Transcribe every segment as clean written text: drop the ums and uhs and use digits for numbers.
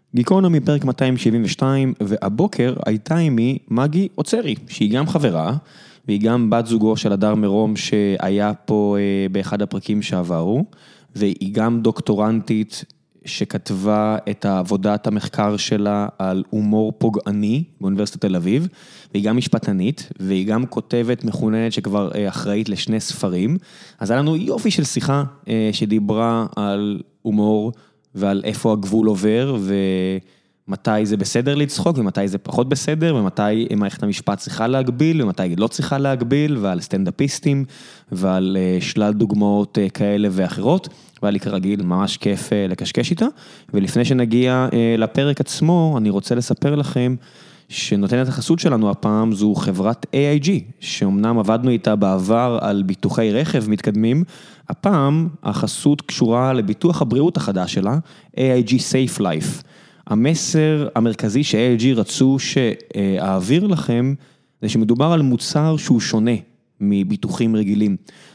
גיקונומי פרק 272, והבוקר הייתה עימי מגי עוצרי, שהיא גם חברה, והיא גם בת זוגו של הדר מרום שהיה פה באחד הפרקים שעברו, והיא גם דוקטורנטית שכתבה את עבודת המחקר שלה על הומור פוגעני באוניברסיטת תל אביב, והיא גם משפטנית, והיא גם כותבת מחוננת שכבר אחראית לשני ספרים, אז היה לנו יופי של שיחה שדיברה על הומור, ועל איפה הגבול עובר, ומתי זה בסדר לצחוק, ומתי זה פחות בסדר, ומתי מערכת המשפט צריכה להגביל, ומתי היא לא צריכה להגביל, ועל סטנדאפיסטים, ועל שלל דוגמאות כאלה ואחרות, והיה לי כרגיל ממש כיף לקשקש איתה, ולפני שנגיע לפרק עצמו, אני רוצה לספר לכם, שנותנת החסות שלנו הפעם זו חברת AIG, שאומנם עבדנו איתה בעבר על ביטוחי רכב מתקדמים, הפעם החסות קשורה לביטוח הבריאות החדש שלה, AIG Safe Life. המסר המרכזי ש-AIG רצו שאעביר לכם, זה שמדובר על מוצר שהוא שונה מביטוחים רגילים.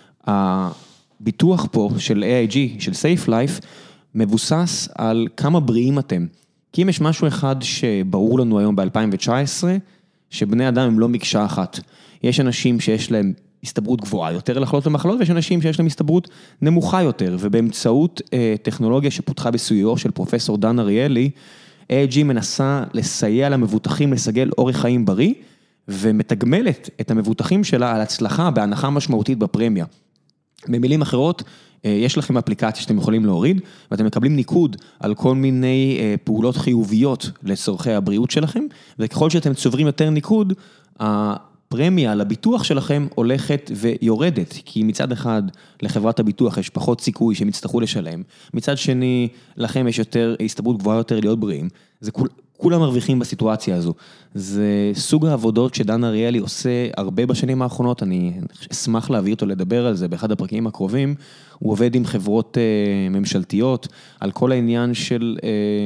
הביטוח פה של AIG, של Safe Life, מבוסס על כמה בריאים אתם. כי אם יש משהו אחד שברור לנו היום ב-2019, שבני אדם הם לא מקשה אחת. יש אנשים שיש להם הסתברות גבוהה יותר לחלות במחלות, ויש אנשים שיש להם הסתברות נמוכה יותר, ובאמצעות טכנולוגיה שפותחה בסיועו של פרופסור דן אריאלי, AIG מנסה לסייע למבוטחים לסגל אורח חיים בריא, ומתגמלת את המבוטחים שלה על הצלחה בהנחה משמעותית בפרמיה. במילים אחרות, יש לכם אפליקציה שאתם יכולים להוריד, ואתם מקבלים ניקוד על כל מיני פעולות חיוביות לצורכי הבריאות שלכם, וככל שאתם צוברים יותר ניקוד, הפרמיה לביטוח שלכם הולכת ויורדת, כי מצד אחד לחברת הביטוח יש פחות סיכוי שהם יצטרכו לשלם, מצד שני לכם יש יותר הסתברות גבוהה יותר להיות בריאים, זה כולם מרוויחים בסיטואציה הזו. זה סוג העבודות שדן אריאלי עושה הרבה בשנים האחרונות, אני אשמח להביא אותו לדבר על זה באחד הפרקים הקרובים, הוא עובד עם חברות ממשלתיות, על כל העניין של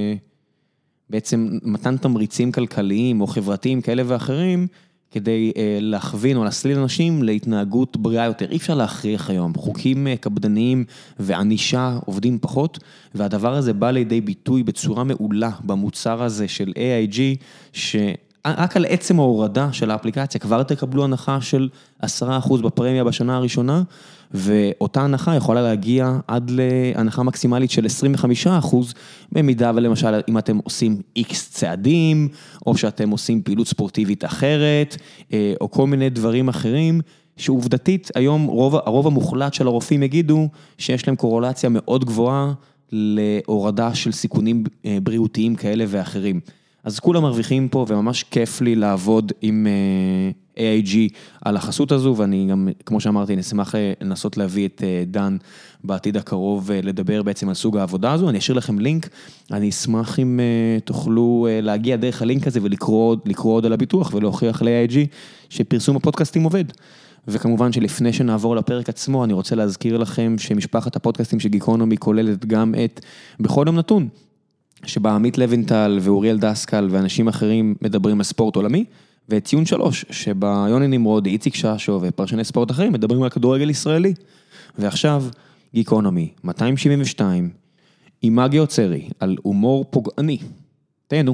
בעצם מתן תמריצים כלכליים או חברתיים כאלה ואחרים, כדי להכווין או להסליל אנשים להתנהגות בריאה יותר. אי אפשר להכריח היום, חוקים קפדניים וענישה עובדים פחות, והדבר הזה בא לידי ביטוי בצורה מעולה במוצר הזה של AIG, שרק על עצם ההורדה של האפליקציה כבר תקבלו הנחה של 10% בפרמיה בשנה הראשונה, ואותה הנחה יכולה להגיע עד להנחה מקסימלית של 25%, במידה ולמשל אם אתם עושים X צעדים, או שאתם עושים פעילות ספורטיבית אחרת, או כל מיני דברים אחרים, שעובדתית היום הרוב המוחלט של הרופאים יגידו שיש להם קורולציה מאוד גבוהה להורדה של סיכונים בריאותיים כאלה ואחרים. אז כולם מרוויחים פה, וממש כיף לי לעבוד עם AIG על החסות הזו, ואני גם, כמו שאמרתי, נשמח לנסות להביא את דן בעתיד הקרוב, לדבר בעצם על סוג העבודה הזו. אני אשאיר לכם לינק, אני אשמח אם תוכלו להגיע דרך הלינק הזה, ולקרוא עוד על הביטוח, ולהוכיח ל-AIG שפרסום הפודקאסטים עובד. וכמובן שלפני שנעבור לפרק עצמו, אני רוצה להזכיר לכם שמשפחת הפודקאסטים של גיקונומי כוללת גם את בכל יום נתון, שבה עמית לוינטל ואוריאל דסקל ואנשים אחרים מדברים על ספורט עולמי, ואת ציון 3, שבה יוני נמרוד, איציק ששו ופרשני ספורט אחרים מדברים על כדורגל ישראלי. ועכשיו, גיקונומי 272, עם מגי עוצרי, על הומור פוגעני. תהנו.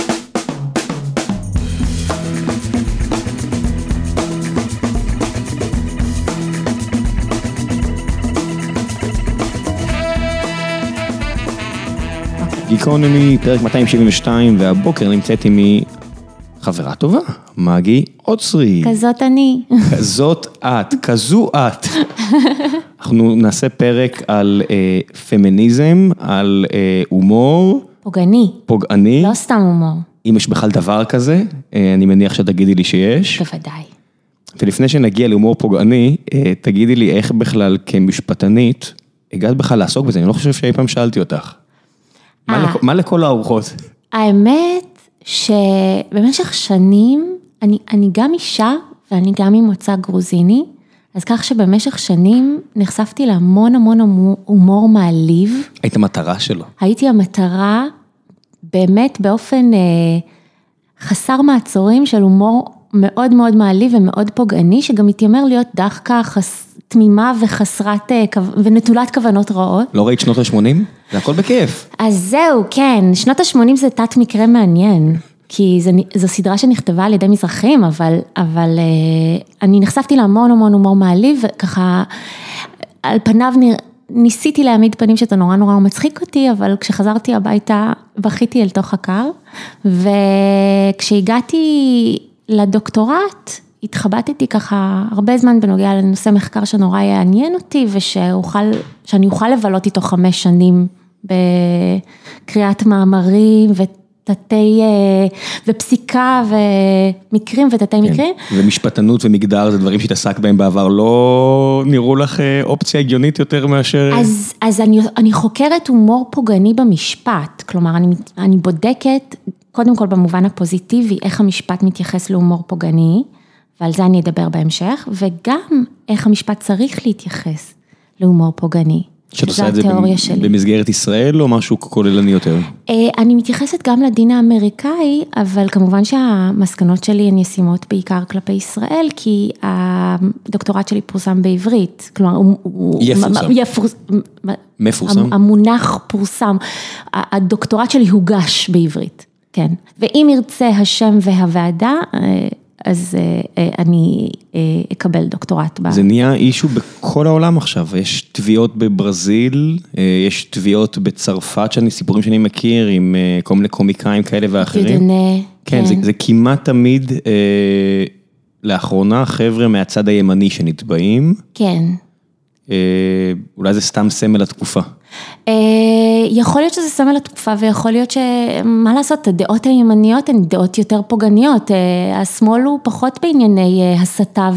גיקונומי, פרק 272, והבוקר נמצאת עימי חברה טובה, מגי עוצרי. כזאת אני. כזאת את, כזו את. אנחנו נעשה פרק על פמיניזם, על הומור. פוגעני. לא סתם הומור. אם יש בכלל דבר כזה, אני מניח שתגידי לי שיש. בוודאי. ולפני שנגיע להומור פוגעני, תגידי לי איך בכלל כמשפטנית, הגעת בכלל לעסוק בזה, אני לא חושב שאי פעם שאלתי אותך. מה לכל הארוחות? האמת שבמשך שנים, אני גם אישה ואני גם ממוצא גרוזיני, אז כך שבמשך שנים נחשפתי להמון הומור מעליב. היית המטרה שלו? הייתי המטרה באמת באופן חסר מעצורים של הומור מאוד מאוד מעליב ומאוד פוגעני, שגם מתיימר להיות דחקה תמימה וחסרת, ונטולת כוונות רעות. לא ראית שנות ה-80? זה הכל בכיף. אז זהו, כן, שנות ה-80 זה תת מקרה מעניין, כי זו סדרה שנכתבה על ידי מזרחים, אבל אני נחשפתי להמון המון הומור מעליב, וככה על פניו ניסיתי להעמיד פנים שאתה נורא נורא מצחיק אותי, אבל כשחזרתי הביתה בכיתי אל תוך הקר, וכשהגעתי לדוקטורט, התחבטתי ככה הרבה זמן בנוגע לנושא מחקר שנורא יעניין אותי, שאני אוכל לבלות איתו 5 שנים בקריאת מאמרים ותתי, ופסיקה ומקרים ותתי מקרים. ומשפטנות ומגדר זה דברים שהתעסק בהם בעבר, לא נראו לך אופציה הגיונית יותר מאשר... אז אני חוקרת הומור פוגעני במשפט, כלומר אני בודקת קודם כל במובן הפוזיטיבי, איך המשפט מתייחס להומור פוגעני, ועל זה אני אדבר בהמשך, וגם איך המשפט צריך להתייחס להומור פוגעני. שאת עושה את זה במסגרת ישראל או משהו כוללני יותר? אני מתייחסת גם לדין האמריקאי, אבל כמובן שהמסקנות שלי הן ישימות בעיקר כלפי ישראל, כי הדוקטורט שלי פורסם בעברית, כלומר הוא... מפורסם? המונח פורסם, הדוקטורט שלי הוגש בעברית, כן. ואם ירצה השם והוועדה, אז אני אקבל דוקטורט. זה נהיה אישו בכל העולם עכשיו, יש תביעות בברזיל, יש תביעות בצרפת, סיפורים שאני מכיר, עם כל מיני קומיקאים כאלה ואחרים. כן, זה כמעט תמיד, לאחרונה, חבר'ה מהצד הימני שנתבעים. כן. אולי זה סתם סמל התקופה. יכול להיות שזה סמל התקופה, ויכול להיות שמה לעשות, הדעות הימניות הן דעות יותר פוגעניות, השמאל הוא פחות בענייני הסתה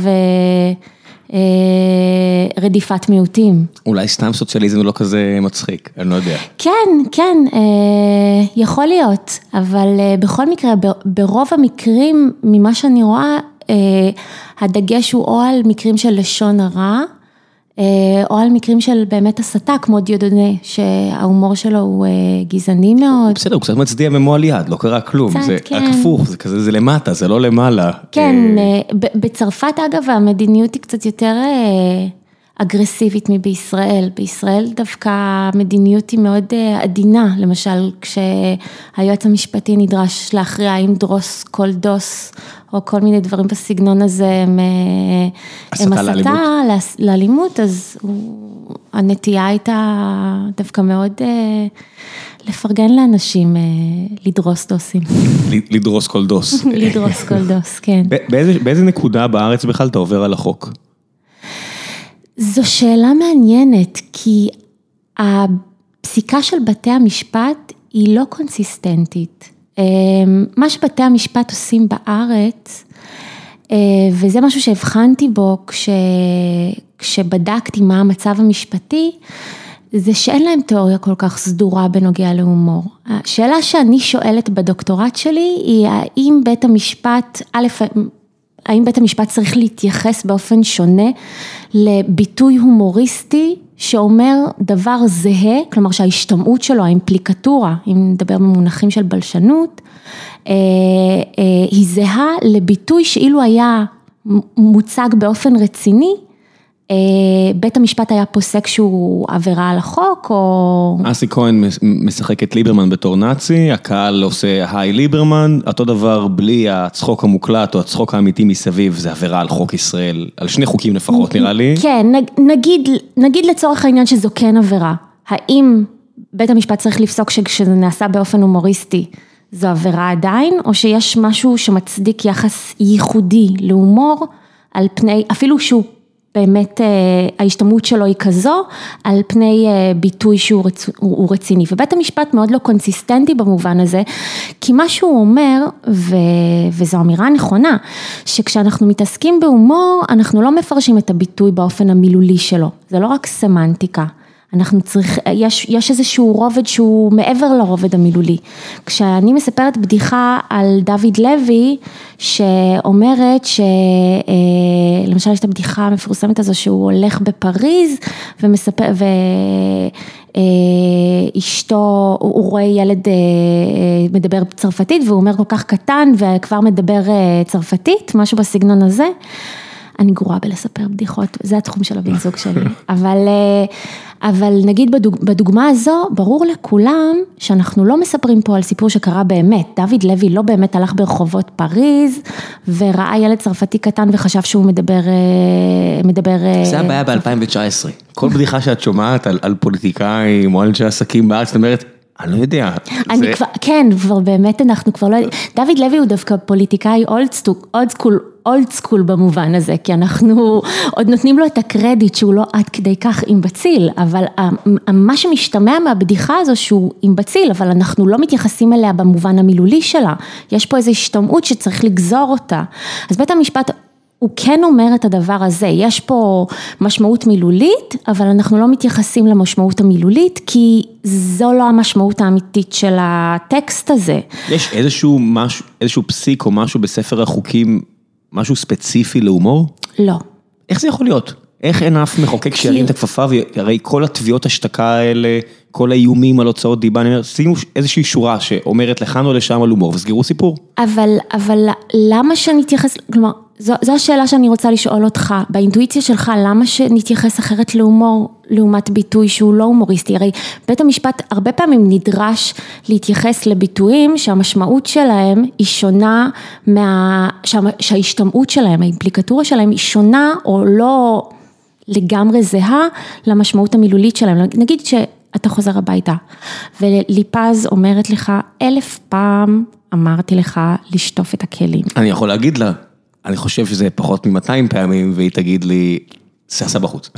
ורדיפת מיעוטים. אולי סתם סוציאליזם לא כזה מצחיק, אני לא יודע. כן, יכול להיות, אבל בכל מקרה, ברוב המקרים, ממה שאני רואה, הדגש הוא או על מקרים של לשון הרע, או על מקרים של באמת הסתה, כמו דיודונה, שההומור שלו הוא גזעני מאוד. בסדר, הוא קצת מצדיע במועל יד, לא קרה כלום, זה הכפוך, זה למטה, זה לא למעלה. כן, בצרפת אגב, המדיניות היא קצת יותר אגרסיבית מבישראל, בישראל דווקא המדיניות היא מאוד עדינה, למשל כשהיועץ המשפטי נדרש להכריע אם דרוס כל דוס, או כל מיני דברים בסגנון הזה, הם הסתה לאלימות, אז הנטייה הייתה דווקא מאוד לפרגן לאנשים לדרוס דוסים. לדרוס כל דוס. לדרוס כל דוס, כן. באיזה נקודה בארץ בכלל אתה עובר על החוק? זו שאלה מעניינת, כי הפסיקה של בתי המשפט היא לא קונסיסטנטית. מה שבתי המשפט עושים בארץ, וזה משהו שהבחנתי בו כשבדקתי מה המצב המשפטי, זה שאין להם תיאוריה כל כך סדורה בנוגע להומור. השאלה שאני שואלת בדוקטורט שלי היא האם בית המשפט, האם בית המשפט צריך להתייחס באופן שונה לביטוי הומוריסטי שאומר דבר זהה, כלומר שההשתמעות שלו, האימפליקטורה, אם נדבר במונחים של בלשנות, היא זהה לביטוי שאילו היה מוצג באופן רציני, בית המשפט היה פוסק שהוא עבירה על החוק, או... אסי כהן משחק את ליברמן בתור נאצי, הקהל עושה היי ליברמן, אותו דבר בלי הצחוק המוקלט או הצחוק האמיתי מסביב, זה עבירה על חוק ישראל, על 2 חוקים לפחות נראה לי. כן, נגיד לצורך העניין שזו כן עבירה, האם בית המשפט צריך לפסוק שכשזה נעשה באופן הומוריסטי, זו עבירה עדיין, או שיש משהו שמצדיק יחס ייחודי להומור, על פני, אפילו שהוא באמת ההשתמעות שלו היא כזו, על פני ביטוי שהוא רציני. ובית המשפט מאוד לא קונסיסטנטי במובן הזה, כי מה שהוא אומר, וזו אמירה נכונה, שכשאנחנו מתעסקים בהומור, אנחנו לא מפרשים את הביטוי באופן המילולי שלו. זה לא רק סמנטיקה. יש איזשהו רובד שהוא מעבר לרובד המילולי. כשאני מספרת בדיחה על דוד לוי, שאומרת למשל יש את הבדיחה המפורסמת הזו שהוא הולך בפריז, אשתו, הוא רואה ילד מדבר צרפתית, והוא אומר כל כך קטן, וכבר מדבר צרפתית, משהו בסגנון הזה. אני גרועה בלספר בדיחות, זה התחום של הבן זוג שלי. אבל נגיד בדוגמה הזו, ברור לכולם שאנחנו לא מספרים פה על סיפור שקרה באמת. דוד לוי לא באמת הלך ברחובות פריז, וראה ילד צרפתי קטן וחשב שהוא מדבר... זה הבעיה ב-2019. כל בדיחה שאת שומעת על פוליטיקאים או אנשי עסקים בארץ, זאת אומרת, אני לא יודע. כן, כבר באמת אנחנו כבר לא... דוד לוי הוא דווקא פוליטיקאי אולד סקול במובן הזה, כי אנחנו עוד נותנים לו את הקרדיט שהוא לא עד כדי כך אימבציל, אבל מה שמשתמע מהבדיחה הזו שהוא אימבציל, אבל אנחנו לא מתייחסים אליה במובן המילולי שלה. יש פה איזו השתמעות שצריך לגזור אותה. אז בית המשפט... הוא כן אומר את הדבר הזה, יש פה משמעות מילולית, אבל אנחנו לא מתייחסים למשמעות המילולית, כי זו לא המשמעות האמיתית של הטקסט הזה. יש איזשהו פסיק או משהו בספר החוקים, משהו ספציפי להומור? לא. איך זה יכול להיות? איך אין אף מחוקק שירים את הכפפה, והרי כל התביעות השתקה האלה, כל האיומים על הוצאות דיבה, אני אומר, שימו איזושהי שורה שאומרת לכאן או לשם על הומור, וסגרו סיפור. אבל למה שנתייחס, כלומר, זו השאלה שאני רוצה לשאול אותך, באינטואיציה שלך, למה שנתייחס אחרת להומור, לעומת ביטוי שהוא לא הומוריסטי? הרי בית המשפט הרבה פעמים נדרש להתייחס לביטויים שהמשמעות שלהם היא שונה, שההשתמעות שלהם, האימפליקטורה שלהם היא שונה או לא לגמרי זהה למשמעות המילולית שלהם. נגיד שאתה חוזר הביתה וליפז אומרת לך 1000 פעם אמרתי לך לשטוף את הכלים. אני יכול להגיד לה, אני חושב שזה פחות מ200 פעמים, והיא תגיד לי, סעסה בחוץ.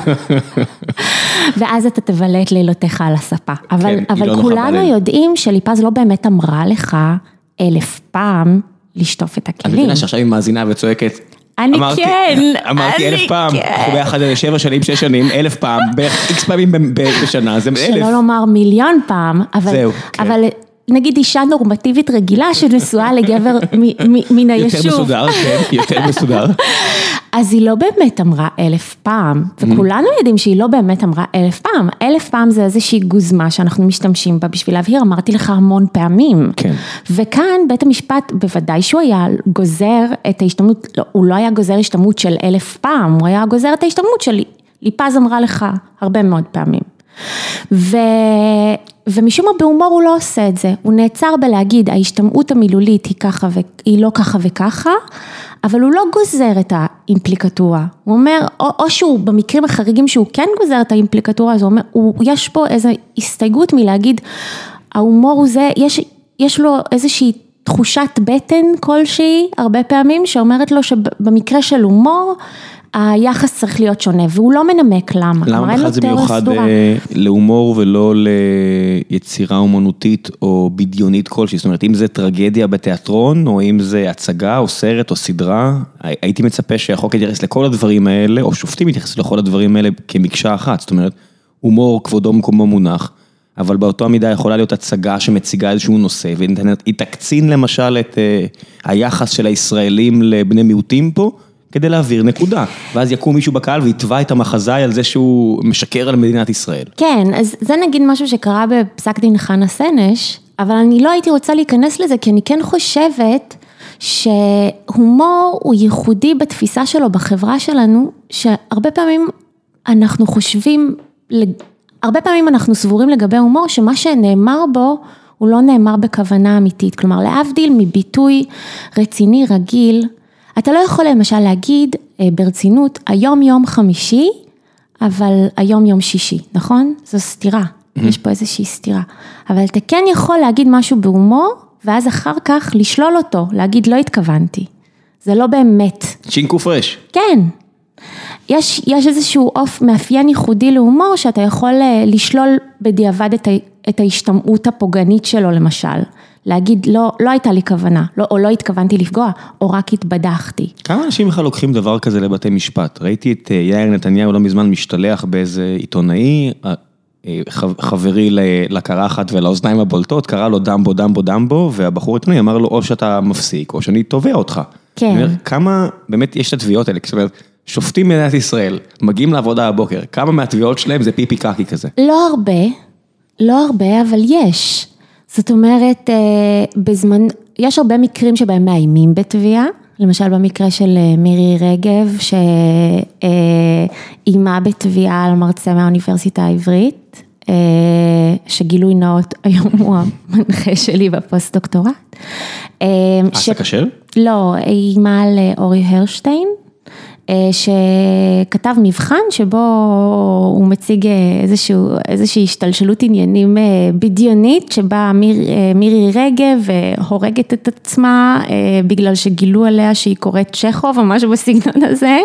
ואז אתה תבלה את לילותיך על הספה. אבל כולנו יודעים שליפז לא באמת אמרה לך 1000 פעם לשטוף את הכלים. אני מבינה שעכשיו היא מאזינה וצועקת, אמרתי 1000 פעם, אנחנו ביחד 7 שנים, 6 שנים, 1000 פעם, בערך X פעמים בשנה, זה 1000. שלא לומר 1,000,000 פעם, אבל נגיד אישה נורמטיבית רגילה שנשואה לגבר מן היישוב. יותר מסודר, כן, יותר מסודר. אז היא לא באמת אמרה 1000 פעם, וכולנו יודעים שהיא לא באמת אמרה 1000 פעם. 1000 פעם זה איזושהי גוזמה שאנחנו משתמשים בה בשביל להבהיר, אמרתי לך המון פעמים. כן. וכאן בית המשפט, בוודאי שהוא היה גוזר את ההשתמעות, לא, הוא לא היה גוזר השתמעות של 1000 פעם, הוא היה גוזר את ההשתמעות של ליפז אמרה לך הרבה מאוד פעמים. ומשום מה בהומור הוא לא עושה את זה, הוא נעצר בלהגיד, ההשתמעות המילולית היא ככה היא לא ככה וככה, אבל הוא לא גוזר את האימפליקטורה, הוא אומר, או שהוא במקרים החריגים שהוא כן גוזר את האימפליקטורה, אז הוא אומר, יש פה איזו הסתייגות מלהגיד, ההומור הוא זה, יש לו איזושהי תחושת בטן כלשהי, הרבה פעמים, שאומרת לו שבמקרה של הומור, היחס צריך להיות שונה, והוא לא מנמק למה. למה בכלל זה מיוחד להומור ולא ליצירה אומנותית או בדיונית כלשהי? זאת אומרת, אם זה טרגדיה בתיאטרון, או אם זה הצגה או סרט או סדרה, הייתי מצפה שהחוק יתייחס לכל הדברים האלה, או שופטים יתייחס לכל הדברים האלה כמקשה אחת. זאת אומרת, הומור כבודו מקומו מונח, אבל באותו המידה יכולה להיות הצגה שמציגה איזשהו נושא, והיא תקצין למשל את היחס של הישראלים לבני מיעוטים פה, כדי להעביר נקודה, ואז יקום מישהו בקהל ויתבע את המחזאי על זה שהוא משקר על מדינת ישראל. כן, אז זה נגיד משהו שקרה בפסק דין חנה סנש, אבל אני לא הייתי רוצה להיכנס לזה, כי אני כן חושבת שהומור הוא ייחודי בתפיסה שלו בחברה שלנו, שהרבה פעמים אנחנו חושבים, הרבה פעמים אנחנו סבורים לגבי הומור, שמה שנאמר בו הוא לא נאמר בכוונה אמיתית, כלומר להבדיל מביטוי רציני רגיל, אתה לא יכול למשל להגיד ברצינות, היום יום חמישי, אבל היום יום שישי, נכון? זו סתירה, יש פה איזושהי סתירה. אבל אתה כן יכול להגיד משהו בהומור, ואז אחר כך לשלול אותו, להגיד לא התכוונתי. זה לא באמת. שינקו פרש. כן. יש איזשהו מאפיין ייחודי להומור, שאתה יכול לשלול בדיעבד את ההשתמעות הפוגענית שלו למשל. להגיד, לא הייתה לי כוונה, או לא התכוונתי לפגוע, או רק התבדחתי. כמה אנשים בכלל לוקחים דבר כזה לבתי משפט? ראיתי את יאיר נתניהו לא מזמן משתלח באיזה עיתונאי, חברי לקרחת ולאוזניים הבולטות, קרא לו דמבו, דמבו, דמבו, והבחור עיתונאי אמר לו, או שאתה מפסיק, או שאני תובע אותך. כן. כמה, באמת יש את התביעות האלה, זאת אומרת, שופטים מדינת ישראל, מגיעים לעבודה הבוקר, כמה מהתביעות שלהם זה פיפי קקי כזה? לא הרבה, אבל יש. זאת אומרת, יש הרבה מקרים שבהם מאיימים בתביעה, למשל במקרה של מירי רגב, שאימה בתביעה על מרצה מהאוניברסיטה העברית, שגילוי נאות היום הוא המנחה שלי בפוסט-דוקטורט. עשה קשר? לא, אימה על אורי הרשטיין, שכתב מבחן שבו הוא מציג איזושהי השתלשלות עניינים בדיונית, שבה מירי רגב הורגת את עצמה בגלל שגילו עליה שהיא קוראת צ'כוב או משהו בסגנון הזה,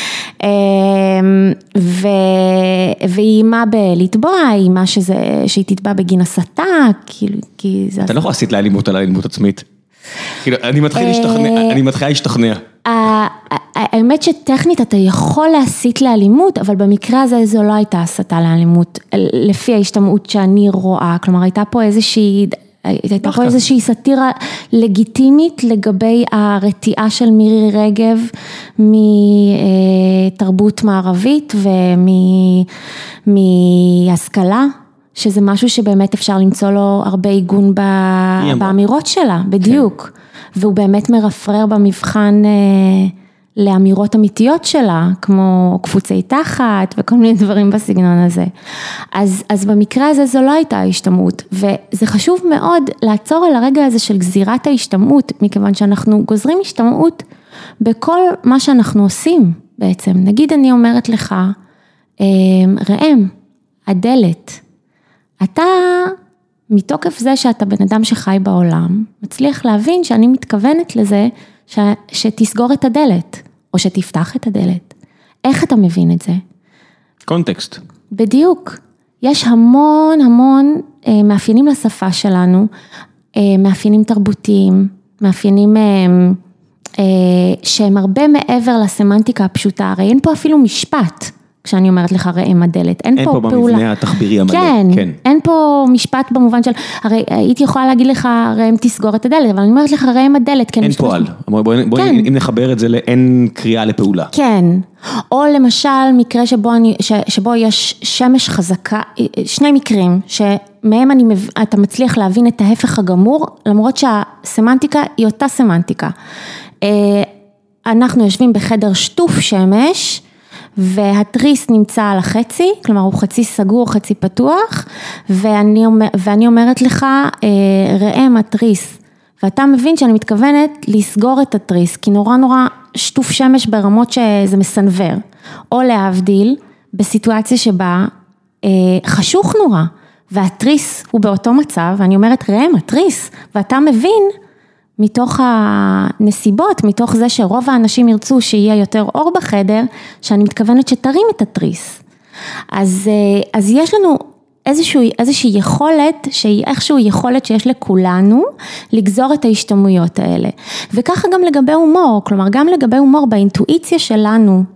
והיא אימה בלטבוע, היא אימה שהיא תתבע בגין הסתה, כי זה... אתה לא יכול לעשות לאלימות על האלימות עצמית. אני מתחילה להשתכנע. האמת שטכנית אתה יכול להסית לאלימות, אבל במקרה הזה זו לא הייתה הסתה לאלימות, לפי ההשתמעות שאני רואה, כלומר הייתה פה איזושהי סטירה לגיטימית לגבי הרתיעה של מירי רגב מתרבות מערבית ומהשכלה, שזה משהו שבאמת אפשר למצוא לו הרבה עיגון באמירות שלה, בדיוק. והוא באמת מרפרר במבחן לאמירות אמיתיות שלה, כמו קפוצי תחת וכל מיני דברים בסגנון הזה. אז במקרה הזה זו לא הייתה ההשתמעות, וזה חשוב מאוד לעצור על הרגע הזה של גזירת ההשתמעות, מכיוון שאנחנו גוזרים השתמעות בכל מה שאנחנו עושים בעצם. נגיד אני אומרת לך, ראם, הדלת, אתה מתוקף זה שאתה בן אדם שחי בעולם, מצליח להבין שאני מתכוונת לזה שתסגור את הדלת, או שתפתח את הדלת. איך אתה מבין את זה? קונטקסט. בדיוק. יש המון מאפיינים לשפה שלנו, מאפיינים תרבותיים, מאפיינים שהם הרבה מעבר לסמנטיקה הפשוטה, הרי אין פה אפילו משפט. כשאני אומרת לך ראם הדלת, אין פה פעולה. אין פה במבנה התחבירי המלא. כן, אין פה משפט במובן של, הרי הייתי יכולה להגיד לך ראם תסגור את הדלת, אבל אני אומרת לך ראם הדלת. אין פועל. בואי אם נחבר את זה אין קריאה לפעולה. כן, או למשל מקרה שבו יש שמש חזקה, שני מקרים שמהם אתה מצליח להבין את ההפך הגמור, למרות שהסמנטיקה היא אותה סמנטיקה. אנחנו יושבים בחדר שטוף שמש, והתריס נמצא על החצי, כלומר הוא חצי סגור, חצי פתוח, ואני אומרת לך, ראם התריס, ואתה מבין שאני מתכוונת לסגור את התריס, כי נורא שטוף שמש ברמות שזה מסנבר, או להבדיל, בסיטואציה שבה חשוך נורא, והתריס הוא באותו מצב, ואני אומרת ראם התריס, ואתה מבין, מתוך הנסיבות, מתוך זה שרוב האנשים ירצו שיהיה יותר אור בחדר, שאני מתכוונת שתרים את התריס. אז יש לנו איזושהי יכולת, שהיא איכשהו יכולת שיש לכולנו, לגזור את ההשתמעויות האלה. וככה גם לגבי הומור, כלומר גם לגבי הומור, באינטואיציה שלנו,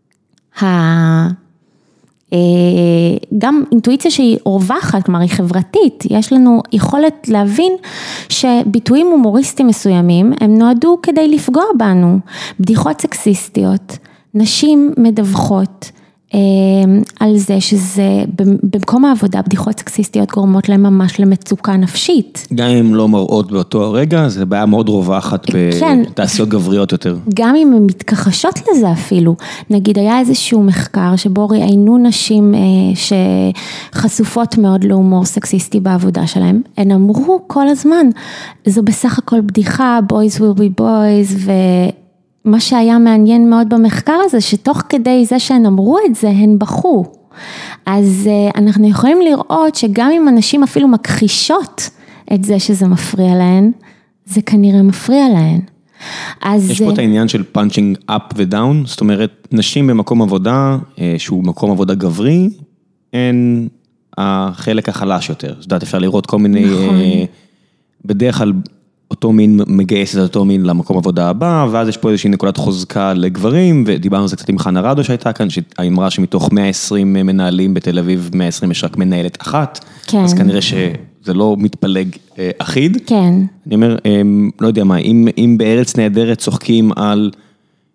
גם אינטואיציה שהיא רווחת, כלומר היא חברתית, יש לנו יכולת להבין שביטויים הומוריסטיים מסוימים, הם נועדו כדי לפגוע בנו, בדיחות סקסיסטיות, נשים מדווחות על זה שזה, במקום העבודה, בדיחות סקסיסטיות גורמות להם ממש למצוקה נפשית. גם אם לא מראות באותו הרגע, זה בעיה מאוד רווחת בתעשיות גבריות יותר. גם אם הן מתכחשות לזה אפילו. נגיד, היה איזשהו מחקר שבו ראיינו נשים שחשופות מאוד להומור סקסיסטי בעבודה שלהם. הן אמרו כל הזמן, זו בסך הכל בדיחה, boys will be boys, מה שהיה מעניין מאוד במחקר הזה, שתוך כדי זה שהן אמרו את זה, הן בכו. אז אנחנו יכולים לראות שגם אם אנשים אפילו מכחישות את זה שזה מפריע להן, זה כנראה מפריע להן. יש פה את העניין של punching up ו-down, זאת אומרת, נשים במקום עבודה, שהוא מקום עבודה גברי, הן החלק החלש יותר. זאת אומרת, אפשר לראות כל מיני, בדרך כלל, אותו מין מגייס את אותו מין למקום עבודה הבא, ואז יש פה איזושהי נקודת חוזקה לגברים, ודיברנו על זה קצת עם חנה רדו שהייתה כאן, שהאמרה שמתוך 120 מנהלים בתל אביב, 120 יש רק מנהלת אחת, כן. אז כנראה שזה לא מתפלג אחיד. כן. אני אומר, לא יודע מה, אם בארץ נהדרת צוחקים על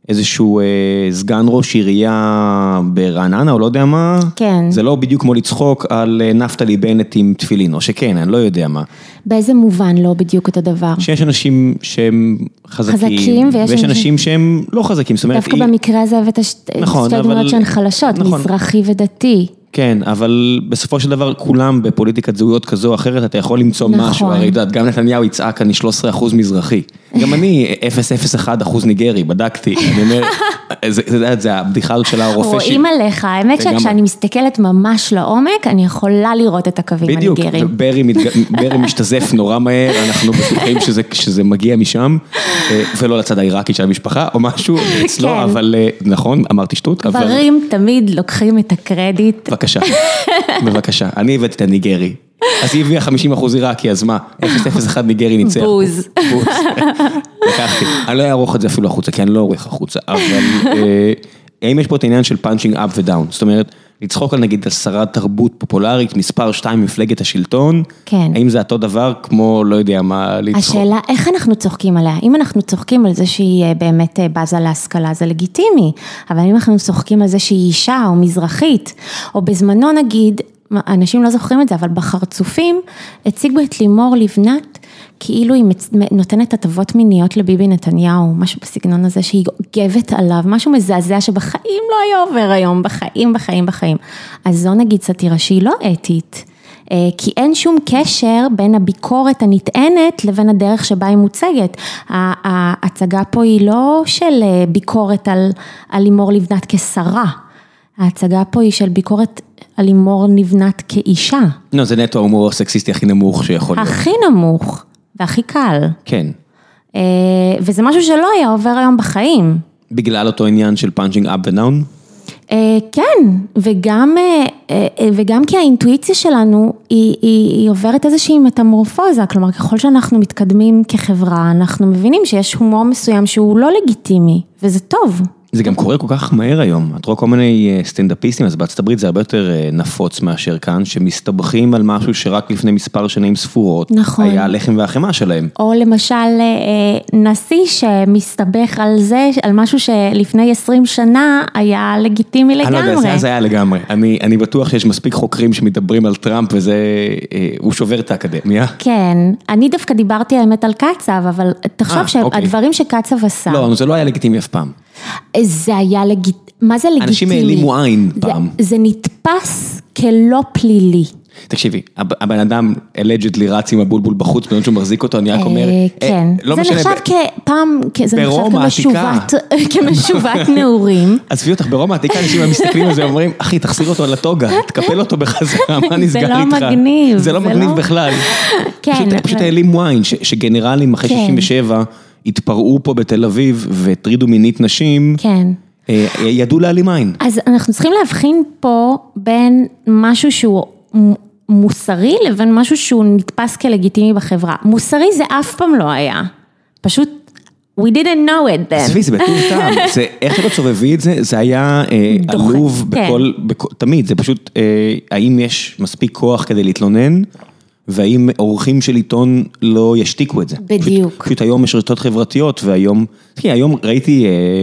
איזשהו סגן ראש עירייה ברעננה, או לא יודע מה. כן. זה לא בדיוק כמו לצחוק על נפתלי בנט עם תפילין, או שכן, אני לא יודע מה. באיזה מובן לא בדיוק אותו דבר? שיש אנשים שהם חזקים, ויש אנשים שהם לא חזקים. דווקא במקרה הזה הבאת שתי דמויות שהן חלשות, מזרחי ודתי. כן, אבל בסופו של דבר כולם בפוליטיקת זהויות כזו או אחרת, אתה יכול למצוא משהו, הרי יודעת, גם נתניהו יצעק, אני 13% מזרחי. גם אני 0.01% ניגרי, בדקתי, אני אומר, זה הבדיחה הזאת של הרופא. רואים עליך, האמת שכשאני מסתכלת ממש לעומק, אני יכולה לראות את הקווים הניגרים. בדיוק, ברי משתזף נורא מהר, אנחנו בטוחים שזה מגיע משם, ולא לצד העיראקי של המשפחה, או משהו אצלו, אבל נכון, אמרתי שטות. גברים תמיד לוקחים את הקרדיט. בבקשה, אני הבאתי את הניגרי. אז היא הביאה 50% עיראקי, אז מה? 0.01 ניגרי ניצח. בוז. לקחתי. אני לא אערוך את זה אפילו החוצה, כי אני לא עורך החוצה, אבל האם יש פה את העניין של punching up ו-down? זאת אומרת, לצחוק על נגיד על שרת תרבות פופולרית, מספר 2 מפלגת השלטון, כן. האם זה אותו דבר כמו, לא יודע מה, לצחוק? השאלה, איך אנחנו צוחקים עליה? אם אנחנו צוחקים על זה שהיא באמת בזה להשכלה, זה לגיטימי, אבל אם אנחנו צוחקים על זה שהיא אישה או מזרחית, או בזמנו נגיד, אנשים לא זוכרים את זה, אבל בחרצופים הציגו את לימור לבנת, כאילו היא נותנת הטבות מיניות לביבי נתניהו, משהו בסגנון הזה שהיא גבת עליו, משהו מזעזע שבחיים לא היה עובר היום, בחיים. אז זו נגיד סאטירה שהיא לא אתית, כי אין שום קשר בין הביקורת הנטענת לבין הדרך שבה היא מוצגת. ההצגה פה היא לא של ביקורת על לימור לבנת כשרה, ההצגה פה היא של ביקורת על לימור לבנת כאישה. לא, זה נטו ההומור הסקסיסטי הכי נמוך שיכול להיות. הכי נמוך והכי קל. כן. וזה משהו שלא היה עובר היום בחיים. בגלל אותו עניין של punching up ו-down? כן, וגם כי האינטואיציה שלנו היא עוברת איזושהי מטמורפוזה, כלומר ככל שאנחנו מתקדמים כחברה, אנחנו מבינים שיש הומור מסוים שהוא לא לגיטימי, וזה טוב. זה גם קורה כל כך מהר היום, את רואה כל מיני סטנדאפיסטים, אז בארצות הברית זה הרבה יותר נפוץ מאשר כאן, שמסתבכים על משהו שרק לפני מספר שנים ספורות, נכון. היה הלחם והחמאה שלהם. או למשל נשיא שמסתבך על זה, על משהו שלפני 20 שנה היה לגיטימי לגמרי. אני לא יודע, זה היה לגמרי, אני בטוח שיש מספיק חוקרים שמדברים על טראמפ, וזה, הוא שובר את האקדמיה. כן, אני דווקא דיברתי האמת על קצב, אבל תחשוב שהדברים שקצב עשה. לא, זה לא היה לגיטימי אף פעם. זה היה מה זה לגיטימי? אנשים העלימו עין פעם. זה נתפס כלא פלילי. תקשיבי, הבן אדם allegedly רץ עם הבולבול בחוץ, בנות שהוא מחזיק אותו, אני רק אומר, כן, זה נחשב כפעם, זה נחשב כמשובת נעורים. עזבי אותך, ברומא העתיקה, אנשים מסתכלים על זה ואומרים, אחי, תחזיר אותו על הטוגה, תקפל אותו בחזרה, מה נסגר איתך? זה לא מגניב. זה לא מגניב בכלל. פשוט העלימו עין, שגנרלים אחרי 67, התפרעו פה בתל אביב, והטרידו מינית נשים, כן. ידעו להעלים עין. אז אנחנו צריכים להבחין פה בין משהו שהוא מוסרי לבין משהו שהוא נתפס כלגיטימי בחברה. מוסרי זה אף פעם לא היה. פשוט, we didn't know it then. זה בטוב טעם. איך שלא צובבי את זה, זה היה עלוב בכל, תמיד, זה פשוט, האם יש מספיק כוח כדי להתלונן, והאם אורחים של עיתון לא ישתיקו את זה. בדיוק. פשוט היום יש רשתות חברתיות, והיום, היום ראיתי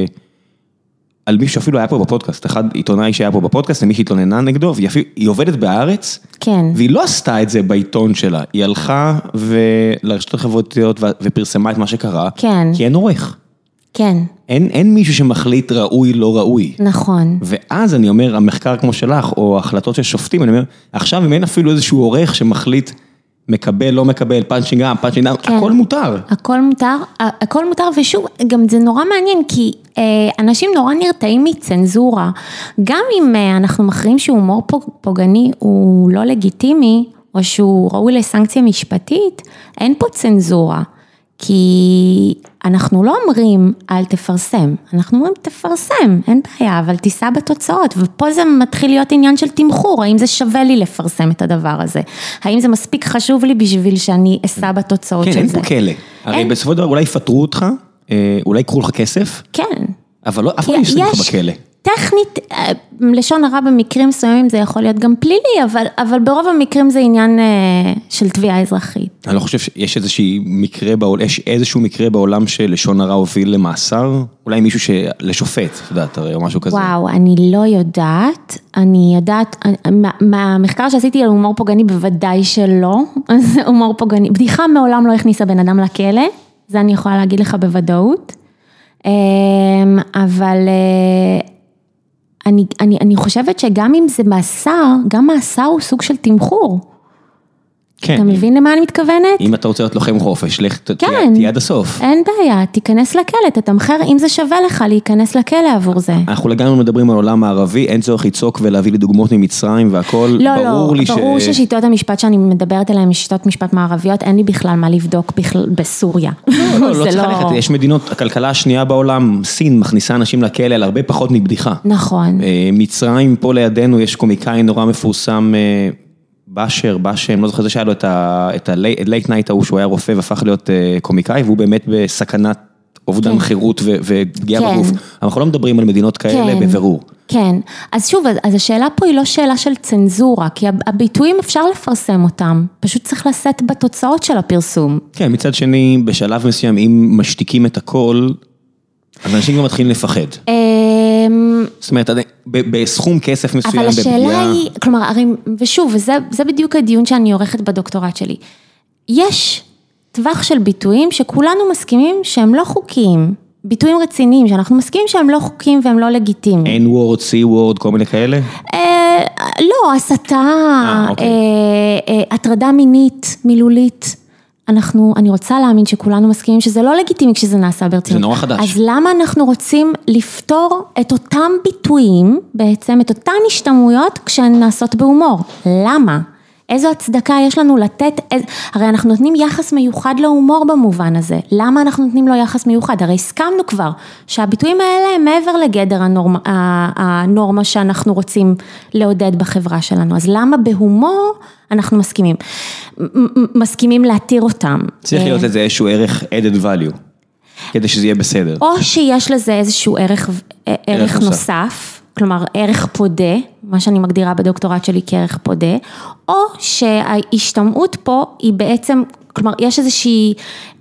על מישהו אפילו היה פה בפודקאסט, אחד עיתונאי שהיה פה בפודקאסט, למי שהתלוננה נגדו, היא עובדת בארץ, כן. והיא לא עשתה את זה בעיתון שלה, היא הלכה לרשתות חברתיות ופרסמה את מה שקרה, כן. כי אין עורך. כן. אין מישהו שמחליט ראוי, לא ראוי. נכון. ואז אני אומר, המחקר כמו שלך, או החלטות של שופטים, אני אומר, עכשיו אם אין אפילו איזשהו עורך שמחליט, מקבל, לא מקבל, פאנצ'ינג אפ, פאנצ'ינג דאון, הכל מותר. הכל מותר, ושוב, גם זה נורא מעניין, כי אנשים נורא נרתעים מצנזורה, גם אם אנחנו מכריעים שהומור פוגעני הוא לא לגיטימי, או שהוא ראוי לסנקציה משפטית, אין פה צנזורה, כי אנחנו לא אומרים אל תפרסם, אנחנו אומרים תפרסם, אין בעיה, אבל תיסע בתוצאות, ופה זה מתחיל להיות עניין של תמחור, האם זה שווה לי לפרסם את הדבר הזה, האם זה מספיק חשוב לי בשביל שאני אסע בתוצאות של זה. כן, אין פה כלא, הרי בסופו של דבר אולי יפטרו אותך, אולי יקחו לך כסף, כן. אבל אף אחד לא ישתים לך בכלא. טכנית, לשון הרע במקרים מסוימים זה יכול להיות גם פלילי, אבל ברוב המקרים זה עניין של תביעה אזרחית. אני לא חושב שיש איזשהו מקרה בעולם שלשון הרע הוביל למאסר, אולי מישהו לשופט, את יודעת, או משהו כזה. וואו, אני לא יודעת, מהמחקר שעשיתי על הומור פוגעני בוודאי שלא, אז הומור פוגעני, בדיחה מעולם לא הכניסה בן אדם לכלא, זה אני יכולה להגיד לך בוודאות, אבל אני חושבת שגם אם זה מאסר, גם מאסר הוא סוג של תמחור. כן. אתה מבין למה אני מתכוונת? אם אתה רוצה להיות לוחם חופש, תהיה עד הסוף. אין בעיה, תיכנס לכלא, תתמחר אם זה שווה לך להיכנס לכלא עבור זה. אנחנו לגמרי מדברים על עולם הערבי, אין צורך לצעוק ולהביא לי דוגמאות ממצרים והכל. ברור ששיטות המשפט שאני מדברת עליהן, שיטות משפט מערביות, אין לי בכלל מה לבדוק בכלל בסוריה. לא צריך ללכת, יש מדינות, הכלכלה השנייה בעולם, סין מכניסה אנשים לכלא על הרבה פחות מבדיחה. נכון. מצרים פה לידינו יש קומיקאי נורא מפורסם, באשר, לא זוכר זה שהיה לו את ה-late night ההוא שהוא היה רופא והפך להיות קומיקאי, והוא באמת בסכנת אובדן חירות ופגיעה בגוף. אנחנו לא מדברים על מדינות כאלה בבירור. כן, אז שוב, אז השאלה פה היא לא שאלה של צנזורה, כי הביטויים אפשר לפרסם אותם, פשוט צריך לשאת בתוצאות של הפרסום. כן, מצד שני, בשלב מסוים, אם משתיקים את הכל, אז אנשים גם מתחילים לפחד. זאת אומרת, בסכום כסף מסוים, אבל השאלה היא, כלומר, ושוב, וזה בדיוק הדיון שאני עורכת בדוקטורט שלי. יש טווח של ביטויים שכולנו מסכימים שהם לא חוקיים, ביטויים רציניים, שאנחנו מסכימים שהם לא חוקיים והם לא לגיטימיים. N-word, C-word, כל מיני כאלה? לא, הסתה, הטרדה מינית, מילולית. אני רוצה להאמין שכולנו מסכימים שזה לא לגיטימי כשזה נעשה ברצינות. זה נורא חדש. אז למה אנחנו רוצים לפתור את אותם ביטויים, בעצם את אותן השתמעויות כשהן נעשות בהומור? למה? איזו הצדקה יש לנו לתת, הרי אנחנו נותנים יחס מיוחד להומור במובן הזה. למה אנחנו נותנים לו יחס מיוחד? הרי הסכמנו כבר שהביטויים האלה הם מעבר לגדר הנורמה שאנחנו רוצים לעודד בחברה שלנו. אז למה בהומור אנחנו מסכימים להתיר אותם? צריך להיות לזה איזשהו ערך added value, כדי שזה יהיה בסדר. או שיש לזה איזשהו ערך נוסף, כלומר ערך פודה, מה שאני מגדירה בדוקטורט שלי כערך פודה, או שההשתמעות פה היא בעצם, כלומר יש איזושהי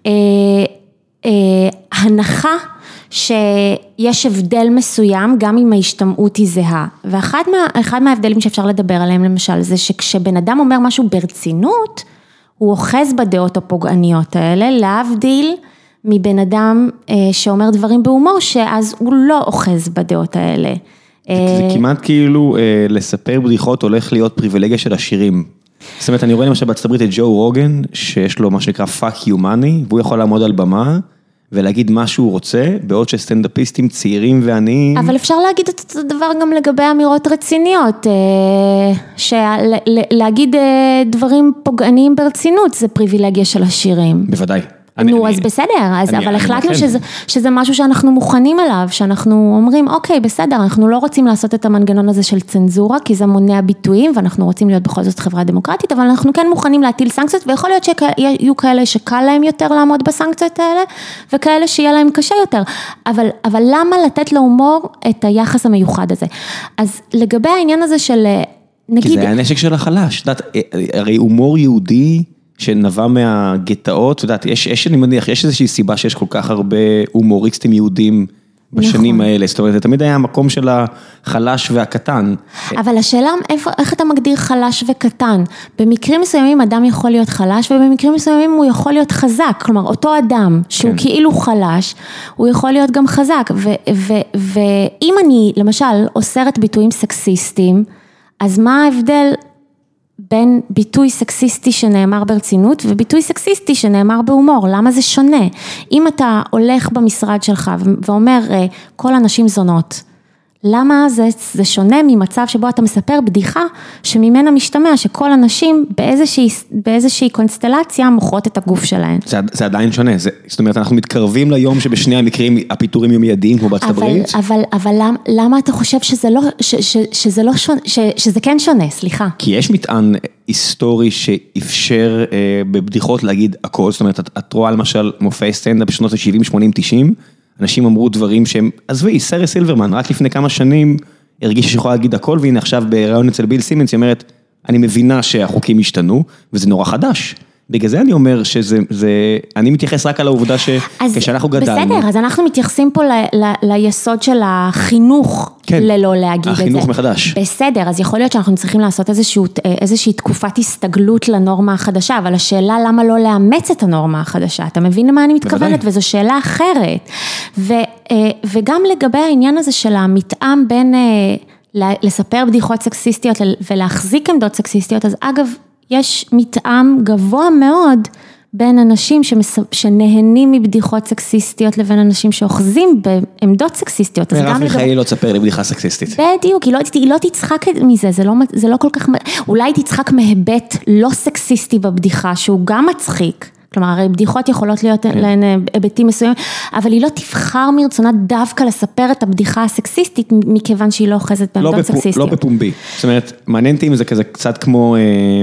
הנחה שיש הבדל מסוים גם אם ההשתמעות היא זהה, ואחד מההבדלים שאפשר לדבר עליהם למשל זה שכשבן אדם אומר משהו ברצינות, הוא אוחז בדעות הפוגעניות האלה, להבדיל מבן אדם שאומר דברים בהומור, שאז הוא לא אוחז בדעות האלה. זה כמעט כאילו לספר בדיחות הולך להיות פריבילגיה של עשירים. זאת אומרת, אני רואה למשל בארצות הברית את ג'ו רוגן, שיש לו מה שנקרא fuck you money, והוא יכול לעמוד על במה, ולהגיד מה שהוא רוצה, בעוד שסטנדאפיסטים צעירים ועניים. אבל אפשר להגיד את אותו דבר גם לגבי אמירות רציניות, להגיד דברים פוגעניים ברצינות, זה פריבילגיה של עשירים. בוודאי. נו, אז בסדר, אבל החלטנו שזה משהו שאנחנו מוכנים אליו, שאנחנו אומרים, אוקיי, בסדר, אנחנו לא רוצים לעשות את המנגנון הזה של צנזורה, כי זה מונע ביטויים, ואנחנו רוצים להיות בכל זאת חברה דמוקרטית, אבל אנחנו כן מוכנים להטיל סנקציות, ויכול להיות שיהיו כאלה שקל להם יותר לעמוד בסנקציות האלה, וכאלה שיהיה להם קשה יותר. אבל למה לתת להומור את היחס המיוחד הזה? אז לגבי העניין הזה של, נגיד... כי זה היה נשק של החלש, הרי הומור יהודי... שנבע מהגטאות, יודעת, אני מניח, יש איזושהי סיבה שיש כל כך הרבה הומוריסטים יהודים בשנים האלה, זאת אומרת, זה תמיד היה המקום של החלש והקטן. אבל השאלה, איך אתה מגדיר חלש וקטן? במקרים מסוימים אדם יכול להיות חלש, ובמקרים מסוימים הוא יכול להיות חזק, כלומר, אותו אדם שהוא כאילו חלש, הוא יכול להיות גם חזק, ואם אני, למשל, אוסרת ביטויים סקסיסטיים, אז מה ההבדל בין ביטוי סקסיסטי שנאמר ברצינות וביטוי סקסיסטי שנאמר בהומור? למה זה שונה? אם אתה הולך במשרד שלך ואומר כל הנשים זונות, למה זה שונה ממצב שבו אתה מספר בדיחה שממנה משתמע שכל הנשים באיזושהי קונסטלציה מוכרות את הגוף שלהן? זה עדיין שונה, זאת אומרת אנחנו מתקרבים ליום שבשני המקרים הפיטורים יהיו מיידיים כמו בארצות הברית? אבל למה אתה חושב שזה כן שונה, סליחה? כי יש מטען היסטורי שאפשר בבדיחות להגיד הכל, זאת אומרת את רואה למשל מופעי סטנדאפ בשנות ה-70, 80, 90, אנשים אמרו דברים שהם, עזבי, סרי סילברמן, רק לפני כמה שנים, הרגישה שיכולה להגיד הכל, והנה עכשיו ברעיון אצל ביל סימנס, היא אומרת, אני מבינה שהחוקים השתנו, וזה נורא חדש. בגלל זה אני אומר אני מתייחס רק על העובדה שכשאנחנו גדלנו. בסדר, אז אנחנו מתייחסים פה ליסוד של החינוך, ללא להגיד את זה. החינוך מחדש. בסדר, אז יכול להיות שאנחנו צריכים לעשות איזושהי תקופת הסתגלות לנורמה החדשה, אבל השאלה למה לא לאמץ את הנורמה החדשה, אתה מבין למה אני מתכוונת, וזו שאלה אחרת. וגם לגבי העניין הזה של המתאם בין לספר בדיחות סקסיסטיות ולהחזיק עמדות סקסיסטיות, אז אגב, יש מתאם גבוה מאוד בין אנשים שנהנים מבדיחות סקסיסטיות לבין אנשים שאוחזים בעמדות סקסיסטיות. מרב מיכאלי לא תספר לי בדיחה סקסיסטית. בדיוק, היא לא תצחק מזה, זה לא כל כך, אולי תצחק מהיבט לא סקסיסטי בבדיחה, שהוא גם מצחיק. כלומר, הרי בדיחות יכולות להיות להן היבטים מסוימים, אבל היא לא תבחר מרצונה דווקא לספר את הבדיחה הסקסיסטית, מכיוון שהיא לא אוחזת בעמדות סקסיסטיות. לא בפומבי. זאת אומרת, מעניינתי אם זה כזה קצת כמו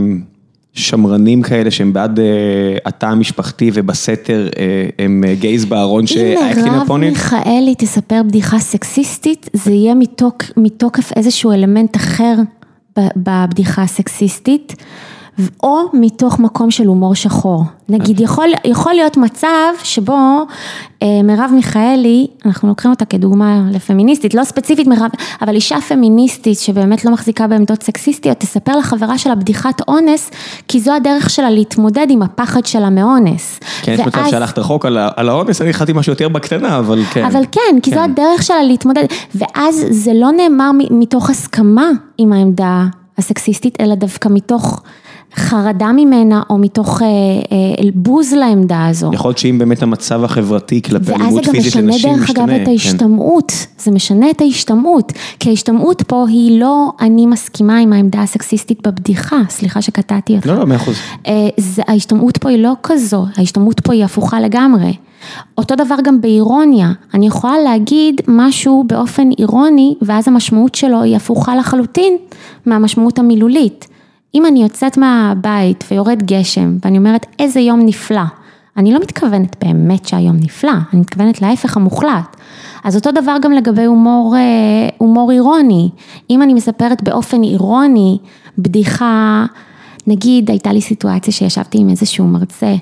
שמרנים כאלה, שהם בעד התא המשפחתי ובסתר, הם גייז בארון שהאקטים אם מרב מיכאלי תספר בדיחה סקסיסטית, זה יהיה מתוקף איזשהו אלמנט אחר בבדיחה הסקסיסטית, או מתוך מקום של הומור שחור. נגיד, יכול להיות מצב שבו מרב מיכאלי, אנחנו לוקחים אותה כדוגמה לפמיניסטית, לא ספציפית מרב, אבל אישה פמיניסטית שבאמת לא מחזיקה בעמדות סקסיסטיות, תספר לחברה שלה בדיחת אונס, כי זו הדרך שלה להתמודד עם הפחד שלה מאונס. כן, יש מצב שהלכת רחוק על האונס, אני חייתי משהו יותר בקטנה, אבל כן. אבל כן, כי זו הדרך שלה להתמודד, ואז זה לא נאמר מתוך הסכמה עם העמדה הסקסיסטית, אלא דווקא מתוך חרדה ממנה, או מתוך בוז לעמדה הזו. יכול להיות שאם באמת המצב החברתי כלפי אלימות פיזית לנשים משתנה. ואז זה גם משנה דרך אגב את ההשתמעות, זה משנה את ההשתמעות, כי ההשתמעות פה היא לא אני מסכימה עם העמדה הסקסיסטית בבדיחה, סליחה שקטעתי אותך. לא, 100%. ההשתמעות פה היא לא כזו, ההשתמעות פה היא הפוכה לגמרי. אותו דבר גם באירוניה, אני יכולה להגיד משהו באופן אירוני, ואז המשמעות שלו היא הפוכה לחלוטין מהמשמעות המילולית. אם אני יוצאת מהבית ויורד גשם, ואני אומרת איזה יום נפלא, אני לא מתכוונת באמת שהיום נפלא, אני מתכוונת להפך המוחלט. אז אותו דבר גם לגבי הומור אירוני. אם אני מספרת באופן אירוני, בדיחה, נגיד הייתה לי סיטואציה שישבתי עם איזשהו מרצה,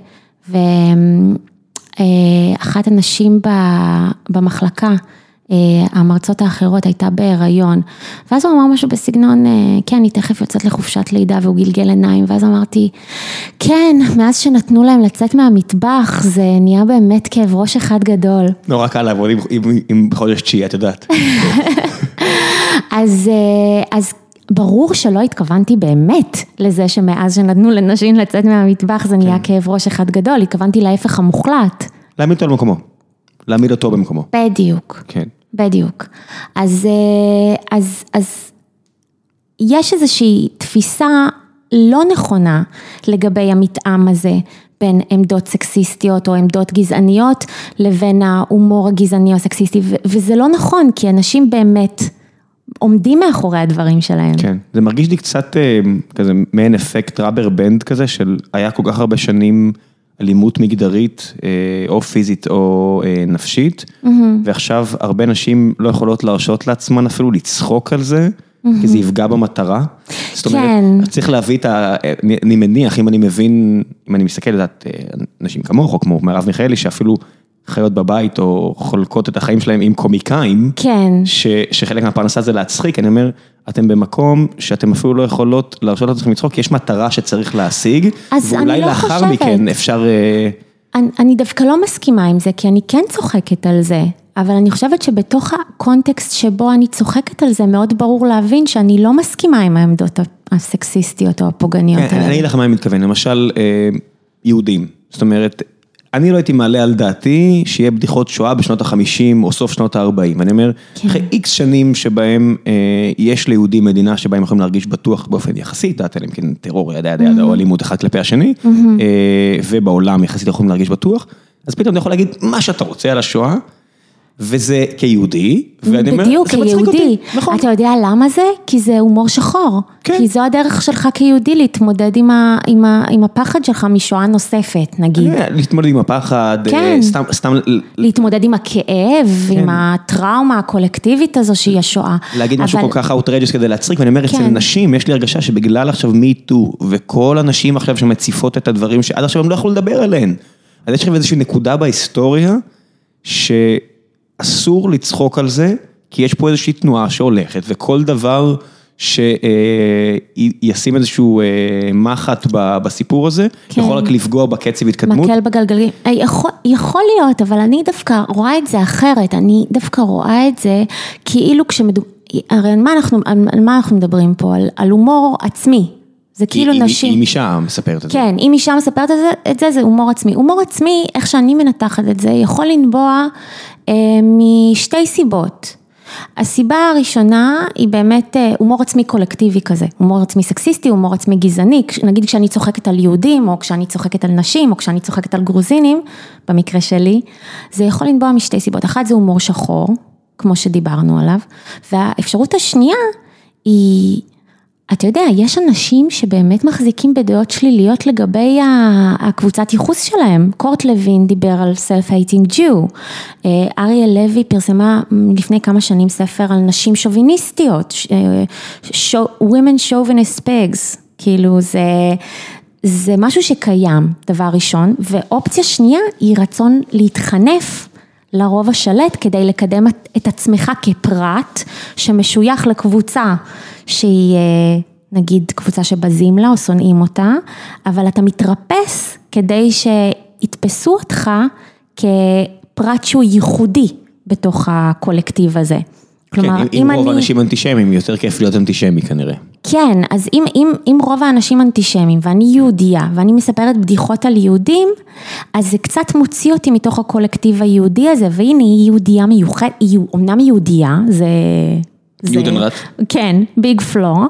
ואחת הנשים במחלקה, המרצות האחרות הייתה בהיריון, ואז הוא אמר משהו בסגנון, כן, אני תכף יוצאת לחופשת לידה, והוא גלגל עיניים, ואז אמרתי, כן, מאז שנתנו להם לצאת מהמטבח, זה נהיה באמת כאב ראש אחד גדול. נורא קל לעבוד עם חודש תשיעי, את יודעת. אז ברור שלא התכוונתי באמת לזה שמאז שנתנו לנשים לצאת מהמטבח, זה נהיה כאב ראש אחד גדול, התכוונתי להפך המוחלט. להעמיד אותו במקומו. להעמיד אותו במקומו. בדיוק. כן. בדיוק. אז יש איזושהי תפיסה לא נכונה לגבי המתאם הזה, בין עמדות סקסיסטיות או עמדות גזעניות, לבין ההומור הגזעני או הסקסיסטי, וזה לא נכון, כי אנשים באמת עומדים מאחורי הדברים שלהם. כן, זה מרגיש לי קצת כזה מעין אפקט ראבר בנד כזה, של היה כל כך הרבה שנים אלימות מגדרית, או פיזית או נפשית, ועכשיו הרבה נשים לא יכולות להרשות לעצמן אפילו לצחוק על זה, כי זה יפגע במטרה. זאת אומרת, צריך להביא אני מניח, אם אני מבין, אם אני מסתכל על נשים כמוך, או כמו מרב מיכאלי, שאפילו חיות בבית, או חולקות את החיים שלהם עם קומיקאים, שחלק מהפרנסה זה להצחיק, אני אומר, אתם במקום שאתם אפילו לא יכולות להרשות לעצמכם לצחוק, כי יש מטרה שצריך להשיג, ואולי לאחר מכן אפשר... אני דווקא לא מסכימה עם זה, כי אני כן צוחקת על זה, אבל אני חושבת שבתוך הקונטקסט שבו אני צוחקת על זה, מאוד ברור להבין שאני לא מסכימה עם העמדות הסקסיסטיות או הפוגעניות האלה. אני אגיד לך מה אני מתכוון, למשל יהודים, זאת אומרת, אני לא הייתי מעלה על דעתי שיהיה בדיחות שואה בשנות ה-50 או סוף שנות ה-40. אני אומר, אחרי איקס שנים שבהם יש ליהודים מדינה שבהם יכולים להרגיש בטוח באופן יחסי, דעת אליהם כן טרור ידה או אלימות אחד כלפי השני, ובעולם יחסית יכולים להרגיש בטוח, אז פתאום אתה יכול להגיד מה שאתה רוצה על השואה, וזה כיהודי, ואני אומר, בדיוק, כיהודי. נכון. אתה יודע למה זה? כי זה הומור שחור. כן. כי זו הדרך שלך כיהודי להתמודד עם הפחד שלך משואה נוספת, נגיד. להתמודד עם הפחד, כן. סתם... להתמודד עם הכאב, עם הטראומה הקולקטיבית הזו שהיא השואה. להגיד משהו כל כך outrageous כדי להצחיק, ואני אומר, אצל נשים, יש לי הרגשה שבגלל עכשיו MeToo, וכל הנשים עכשיו שמציפות את הדברים שעד עכשיו הם לא יכולו לדבר עליהן. אז יש לכם איזושהי נקודה בהיסטוריה, שאסור לצחוק על זה, כי יש פה איזושהי תנועה שהולכת, וכל דבר שישים איזשהו מחט בסיפור הזה, יכול רק לפגוע בקצב התקדמות. מקל בגלגלים. יכול להיות, אבל אני דווקא רואה את זה אחרת, אני דווקא רואה את זה, כאילו הרי על מה אנחנו מדברים פה? על הומור עצמי. זה כאילו נשים. אם אישה מספרת את זה. כן, אם אישה מספרת את זה, זה הומור עצמי. הומור עצמי, איך שאני מנתחת את זה, יכול לנבוע משתי סיבות. הסיבה הראשונה היא באמת הומור עצמי קולקטיבי כזה, הומור עצמי סקסיסטי, הומור עצמי גזעני, נגיד כשאני צוחקת על יהודים, או כשאני צוחקת על נשים, או כשאני צוחקת על גרוזינים, במקרה שלי, זה יכול לנבוע משתי סיבות. אחת זה הומור שחור, כמו שדיברנו עליו, והאפשרות השנייה היא... אתה יודע, יש אנשים שבאמת מחזיקים בדעות שליליות לגבי הקבוצת ייחוס שלהם. קורט לוין דיבר על self-hating Jew. אריה לוי פרסמה לפני כמה שנים ספר על נשים שוביניסטיות. Women chauvinist pigs. כאילו זה משהו שקיים, דבר ראשון. ואופציה שנייה היא רצון להתחנף לרוב השלט כדי לקדם את עצמך כפרט שמשוייך לקבוצה שהיא נגיד קבוצה שבזים לה או שונאים אותה, אבל אתה מתרפס כדי שיתפסו אותך כפרט שהוא ייחודי בתוך הקולקטיב הזה. כלומר, אם רוב האנשים אנטישמיים, יותר כיף להיות אנטישמי כנראה. כן, אז אם רוב האנשים אנטישמיים, ואני יהודייה, ואני מספרת בדיחות על יהודים, אז זה קצת מוציא אותי מתוך הקולקטיב היהודי הזה, והנה היא יהודייה מיוחדת, היא אומנם יהודייה, זה... יודנרט. כן, ביג פלור,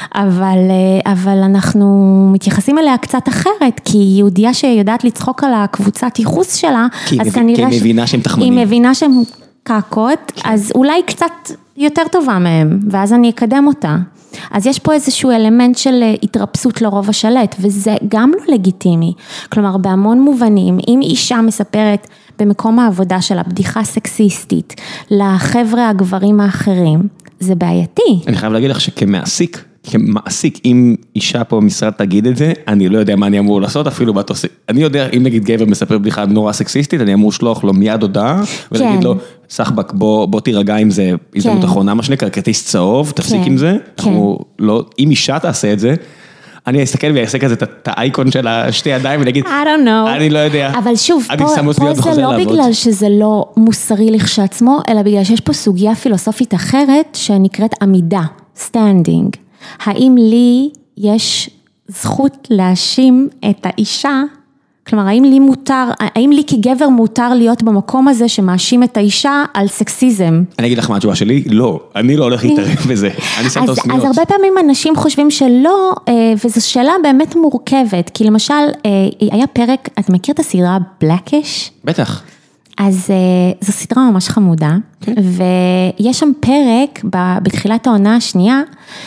אבל אנחנו מתייחסים אליה קצת אחרת, כי היא יהודייה שיודעת לצחוק על הקבוצת ייחוס שלה, אז כנראה... כי היא מבינה שהם תחמנים. היא מבינה שהם קעקות, אז אולי קצת יותר טובה מהם, ואז אני אקדם אותה. אז יש פה איזשהו אלמנט של התרפסות לרוב השלט, וזה גם לא לגיטימי. כלומר, בהמון מובנים, אם אישה מספרת במקום העבודה שלה בדיחה סקסיסטית, לחבר'ה הגברים האחרים, זה בעייתי. אני חייב להגיד לך שכמעסיק, אם אישה פה במשרד תגיד את זה, אני לא יודע מה אני אמור לעשות, אפילו בתוספת. אני יודע, אם נגיד גבר מספר בדיחה נורא סקסיסטית, אני אמור לשלוח לו מיד הודעה, ולהגיד לו, סחבק, בוא תירגע עם זה, הזדמנות אחרונה, מה שנקרא, כרטיס צהוב, תפסיק עם זה. אם אישה תעשה את זה, אני אסתכל ויעשה כזה את האייקון של שתי ידיים, ונגיד, I don't know. אני לא יודע. אבל שוב, פה זה לא בגלל שזה לא מוסרי לכשעצמו, אלא בגלל שיש פה סוגיה פילוסופית אחרת, שנקראת עמידה, standing. האם לי יש זכות להאשים את האישה, כלומר, האם לי כגבר מותר להיות במקום הזה שמאשים את האישה על סקסיזם? אני אגיד לך מה התשובה שלי, לא, אני לא הולך להתערב בזה, אני שם את האוזניות. אז הרבה פעמים אנשים חושבים שלא, וזו שאלה באמת מורכבת, כי למשל, היה פרק, אתה מכיר את הסדרה Blackish? בטח. אז זו סדרה ממש חמודה, ויש שם פרק בתחילת העונה השנייה,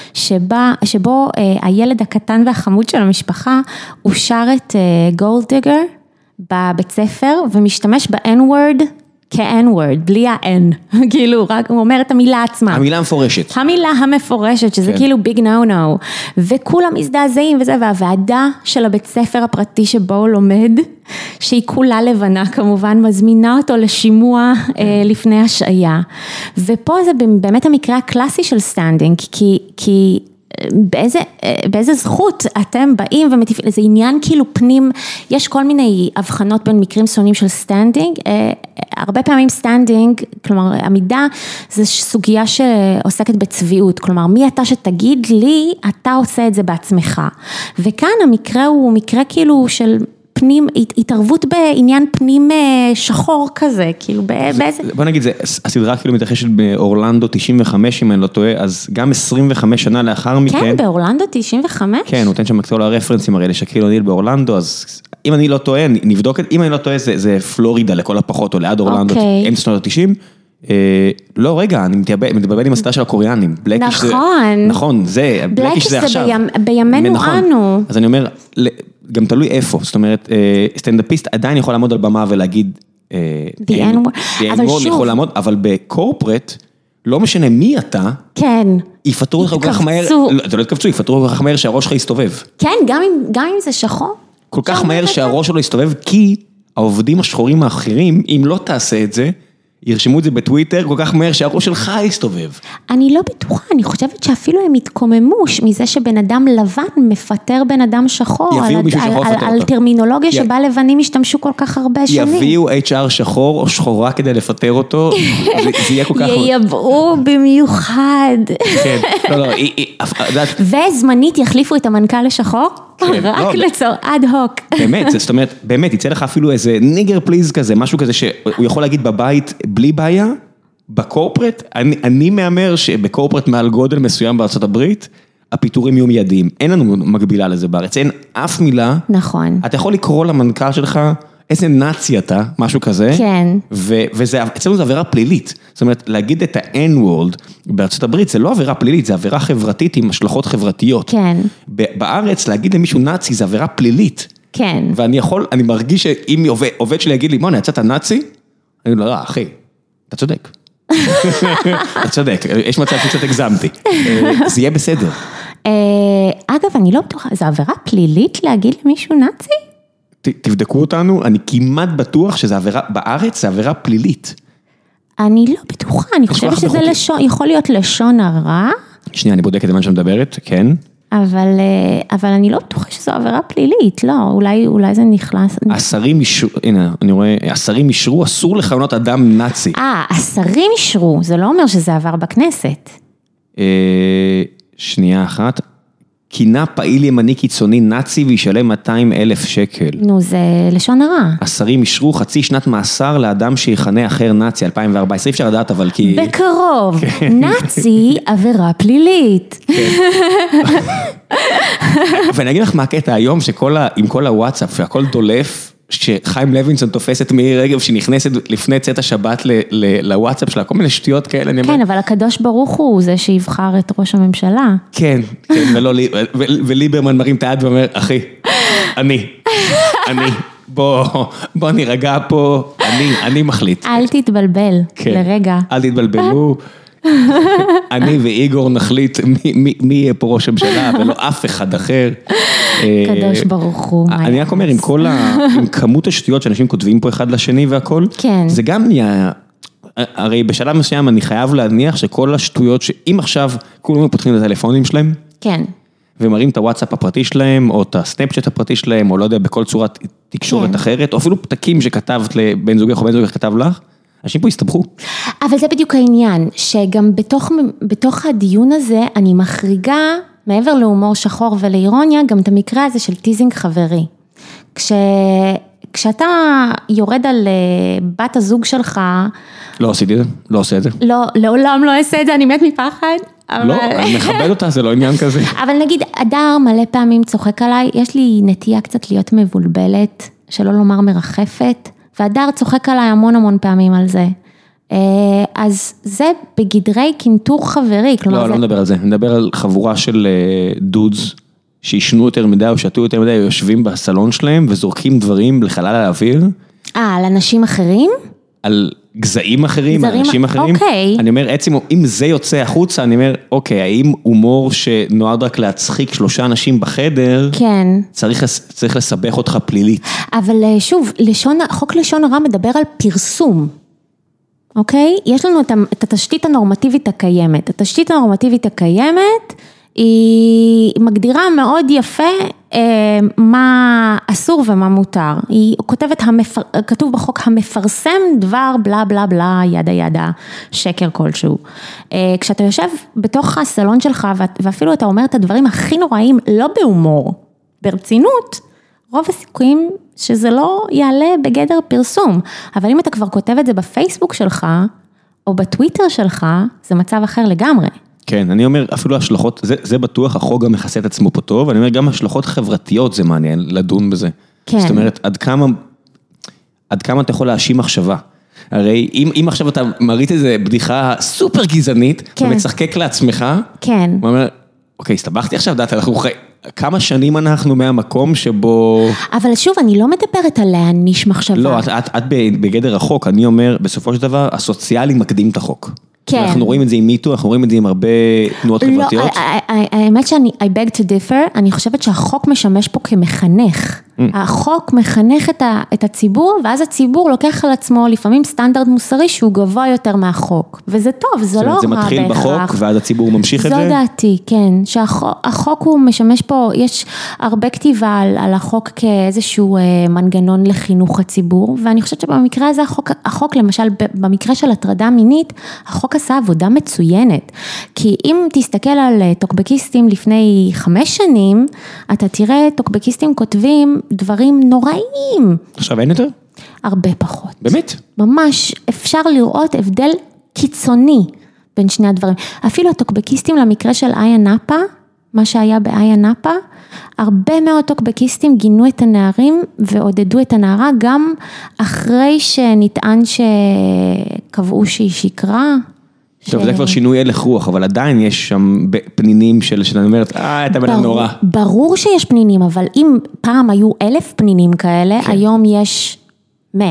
שבו הילד הקטן והחמוד של המשפחה, הוא שר את גולדדיגר בבית ספר, ומשתמש ב-N-word כ-N-word, בלי ה-N, כאילו, רק הוא אומר את המילה עצמה. המילה המפורשת. המילה המפורשת, שזה כאילו ביג נו-נו, וכולם מזדעזעים וזה, והוועדה של הבית ספר הפרטי שבו הוא לומד, שהיא כולה לבנה כמובן, מזמינה אותו לשימוע לפני השעיה, ופה זה באמת המקרה הקלאסי של סטנדינג, כי באיזה זכות אתם באים ומטיפים, זה עניין כאילו פנים, יש כל מיני הבחנות בין מקרים שונים של סטנדינג, הרבה פעמים סטנדינג, כלומר עמידה, זה סוגיה שעוסקת בצביעות, כלומר מי אתה שתגיד לי, אתה עושה את זה בעצמך, וכאן המקרה הוא מקרה כאילו של פנים, התערבות בעניין פנים שחור כזה, כאילו באיזה... בוא נגיד, הסדרה כאילו מתרחשת באורלנדו 95, אם אני לא טועה, אז גם 25 שנה לאחר מכן... כן, באורלנדו 95? כן, הוא נותן שם כל הרפרנסים הרי לשקיל אוניל באורלנדו, אז אם אני לא טועה, נבדוק את, אם אני לא טועה, זה פלורידה לכל הפחות, או ליד אורלנדו, אמצע שנות ה-90, לא, רגע, אני מתבלבל עם הסדרה של הקוריאנים. נכון. נכון, זה, בלקיש זה עכשיו. בימינו אנו. אז אני אומר, גם תלוי איפה, זאת אומרת, סטנדאפיסט עדיין יכול לעמוד על במה ולהגיד, The N-word, יכול לעמוד, אבל בקורפרט, לא משנה מי אתה, כן. יפטרו לך כל כך מהר, זה לא יתקבצו, יפטרו כל כך מהר שהראש שלך יסתובב. כן, גם אם זה שחור. כל כך מהר שהראש שלו יסתובב, כי העובדים השחורים האחרים, אם לא תעשה את זה, ירשמו את זה בטוויטר כל כך מהר שהראש שלך יסתובב. אני לא בטוחה, אני חושבת שאפילו הם התקוממו מזה שבן אדם לבן מפטר בן אדם שחור, על טרמינולוגיה שבה לבנים השתמשו כל כך הרבה שנים. יביאו HR שחור או שחורה כדי לפטר אותו, זה יהיה כל כך... ייבאו במיוחד. כן, לא, וזמנית יחליפו את המנכ"ל לשחור, רק לצור, עד הוק. באמת, זאת אומרת, באמת, יצא לך אפילו איזה ניגר פליז כזה, משהו כזה שהוא יכול להגיד בבית בלי בעיה, בקורפרט, אני מאמר שבקורפרט מעל גודל מסוים בארצות הברית, הפיטורים יהיו מיידיים, אין לנו מקבילה לזה בארץ, אין אף מילה. נכון. אתה יכול לקרוא למנכ"ל שלך, איזה נאצי אתה, משהו כזה. כן. אצלנו זה עבירה פלילית. זאת אומרת, להגיד את ה-N-word בארצות הברית, זה לא עבירה פלילית, זה עבירה חברתית עם השלכות חברתיות. כן. בארץ, להגיד למישהו נאצי, זה עבירה פלילית. כן. אני מרגיש שאם עובד שלי יגיד לי, מונה, יצאת נאצי? אני אומר, לא, אחי, אתה צודק. אתה צודק, יש מצב שקצת הגזמתי. זה יהיה בסדר. אגב, אני לא בטוחה, זה עבירה פלילית להגיד למישהו נאצי? תבדקו אותנו, אני כמעט בטוח שזה עבירה, בארץ זה עבירה פלילית. אני לא בטוחה, אני חושבת שזה יכול להיות לשון הרע. שנייה, אני בודק את מה שמדברת, כן. אבל אני לא בטוחה שזו עבירה פלילית, לא, אולי זה נכנס. השרים אישרו, הנה, אני רואה, השרים אישרו, אסור לכנות אדם נאצי. השרים אישרו, זה לא אומר שזה עבר בכנסת. שנייה אחת. כינה פעיל ימני קיצוני נאצי וישלם 200,000 שקל. נו, זה לשון הרע. השרים אישרו חצי שנת מאסר לאדם שיכנה אחר נאצי 2014, אפשר לדעת אבל כי... בקרוב, נאצי עבירה פלילית. ואני אגיד לך מה הקטע היום, שעם כל הוואטסאפ והכל דולף, שחיים לוינסון תופס את מירי רגב שנכנסת לפני צאת השבת לוואטסאפ שלה, כל מיני שטויות כאלה. כן, אבל הקדוש ברוך הוא זה שיבחר את ראש הממשלה. כן, וליברמן מרים את היד ואומר, אחי, אני, בוא נירגע פה, אני מחליט. אל תתבלבל, לרגע. אל תתבלבלו. אני ואיגור נחליט מי יהיה פה ראש הממשלה, ולא אף אחד אחר. קדוש ברוך הוא. אני רק אומר, עם כמות השטויות שאנשים כותבים פה אחד לשני והכל, זה גם נהיה, הרי בשלב מסוים אני חייב להניח שכל השטויות, שאם עכשיו כולם פותחים את הטלפונים שלהם, כן. ומראים את הוואטסאפ הפרטי שלהם, או את הסנאפצ'אט הפרטי שלהם, או לא יודע, בכל צורת תקשורת אחרת, או אפילו פתקים שכתבת לבן זוגך או בן זוגך כתב לך, אנשים פה הסתבכו. אבל זה בדיוק העניין, שגם בתוך הדיון הזה אני מחריגה, מעבר להומור שחור ולאירוניה, גם את המקרה הזה של טיזינג חברי. כשאתה יורד על בת הזוג שלך... לא עשיתי את זה, לא עושה את זה. לא, לעולם לא אעשה את זה, אני מת מפחד. לא, אני מכבד אותה, זה לא עניין כזה. אבל נגיד, אדר מלא פעמים צוחק עליי, יש לי נטייה קצת להיות מבולבלת, שלא לומר מרחפת, ואדר צוחק עליי המון פעמים על זה. אז זה בגדרי קינטור חברי. לא, לא מדבר על זה, אני מדבר על חבורה של דודס, שישנו יותר מדי או שתו יותר מדי, יושבים בסלון שלהם וזורקים דברים לחלל האוויר. על אנשים אחרים? על גזעים אחרים, על אנשים אחרים. אוקיי. אני אומר, אם זה יוצא החוצה, אני אומר, אוקיי, האם הומור שנועד רק להצחיק 3 אנשים בחדר, כן. צריך לסבך אותך פלילית. אבל שוב, חוק לשון הרע מדבר על פרסום. אוקיי? יש לנו את התשתית הנורמטיבית הקיימת. התשתית הנורמטיבית הקיימת היא מגדירה מאוד יפה מה אסור ומה מותר. היא כותבת, כתוב בחוק המפרסם דבר בלה בלה בלה ידה ידה, שקר כלשהו. כשאתה יושב בתוך הסלון שלך ואפילו אתה אומר את הדברים הכי נוראים, לא בהומור, ברצינות, רוב הסיכויים שזה לא יעלה בגדר פרסום. אבל אם אתה כבר כותב את זה בפייסבוק שלך, או בטוויטר שלך, זה מצב אחר לגמרי. כן, אני אומר, אפילו השלכות, זה בטוח, החוק גם מכסה את עצמו פה טוב, אני אומר, גם השלכות חברתיות זה מעניין לדון בזה. כן. זאת אומרת, עד כמה אתה יכול להאשים מחשבה. הרי אם עכשיו אתה מרית איזה בדיחה סופר גזענית, כן. ומצחקק לעצמך, כן. הוא אומר, אוקיי, הסתבכתי עכשיו, דעת, אנחנו כמה שנים אנחנו מהמקום שבו... אבל שוב, אני לא מדברת על להעניש מחשבה. לא, את בגדר החוק, אני אומר, בסופו של דבר, הסוציאלים מקדים את החוק. כן. אנחנו רואים את זה עם מיטו, אנחנו רואים את זה עם הרבה תנועות חברתיות. האמת שאני, I beg to differ, אני חושבת שהחוק משמש פה כמחנך. החוק מחנך את הציבור, ואז הציבור לוקח על עצמו לפעמים סטנדרט מוסרי שהוא גבוה יותר מהחוק. וזה טוב, זה לא רע בהכרח. זה מתחיל בחוק, ואז הציבור ממשיך את זה? זו דעתי, כן. שהחוק הוא משמש פה, יש הרבה כתיבה על החוק כאיזשהו מנגנון לחינוך הציבור, ואני חושבת שבמקרה הזה החוק למשל, במקרה של הטרדה מינית, החוק עשה עבודה מצוינת. כי אם תסתכל על טוקבקיסטים לפני 5 שנים, אתה תראה טוקבקיסטים כותבים דברים נוראים. עכשיו אין יותר? הרבה פחות. באמת? ממש אפשר לראות הבדל קיצוני בין שני הדברים. אפילו הטוקבקיסטים למקרה של איה נאפה, מה שהיה באיה נאפה, הרבה מאוד טוקבקיסטים גינו את הנערים ועודדו את הנערה, גם אחרי שנטען שקבעו שהיא שקרה. טוב, זה כבר שינוי הלך רוח, אבל עדיין יש שם פנינים שאני אומרת, אתה בן נורא. ברור שיש פנינים, אבל אם פעם היו 1,000 פנינים כאלה, היום יש 100.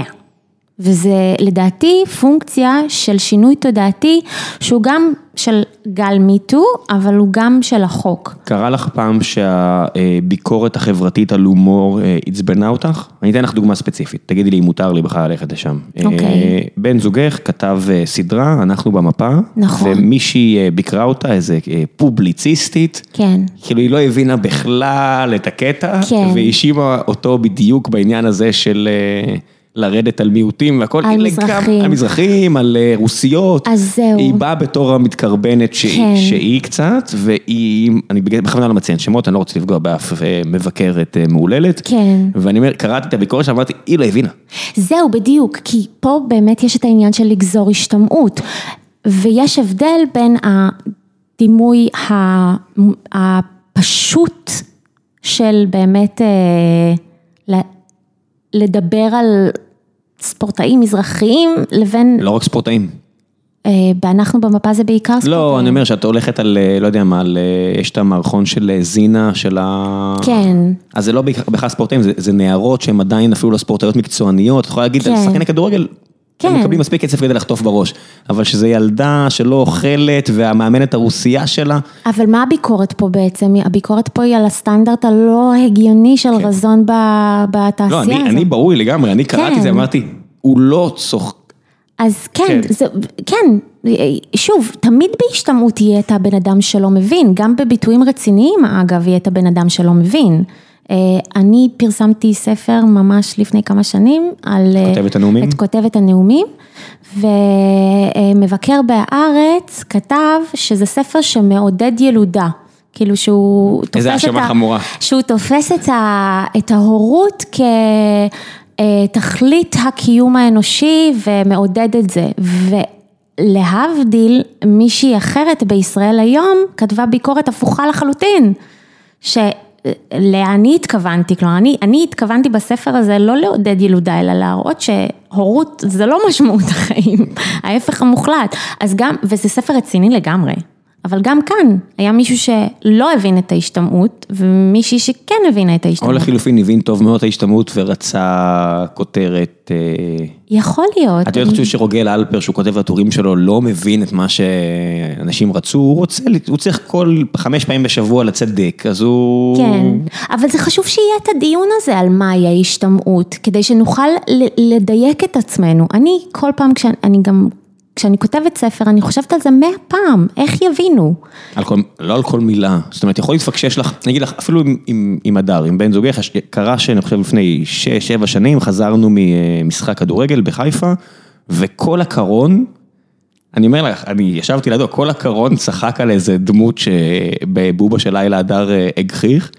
וזה לדעתי פונקציה של שינוי תודעתי, שהוא גם של גל מיטו, אבל הוא גם של החוק. קרה לך פעם שהביקורת החברתית על הומור עצבנה אותך? אני אתן לך דוגמה ספציפית, תגידי לי אם מותר לי בכלל ללכת לשם. אוקיי. בן זוגך כתב סדרה, אנחנו במפה, נכון. ומישהי ביקרה אותה, איזה פובליציסטית, כן. כאילו היא לא הבינה בכלל את הקטע, כן. והאשימה אותו בדיוק בעניין הזה של... לרדת על מיעוטים והכל, על מזרחים. על מזרחים, על רוסיות. אז זהו. היא באה בתור המתקרבנת שהיא קצת, והיא, אני בכוונה לא מציין שמות, אני לא רוצה לפגוע באף מבקרת מעוללת. כן. ואני אומר, קראתי את הביקורת שאמרתי, היא לא הבינה. זהו, בדיוק, כי פה באמת יש את העניין של לגזור השתמעות, ויש הבדל בין הדימוי הפשוט של באמת לדבר על ספורטאים מזרחיים לבין... לא רק ספורטאים. ואנחנו במפה זה בעיקר ספורטאים. לא, אני אומר שאת הולכת על, לא יודע מה, יש את המערכון של זינה, של ה... כן. אז זה לא בכלל ספורטאים, זה נערות שהן עדיין אפילו לא ספורטאיות מקצועניות, את יכולה להגיד, על שחקני כדורגל, הם מקבלים מספיק כסף כדי לחטוף בראש, אבל שזה ילדה שלא אוכלת, והמאמנת הרוסייה שלה. אבל מה הביקורת פה בעצם? הביקורת פה היא על הסטנדרט הלא הגיוני של רזון בתעשייה הזאת. לא, אני ברור לגמרי, אני קראתי זה, אמרתי, הוא לא צוחק. אז כן, כן, שוב, תמיד בהשתמעות יהיה את הבן אדם שלא מבין, גם בביטויים רציניים, אגב, יהיה את הבן אדם שלא מבין. אני פרסמתי ספר ממש לפני כמה שנים, על את כותבת הנאומים, ומבקר בהארץ כתב שזה ספר שמעודד ילודה, כאילו שהוא תופס את ההורות כתכלית הקיום האנושי ומעודד את זה, ולהבדיל מישהי אחרת בישראל היום כתבה ביקורת הפוכה לחלוטין, אני התכוונתי, כלומר, אני התכוונתי בספר הזה לא לעודד ילודה, אלא להראות שהורות זה לא משמעות החיים, ההפך המוחלט. אז גם, וזה ספר רציני לגמרי, אבל גם כאן היה מישהו שלא הבין את ההשתמעות, ומישהי שכן הבינה את ההשתמעות. או לחילופין הבין טוב מאוד את ההשתמעות ורצה כותרת. יכול להיות. את יודעת שרוגל אלפר, שהוא כותב לטורים שלו, לא מבין את מה שאנשים רצו, הוא צריך כל 5 פעמים בשבוע לצדק, אז הוא... כן, אבל זה חשוב שיהיה את הדיון הזה על מהי ההשתמעות, כדי שנוכל לדייק את עצמנו. אני כל פעם כשאני כותבת ספר, אני חושבת על זה 100 פעם, איך יבינו? לא על כל מילה, זאת אומרת, יכול להתפקשש לך, נגיד לך, אפילו עם הדר, עם בן זוגך, קרה שאני חושב לפני 6-7 שנים, חזרנו ממשחק כדורגל בחיפה, וכל הקרון, אני אומר לך, אני ישבתי לידו, כל הקרון צחק על איזה דמות שבבובה של לילה הדר הגחיך,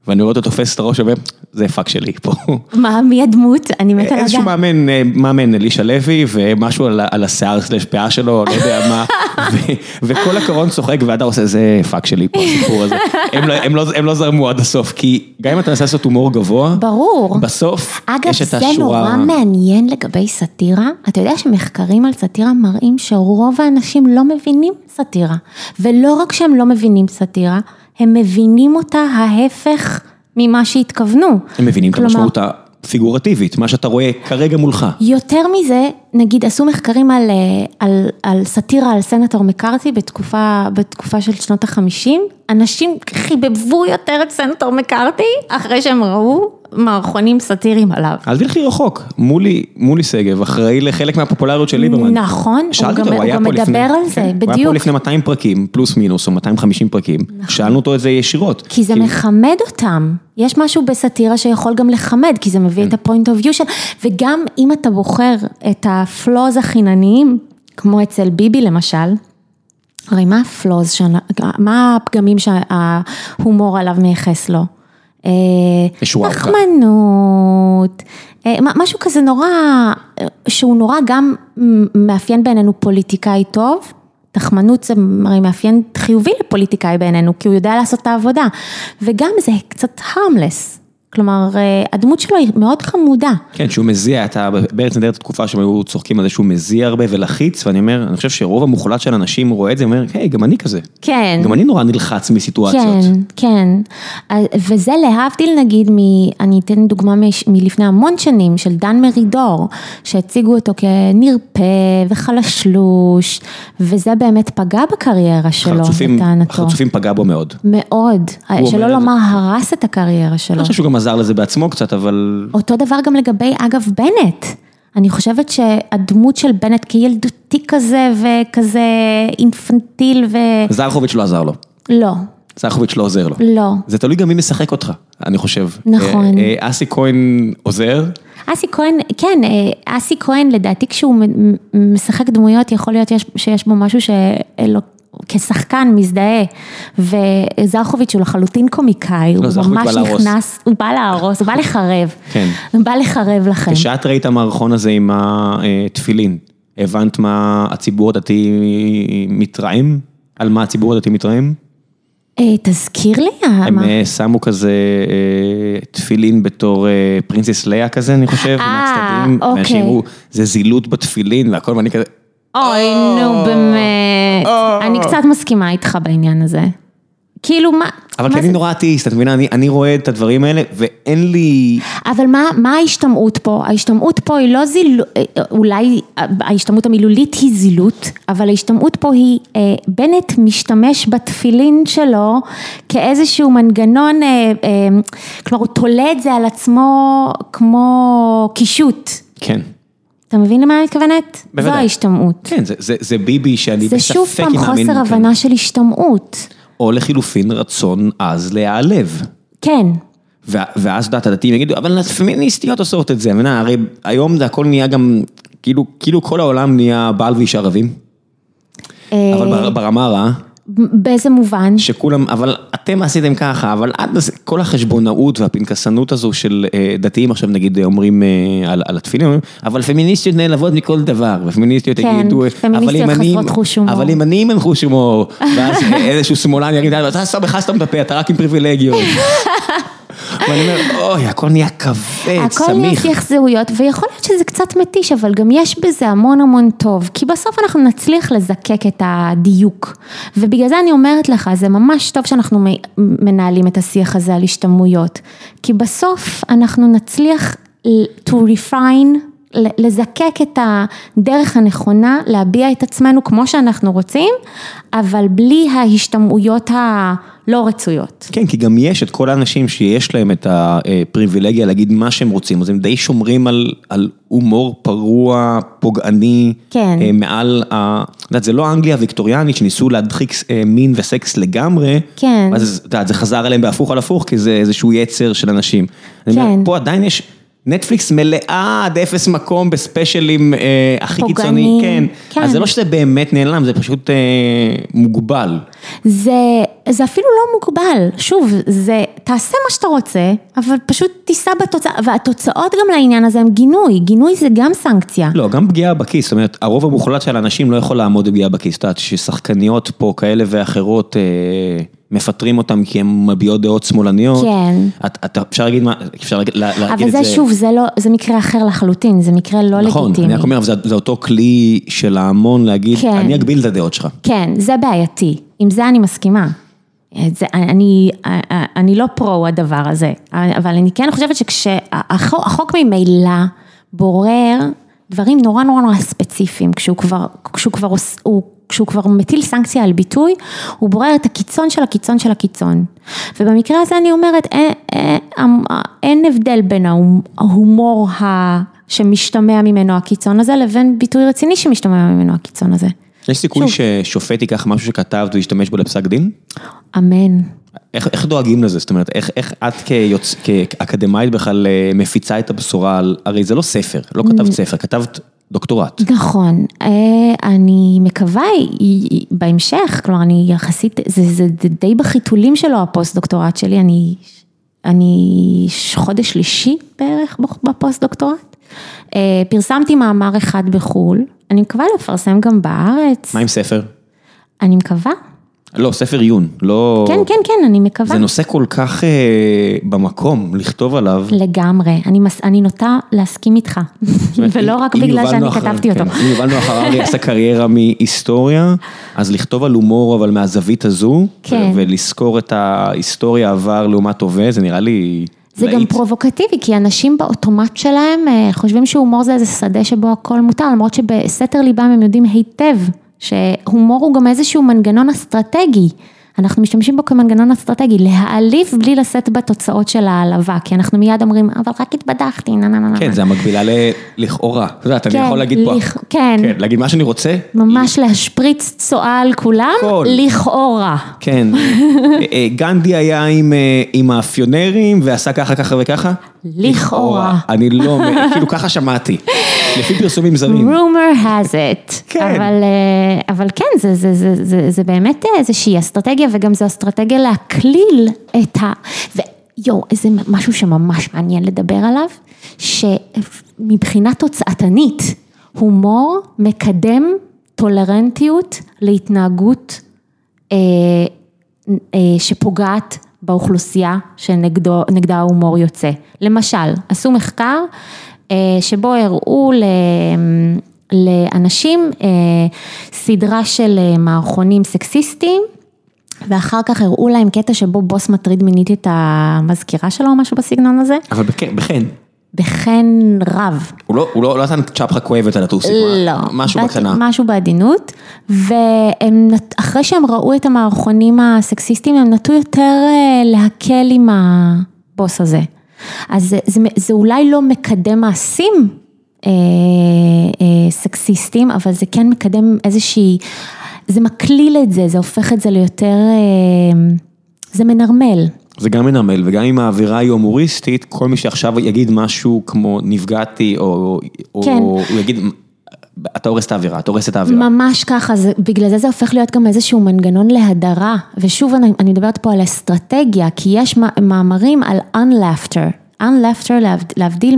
ואני רואה אותו תופס את הראש שווה, זה פאק שלי פה. מה, מי הדמות? אני מתה לדעת. איזשהו מאמן, אלישע לוי, ומשהו על השיער פאה שלו, לא יודע מה, וכל הקרון צוחק, ועדה עושה, זה פאק שלי פה, הסיפור הזה. הם לא זרמו עד הסוף, כי גם אם אתה נסה לעשות הומור גבוה, ברור. בסוף יש את אגב, זה נורא מעניין לגבי סאטירה. אתה יודע שמחקרים על סאטירה מראים שרוב האנשים לא מבינים סאטירה. ולא רק שהם לא מבינים סאטירה, הם מבינים אותה ההפך ממה שהתכוונו. הם מבינים את המשמעות הפיגורטיבית, מה שאתה רואה כרגע מולך. יותר מזה, נגיד, עשו מחקרים על סאטירה על סנטור מקארתי בתקופה של שנות ה-50, אנשים חיבבו יותר את סנטור מקארתי, אחרי שהם ראו מערכונים סאטיריים עליו. אל תלכי רחוק, מולי סגב, אחראי לחלק מהפופולריות של ליברמן. נכון, הוא גם מדבר על זה, בדיוק. הוא היה פה לפני 200 פרקים, פלוס מינוס, או 250 פרקים, שאלנו אותו את זה ישירות. כי זה מחמד אותם, יש משהו בסאטירה שיכול גם לחמד, כי זה מביא את הפוינט אוף ויו של, וגם אם אתה בוחר את הפלוז החינניים, כמו אצל ביבי למשל, הרי מה הפלוז, מה הפגמים שההומור עליו מייחס לו? תחמנות, משהו כזה נורא, שהוא נורא גם מאפיין בעינינו פוליטיקאי טוב, תחמנות זה הרי מאפיין חיובי לפוליטיקאי בעינינו, כי הוא יודע לעשות את העבודה, וגם זה קצת harmless, כלומר, הדמות שלו היא מאוד חמודה. כן, שהוא מזיע, אתה בארץ נדרת התקופה שהם היו צוחקים על זה שהוא מזיע הרבה ולחיץ, ואני אומר, אני חושב שרוב המוחלט של אנשים רואה את זה, אומר, היי, גם אני כזה. כן. גם אני נורא נלחץ מסיטואציות. כן, כן. וזה להבדיל נגיד, אני אתן דוגמה מלפני המון שנים, של דן מרידור, שהציגו אותו כנרפה וחלשלוש, וזה באמת פגע בקריירה שלו, לטענתו. חרצופים פגע בו מאוד. מאוד. שלא לומר, הרס את הקריירה שלו. אני חושב שהוא גם עזר לזה בעצמו קצת, אבל... אותו דבר גם לגבי, אגב, בנט. אני חושבת שהדמות של בנט כילדותי כזה, וכזה אינפנטיל ו... זרחוביץ' לא עזר לו. לא. זרחוביץ' לא עוזר לו. לא. זה תלוי גם מי משחק אותך, אני חושב. נכון. אסי כהן עוזר? אסי כהן, כן, אסי כהן לדעתי כשהוא משחק דמויות, יכול להיות שיש בו משהו שלא... כשחקן מזדהה, וזרחוביץ' הוא לחלוטין קומיקאי, הוא ממש נכנס, הוא בא להרוס, הוא בא לחרב, הוא בא לחרב לכם. כשאת ראית המערכון הזה עם התפילין, הבנת מה הציבור הדתי מתרעם? על מה הציבור הדתי מתרעם? תזכיר לי. הם שמו כזה תפילין בתור פרינסס ליה כזה, אני חושב, מהצדדים, ואנשים אמרו, זה זילות בתפילין, והכל ואני כזה, אוי, נו, באמת. אני קצת מסכימה איתך בעניין הזה. כאילו, מה... אבל כי אני נורא אתאיסט, את מבינה, אני רואה את הדברים האלה, ואין לי... אבל מה ההשתמעות פה? ההשתמעות פה היא לא זילות, אולי ההשתמעות המילולית היא זילות, אבל ההשתמעות פה היא, בנט משתמש בתפילין שלו, כאיזשהו מנגנון, כלומר, הוא תולה את זה על עצמו כמו קישוט. כן. אתה מבין למה אני מתכוונת? זו ההשתמעות. כן, זה ביבי שאני בספק זה שוב פעם חוסר הבנה של השתמעות. או לחילופין רצון אז להיעלב. כן. ואז דעת הדתיים יגידו, אבל הפמיניסטיות עושות את זה. הרי היום זה הכל נהיה גם, כאילו כל העולם נהיה בעל ואיש ערבים. אבל ברמה הרעה. באיזה מובן? שכולם, אבל אתם עשיתם ככה, אבל כל החשבונאות והפנקסנות הזו של דתיים עכשיו נגיד אומרים על התפילים, אבל פמיניסטיות נעלבות מכל דבר, ופמיניסטיות יגידו, אבל אם אני אין חוש הומור, ואז איזשהו שמאלן יגיד, אתה סתם בפה, אתה רק עם פריבילגיות. ואני אומר, אוי, הכל נהיה כבד, סמיך. הכל נהיה שיח זהויות, ויכול להיות שזה קצת מתיש, אבל גם יש בזה המון טוב, כי בסוף אנחנו נצליח לזקק את הדיוק, ובגלל זה אני אומרת לך, זה ממש טוב שאנחנו מנהלים את השיח הזה על השתמעויות, כי בסוף אנחנו נצליח to refine, לזקק את הדרך הנכונה, להביע את עצמנו כמו שאנחנו רוצים, אבל בלי ההשתמעויות הלא רצויות. כן, כי גם יש את כל האנשים שיש להם את הפריבילגיה להגיד מה שהם רוצים, אז הם די שומרים על הומור פרוע, פוגעני, כן. מעל, זה לא אנגליה ויקטוריאנית שניסו להדחיק מין וסקס לגמרי, כן. אז זה חזר עליהם בהפוך על הפוך, כי זה איזשהו יצר של אנשים. כן. פה עדיין יש... נטפליקס מלאה עד אפס מקום בספיישלים הכי קיצוני, כן. אז זה לא שזה באמת נעלם, זה פשוט מוגבל. זה אפילו לא מוגבל, שוב, תעשה מה שאתה רוצה, אבל פשוט תיסע בתוצאה, והתוצאות גם לעניין הזה הם גינוי זה גם סנקציה. לא, גם פגיעה בכיס, זאת אומרת, הרוב המוחלט של האנשים לא יכול לעמוד בפגיעה בכיס, זאת אומרת, ששחקניות פה כאלה ואחרות מפטרים אותם כי הם מביעות דעות שמאלניות. כן. אפשר להגיד מה, אפשר להגיד את זה. אבל זה שוב, זה מקרה אחר לחלוטין, זה מקרה לא לגיטימי. נכון, אני רק אומר, זה אותו כלי של ההמון להגיד, אני אגביל את הדעות שלך. כן, זה בעייתי, עם זה אני מסכימה. אני לא פרו הדבר הזה, אבל אני כן חושבת שכשהחוק ממילא בורר דברים נורא נורא נורא ספציפיים, כשהוא כבר מטיל סנקציה על ביטוי, הוא בורר את הקיצון של הקיצון של הקיצון. ובמקרה הזה אני אומרת, אין הבדל בין ההומור שמשתמע ממנו הקיצון הזה, לבין ביטוי רציני שמשתמע ממנו הקיצון הזה. יש סיכוי ששופט ייקח משהו שכתבת וישתמש בו לפסק דין? אמן. איך דואגים לזה? זאת אומרת, איך את כאקדמאית בכלל מפיצה את הבשורה, הרי זה לא ספר, לא כתבת ספר, כתבת דוקטורט. נכון, אני מקווה בהמשך, כלומר אני יחסית, זה די בחיתולים שלו הפוסט דוקטורט שלי, אני חודש שלישי בערך בפוסט דוקטורט, פרסמתי מאמר אחד בחול, אני מקווה לפרסם גם בארץ. מה עם ספר? אני מקווה. לא, ספר עיון, לא... כן, כן, כן, אני מקווה. זה נושא כל כך במקום, לכתוב עליו. לגמרי, אני נוטה להסכים איתך, ולא רק בגלל שאני כתבתי אותו. אם יובל נוח הררי עשה קריירה מהיסטוריה, אז לכתוב על הומור, אבל מהזווית הזו, ולזכור את ההיסטוריה עבר לעומת הווה, זה נראה לי... זה גם פרובוקטיבי, כי אנשים באוטומט שלהם חושבים שהומור זה איזה שדה שבו הכל מותר, למרות שבסתר ליבם הם יודעים היטב, שהומור הוא גם איזשהו מנגנון אסטרטגי, אנחנו משתמשים בו כמנגנון אסטרטגי, להעליף בלי לשאת בתוצאות של העלבה, כי אנחנו מיד אומרים, אבל רק התבדחתי, כן, זה המקבילה לכאורה, אתה יודע, אני יכול להגיד פה, כן, להגיד מה שאני רוצה. ממש להשפריץ צואה על כולם, לכאורה. כן, גנדי היה עם מאפיונרים, ועשה ככה, ככה וככה. לכאורה. אני לא, כאילו ככה שמעתי, לפי פרסומים זרים. Rumor has it. כן. אבל כן, זה באמת איזושהי אסטרטגיה, וגם זו אסטרטגיה להקליל את זה משהו שממש מעניין לדבר עליו, שמבחינה תוצאתנית, הומור מקדם טולרנטיות להתנהגות שפוגעת באוכלוסייה שנגדה ההומור יוצא. למשל, עשו מחקר שבו הראו לאנשים סדרה של מערכונים סקסיסטיים, ואחר כך הראו להם קטע שבו בוס מטריד מינית את המזכירה שלו או משהו בסגנון הזה. אבל בכן. בכן רב. הוא לא נתן צ'פחה כואבת על הטוסיק. לא. משהו בקטנה. משהו בעדינות, ואחרי שהם ראו את המערכונים הסקסיסטיים, הם נטו יותר להקל עם הבוס הזה. אז זה אולי לא מקדם מעשים סקסיסטיים, אבל זה כן מקדם איזושהי, זה מקליל את זה, זה הופך את זה ליותר, זה מנרמל. זה גם מנרמל, וגם עם האווירה היא הומוריסטית, כל מי שעכשיו יגיד משהו כמו נפגעתי, או הוא יגיד, אתה הורס את האווירה, אתה הורס את האווירה. ממש ככה, בגלל זה הופך להיות גם איזשהו מנגנון להדרה, ושוב אני מדברת פה על אסטרטגיה, כי יש מאמרים על unlaughter, להבדיל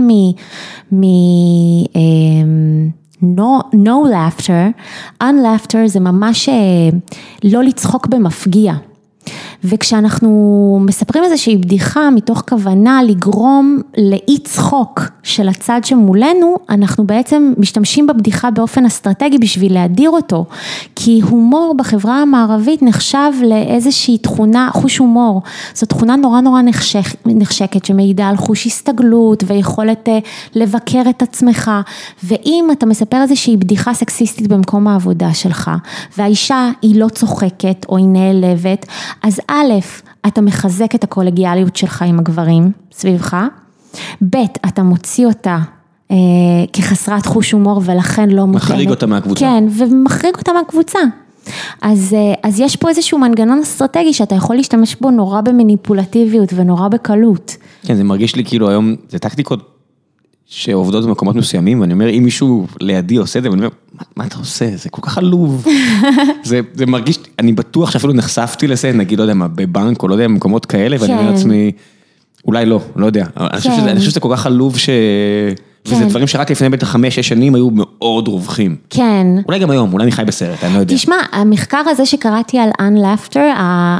no laughter, unlaughter זה ממש לא לצחוק במפגיע. וכשאנחנו מספרים איזושהי בדיחה מתוך כוונה לגרום לאי צחוק של הצד שמולנו, אנחנו בעצם משתמשים בבדיחה באופן אסטרטגי בשביל להדיר אותו, כי הומור בחברה המערבית נחשב לאיזושהי תכונה, חוש הומור, זו תכונה נורא נורא נחשקת שמעידה על חוש הסתגלות ויכולת לבקר את עצמך, ואם אתה מספר איזושהי בדיחה סקסיסטית במקום העבודה שלך, והאישה היא לא צוחקת או היא נעלבת, אז א', אתה מחזק את הקולגיאליות שלך עם הגברים סביבך, ב', אתה מוציא אותה כחסרת חוש הומור ולכן לא מותאמת. מחריג אותה מהקבוצה. כן, ומחריג אותה מהקבוצה. אז יש פה איזשהו מנגנון אסטרטגי שאתה יכול להשתמש בו נורא במניפולטיביות ונורא בקלות. כן, זה מרגיש לי כאילו היום, זה טקטיקות שעובדות במקומות מסוימים, ואני אומר, אם מישהו לידי עושה את זה, ואני אומר, מה אתה עושה? זה כל כך עלוב. זה מרגיש, אני בטוח שאפילו נחשפתי לזה, נגיד, לא יודע מה, בבנק, או לא יודע, במקומות כאלה, ואני אומר לעצמי, אולי לא יודע. אני חושב שזה כל כך עלוב וזה דברים שרק לפני בטח 5-6 שנים היו מאוד רווחים. כן. אולי גם היום, אולי אני חי בסרט, אני לא יודע. תשמע, המחקר הזה שקראתי על Unlaughter,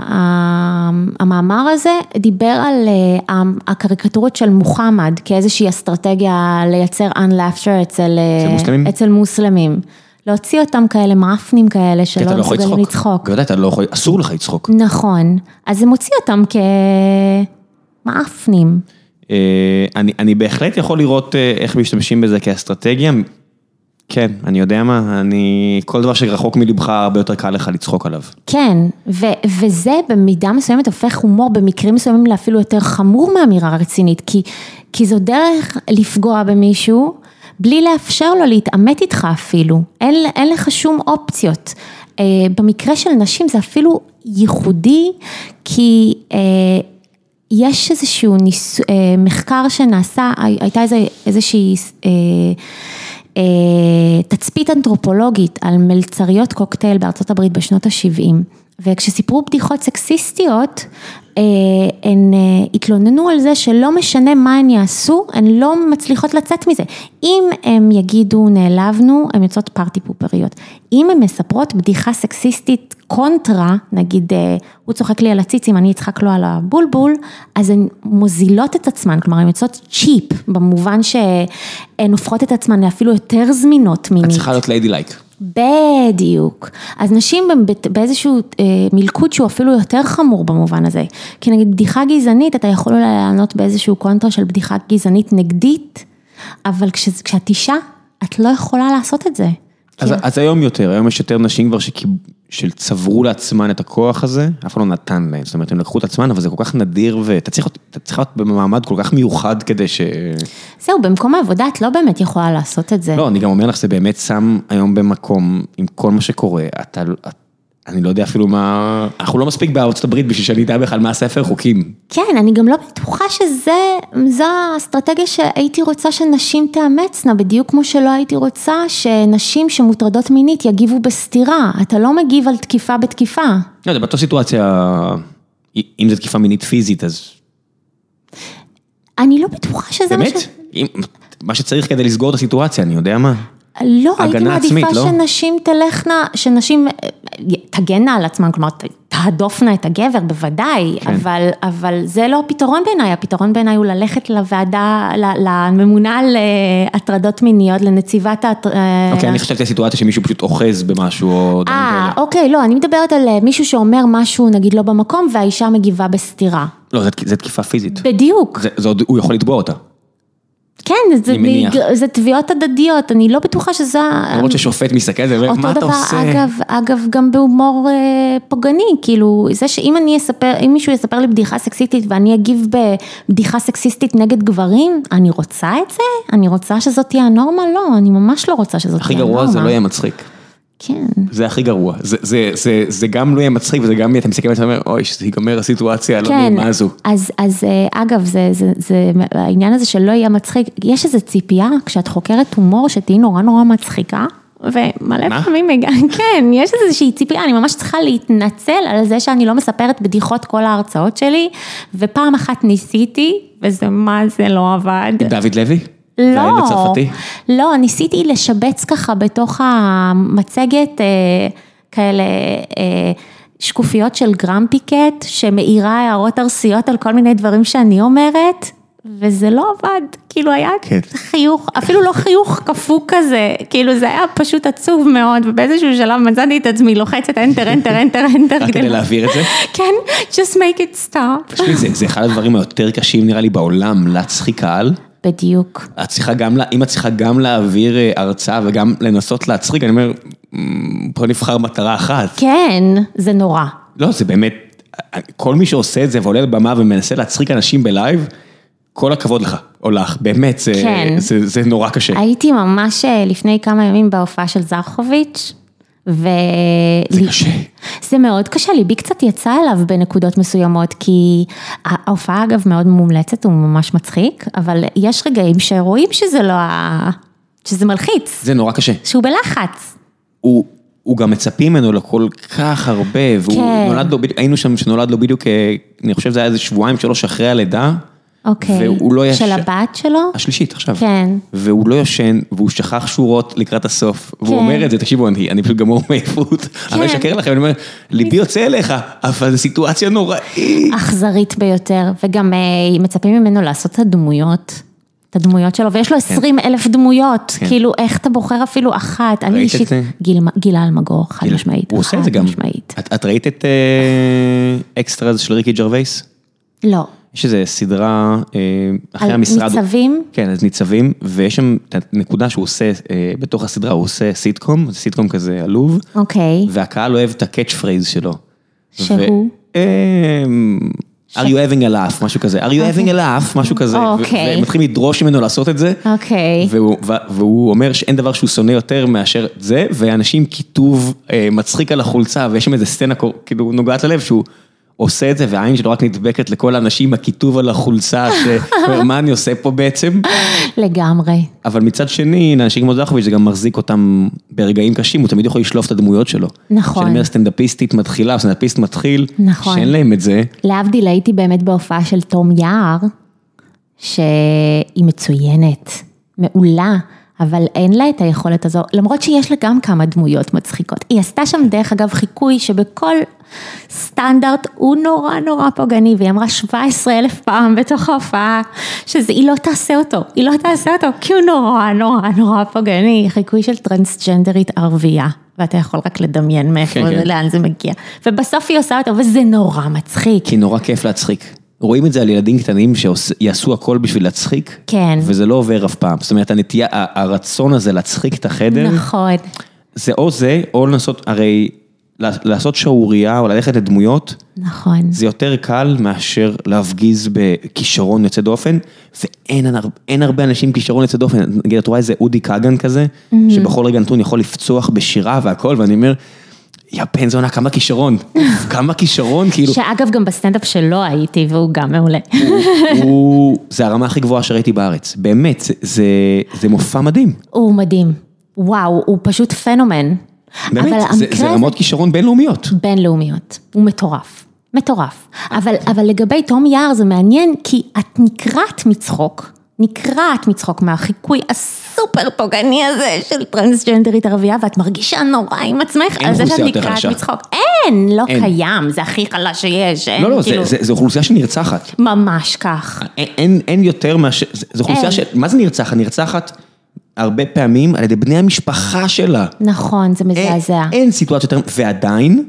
המאמר הזה, דיבר על הקריקטורות של מוחמד, כאיזושהי אסטרטגיה לייצר Unlaughter אצל מוסלמים. להוציא אותם כאלה, מאפנים כאלה, שלא מסוגלים לצחוק. בוודאי, אתה לא יכול, אסור לך לצחוק. נכון. אז זה מוציא אותם כמאפנים. אני בהחלט יכול לראות איך משתמשים בזה כאסטרטגיה, כן, אני יודע מה, כל דבר שרחוק מלבך הרבה יותר קל לך לצחוק עליו. כן, וזה במידה מסוימת הופך הומור במקרים מסוימים לאפילו יותר חמור מאמירה רצינית, כי זו דרך לפגוע במישהו, בלי לאפשר לו להתעמת איתך אפילו, אין לך שום אופציות. במקרה של נשים זה אפילו ייחודי, כי יש איזשהו מחקר שנעשה, הייתה איזושהי תצפית אנתרופולוגית על מלצריות קוקטייל בארצות הברית בשנות ה-70, וכשסיפרו בדיחות סקסיסטיות, הן התלוננו על זה שלא משנה מה הן יעשו, הן לא מצליחות לצאת מזה. אם הם יגידו נעלבנו, הן יוצאות פארטי פופריות. אם הן מספרות בדיחה סקסיסטית קונטרה, נגיד הוא צוחק לי על הציצים, אני אצחק לו על הבולבול, אז הן מוזילות את עצמן, כלומר הן יוצאות צ'יפ, במובן שהן הופכות את עצמן לאפילו יותר זמינות מינית. את צריכה להיות ליידי לייק. בדיוק. אז נשים באיזשהו מלכוד שהוא אפילו יותר חמור במובן הזה. כי נגיד בדיחה גזענית, אתה יכול לענות באיזשהו קונטרה של בדיחה גזענית נגדית, אבל כשאת אישה, את לא יכולה לעשות את זה. אז היום יש יותר נשים כבר שצברו לעצמן את הכוח הזה, אף לא נתן להם, זאת אומרת, הם לקחו את עצמן, אבל זה כל כך נדיר, ואתה צריך להיות במעמד כל כך מיוחד כדי זהו, במקום העבודה את לא באמת יכולה לעשות את זה. לא, אני גם אומר לך, זה באמת שם היום במקום, עם כל מה שקורה, אני לא יודע אפילו מה, אנחנו לא מספיק בארצות הברית בשביל שאני אדע בכלל מה הספר חוקים. כן, אני גם לא בטוחה זו האסטרטגיה שהייתי רוצה שנשים תאמצנה, בדיוק כמו שלא הייתי רוצה שנשים שמוטרדות מינית יגיבו בסתירה, אתה לא מגיב על תקיפה בתקיפה. לא, זה באותה סיטואציה, אם זה תקיפה מינית פיזית, אז אני לא בטוחה שזה באמת? מה שצריך כדי לסגור את הסיטואציה, אני יודע מה. לא, הייתי מעדיפה שנשים תלכנה, שנשים תגנה על עצמן, כלומר, תהדופנה את הגבר, בוודאי, אבל זה לא הפתרון בעיניי, הפתרון בעיניי הוא ללכת לוועדה, לממונה על הטרדות מיניות, לנציבת אוקיי, אני חשבתי על סיטואציה שמישהו פשוט אוחז במשהו, או דברים כאלה. אוקיי, לא, אני מדברת על מישהו שאומר משהו, נגיד לא במקום, והאישה מגיבה בסתירה. לא, זה תקיפה פיזית. בדיוק. הוא יכול לתבוע אותה. כן, זה תביעות הדדיות, אני לא בטוחה שזה למרות ששופט מסתכל, זה מה אתה עושה? אגב, גם בהומור פוגעני, כאילו, זה שאם אם מישהו יספר לי בדיחה סקסיסטית, ואני אגיב בבדיחה סקסיסטית נגד גברים, אני רוצה את זה? אני רוצה שזאת תהיה הנורמה? לא, אני ממש לא רוצה שזאת תהיה הנורמה. הכי גרוע זה לא יהיה מצחיק. כן. זה הכי גרוע, זה גם לא יהיה מצחיק, וזה גם אתה מסתכל ואתה אומר, אוי, שזה ייגמר הסיטואציה, לא יודע מה זו. אז אגב, העניין הזה שלא יהיה מצחיק, יש איזו ציפייה, כשאת חוקרת הומור, שתהי נורא נורא מצחיקה, ומלא פעמים, כן, יש איזושהי ציפייה, אני ממש צריכה להתנצל על זה שאני לא מספרת בדיחות כל ההרצאות שלי, ופעם אחת ניסיתי, וזה מה זה לא עבד. דוד לוי? לא, ניסיתי לשבץ ככה בתוך המצגת כאלה שקופיות של גרמפיקט, שמאירה הערות ארסיות על כל מיני דברים שאני אומרת, וזה לא עבד, כאילו היה חיוך, אפילו לא חיוך כפו כזה, כאילו זה היה פשוט עצוב מאוד, ובאיזשהו שלב מצאתי את עצמי לוחצת enter, רק כדי להעביר את זה? כן, just make it stop. זה אחד הדברים היותר קשים נראה לי בעולם, להצחיק קהל. בדיוק. אם את צריכה גם להעביר הרצאה וגם לנסות להצחיק, אני אומר, פה נבחר מטרה אחת. כן, זה נורא. לא, זה באמת, כל מי שעושה את זה ועולה לבמה ומנסה להצחיק אנשים בלייב, כל הכבוד לך, או לך, באמת, זה נורא קשה. הייתי ממש לפני כמה ימים בהופעה של זרחוביץ', זה קשה. זה מאוד קשה, ליבי קצת יצא אליו בנקודות מסוימות, כי ההופעה אגב מאוד מומלצת, הוא ממש מצחיק, אבל יש רגעים שרואים שזה לא, שזה מלחיץ. זה נורא קשה. שהוא בלחץ. הוא גם מצפים ממנו לכל כך הרבה, והוא נולד לו, היינו שם שנולד לו בדיוק, אני חושב זה היה איזה 2-3 אחרי הלידה, אוקיי, של הבת שלו? השלישית עכשיו. כן. והוא לא ישן, והוא שכח שורות לקראת הסוף, והוא אומר את זה, תקשיבו, אני פשוט גמור מעייפות, אני אשקר לכם, אני אומר, ליבי יוצא אליך, אבל זו סיטואציה נוראית. אכזרית ביותר, וגם מצפים ממנו לעשות את הדמויות שלו, ויש לו 20,000 דמויות, כאילו איך אתה בוחר אפילו אחת, אני אישית, גילה אלמגור, חד משמעית. הוא עושה את זה גם. את ראית את אקסטראז של ריקי ג'רווייס? לא. יש איזו סדרה אחרי המשרד. על ניצבים? כן, אז ניצבים, ויש שם נקודה שהוא עושה, בתוך הסדרה הוא עושה סיטקום, זה סיטקום כזה עלוב. אוקיי. והקהל אוהב את הקאץ' פרייז שלו. שהוא? are you having a laugh, משהו כזה. are you having a laugh, משהו כזה. והם מתחילים לדרוש ממנו לעשות את זה. אוקיי. והוא אומר שאין דבר שהוא שונא יותר מאשר זה, ואנשים כיתוב מצחיק על החולצה, ויש שם איזה סצנה כאילו נוגעת ללב שהוא עושה את זה, והעין שלו רק נדבקת לכל האנשים, הכיתוב על החולצה, מה אני עושה פה בעצם? לגמרי. אבל מצד שני, לאנשים כמו זכוביץ' זה גם מחזיק אותם ברגעים קשים, הוא תמיד יכול לשלוף את הדמויות שלו. נכון. שאני אומר סטנדאפיסטית מתחילה, סטנדאפיסט מתחיל, נכון. שאין להם את זה. להבדיל, הייתי באמת בהופעה של תום יער, שהיא מצוינת, מעולה, אבל אין לה את היכולת הזו, למרות שיש לה גם כמה דמויות מצחיקות. היא עשתה שם דרך אגב חיקוי שבכל סטנדרט הוא נורא נורא פוגעני, והיא אמרה 17,000 פעם בתוך ההופעה, שהיא לא תעשה אותו, כי הוא נורא נורא נורא פוגעני, חיקוי של טרנסג'נדרית ערבייה, ואתה יכול רק לדמיין מאיפה ולאן זה מגיע, ובסוף היא עושה אותו, וזה נורא מצחיק. כי נורא כיף להצחיק. רואים את זה על ילדים קטנים שיעשו הכל בשביל להצחיק, כן. וזה לא עובר אף פעם. זאת אומרת, הרצון הזה להצחיק את החדר, נכון. זה, או לנסות, הרי לעשות שעוריה או ללכת לדמויות, נכון. זה יותר קל מאשר להפגיז בכישרון יוצא דופן, ואין הרבה אנשים כישרון יוצא דופן. נגיד, את רואה איזה אודי קאגן כזה, שבכל רגע נתון יכול לפצוח בשירה והכל, ואני אומר, בן זונה, כמה כישרון, כאילו. שאגב גם בסטנדאפ שלו הייתי, והוא גם מעולה. זה הרמה הכי גבוהה שראיתי בארץ, באמת, זה מופע מדהים. הוא מדהים, וואו, הוא פשוט פנומן. באמת, זה רמות כישרון בינלאומיות. בינלאומיות, הוא מטורף. אבל לגבי תום יער זה מעניין, כי את נקראת מצחוק מהחיקוי הסופר פוגעני הזה של טרנסג'נדרית ערבייה, ואת מרגישה נורא עם עצמך, על זה שאת נקראת מצחוק. לא קיים, זה הכי חלש שיש. לא, זה אוכלוסייה שנרצחת. ממש כך. אין יותר מאשר, זה אוכלוסייה מה זה נרצחת? נרצחת הרבה פעמים על ידי בני המשפחה שלה. נכון, זה מזעזע. אין סיטואציה יותר, ועדיין,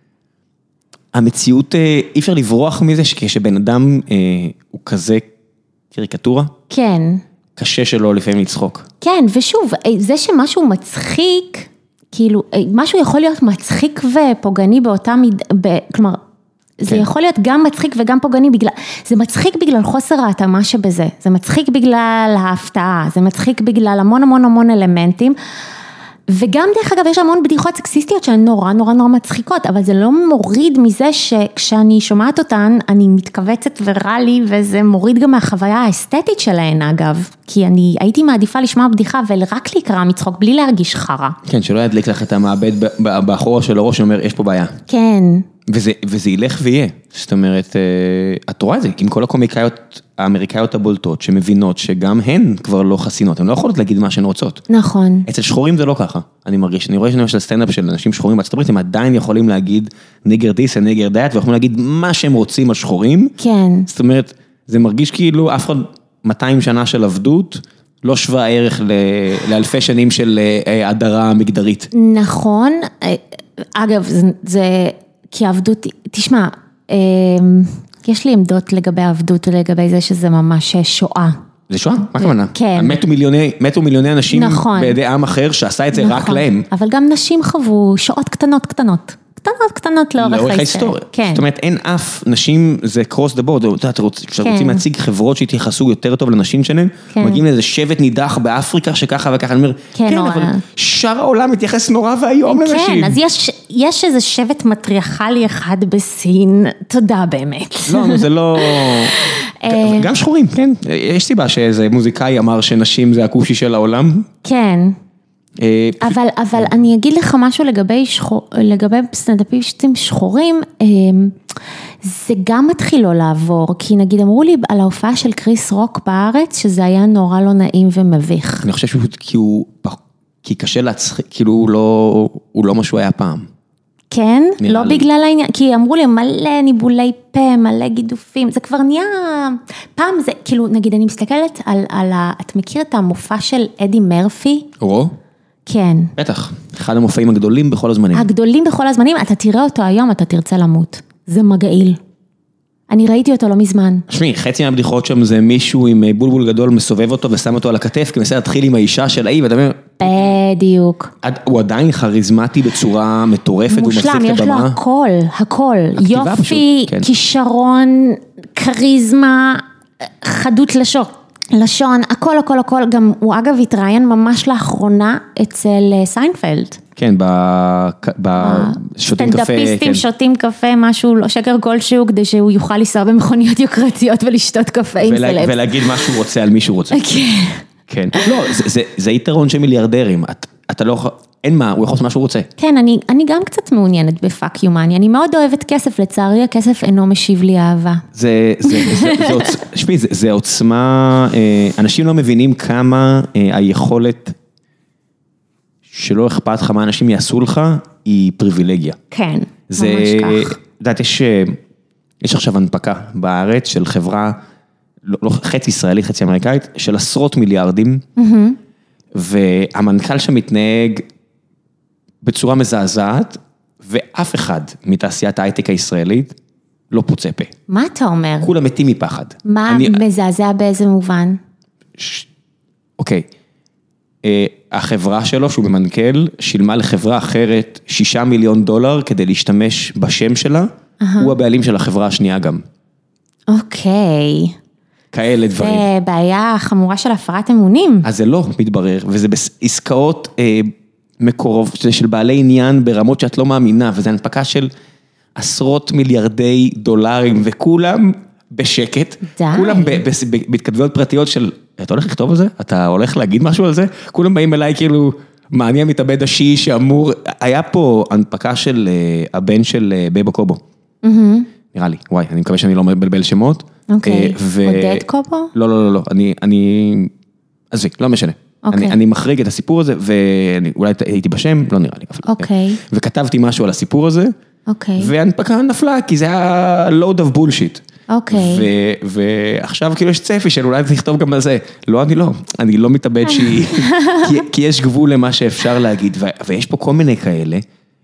המציאות, אי אפשר לברוח מזה, שכשבן אדם הוא כזה קריקטורה, כן. קשה שלו לפעמים לצחוק. כן, ושוב, זה שמשהו מצחיק, כאילו, משהו יכול להיות מצחיק ופוגעני באותה כלומר, זה יכול להיות גם מצחיק וגם פוגעני, זה מצחיק בגלל חוסר ההתאמה שבזה, זה מצחיק בגלל ההפתעה, זה מצחיק בגלל המון אלמנטים, וגם דרך אגב יש המון בדיחות סקסיסטיות שהן נורא מצחיקות, אבל זה לא מוריד מזה שכשאני שומעת אותן, אני מתכווצת ורע לי, וזה מוריד גם מהחוויה האסתטית שלהן אגב, כי אני הייתי מעדיפה לשמוע בדיחה, ורק להיקרא מצחוק, בלי להרגיש חרה. כן, שלא ידליק לך את המעבד באחורה של הראש, שאומר, יש פה בעיה. כן. וזה ילך ויהיה, זאת אומרת, את רואה את זה, עם כל הקומיקאיות האמריקאיות הבולטות, שמבינות שגם הן כבר לא חסינות, הן לא יכולות להגיד מה שהן רוצות. נכון. אצל שחורים זה לא ככה, אני מרגיש, אני רואה למשל סטנדאפ של אנשים שחורים בארצות הברית, הם עדיין יכולים להגיד ניגר דיס וניגר דיאט, ויכולים להגיד מה שהם רוצים על שחורים. כן. זאת אומרת, זה מרגיש כאילו אף אחד 200 שנה של עבדות, לא שווה ערך לאלפי שנים של הדרה מגדרית. נכון, אגב, זה... כי העבדות, תשמע, יש לי עמדות לגבי העבדות ולגבי זה שזה ממש שואה. זה שואה? מה הכוונה? כן. מתו מיליוני אנשים נכון. בידי עם אחר שעשה את זה רק להם. אבל גם נשים חוו שואות קטנות. קטנות לאורך ההיסטוריה. כן. זאת אומרת, אין אף נשים, זה cross the board, כשרוצים להציג חברות שהתייחסו יותר טוב לנשים שלהם, מגיעים לאיזה שבט נידח באפריקה, שככה וככה, אני אומר, כן, אבל שאר העולם מתייחס נורא והיום לנשים. כן, אז יש איזה שבט מטריארכלי אחד בסין, תודה באמת. לא, זה לא... גם שחורים, כן. יש סיבה שאיזה מוזיקאי אמר שנשים זה הכושי של העולם. כן. אבל אני אגיד לך משהו לגבי סטנדאפיסטים שחורים, זה גם מתחיל לא לעבור, כי נגיד אמרו לי על ההופעה של קריס רוק בארץ, שזה היה נורא לא נעים ומביך. אני חושב כי קשה להצחיק, כאילו הוא לא משהו היה פעם. כן, לא בגלל העניין, כי אמרו לי מלא ניבולי פה, מלא גידופים, זה כבר נהיה, פעם זה, כאילו נגיד אני מסתכלת על את מכיר את המופע של אדי מרפי? רו? כן. בטח, אחד המופעים הגדולים בכל הזמנים. הגדולים בכל הזמנים, אתה תראה אותו היום, אתה תרצה למות. זה מגעיל. אני ראיתי אותו לא מזמן. שמי, חצי מהבדיחות שם זה מישהו עם בולבול גדול מסובב אותו ושם אותו על הכתף, כי מנסה להתחיל עם האישה של האי, ואתה אומר... בדיוק. הוא עדיין כריזמטי בצורה מטורפת, הוא מחזיק את הבמה. מושלם, יש לו הכל. יופי, כישרון, כריזמה, חדות לשון, הכל, גם הוא אגב התראיין ממש לאחרונה אצל סיינפלד. כן, שותים קפה. סטנדאפיסטים שותים קפה, משהו, שקר כלשהו, כדי שהוא יוכל לנסוע במכוניות יוקרתיות ולשתות קפה עם סלב. ולהגיד מה שהוא רוצה על מי שהוא רוצה. כן. לא, זה יתרון של מיליארדרים. אתה לא, אין מה, הוא יכול לעשות מה שהוא רוצה. כן, אני גם קצת מעוניינת בפאק יומני. אני מאוד אוהבת כסף, לצערי הכסף אינו משיב לי אהבה. זה עוצמה, אנשים לא מבינים כמה היכולת שלא אכפת לך מה אנשים יעשו לך, היא פריבילגיה. כן, ממש כך. יודעת, יש עכשיו הנפקה בארץ של חברה, לא חצי ישראלית, חצי אמריקאית, של עשרות מיליארדים, והמנכ"ל שם מתנהג בצורה מזעזעת, ואף אחד מתעשיית ההייטק הישראלית לא פוצה פה. מה אתה אומר? כולם מתים מפחד. מה מזעזע באיזה מובן? אוקיי. החברה שלו, שהוא במנכ"ל, שילמה לחברה אחרת $6 מיליון כדי להשתמש בשם שלה, הוא הבעלים של החברה השנייה גם. אוקיי. כאלה דברים. זה בעיה חמורה של הפרת אמונים. אז זה לא מתברר, וזה בעסקאות מקורוב, של בעלי עניין ברמות שאת לא מאמינה, וזה הנפקה של עשרות מיליארדי דולרים, וכולם בשקט, די. כולם בהתכתבויות פרטיות של, אתה הולך לכתוב על זה? אתה הולך להגיד משהו על זה? כולם באים אליי כאילו, מה אני המתאבד השיעי שאמור, היה פה הנפקה של הבן של בייבו קובו. נראה לי, וואי, אני מקווה שאני לא מבלבל שמות. אוקיי, עודד קובו? לא, אז לא משנה. אני מחריג את הסיפור הזה, ואולי הייתי בשם, לא נראה לי. אוקיי. וכתבתי משהו על הסיפור הזה, והנפקה נפלה, כי זה היה load of bullshit. אוקיי. ועכשיו כאילו יש צפי של אולי לכתוב גם על זה. לא, אני לא מתאבד שהיא, כי יש גבול למה שאפשר להגיד, ויש פה כל מיני כאלה,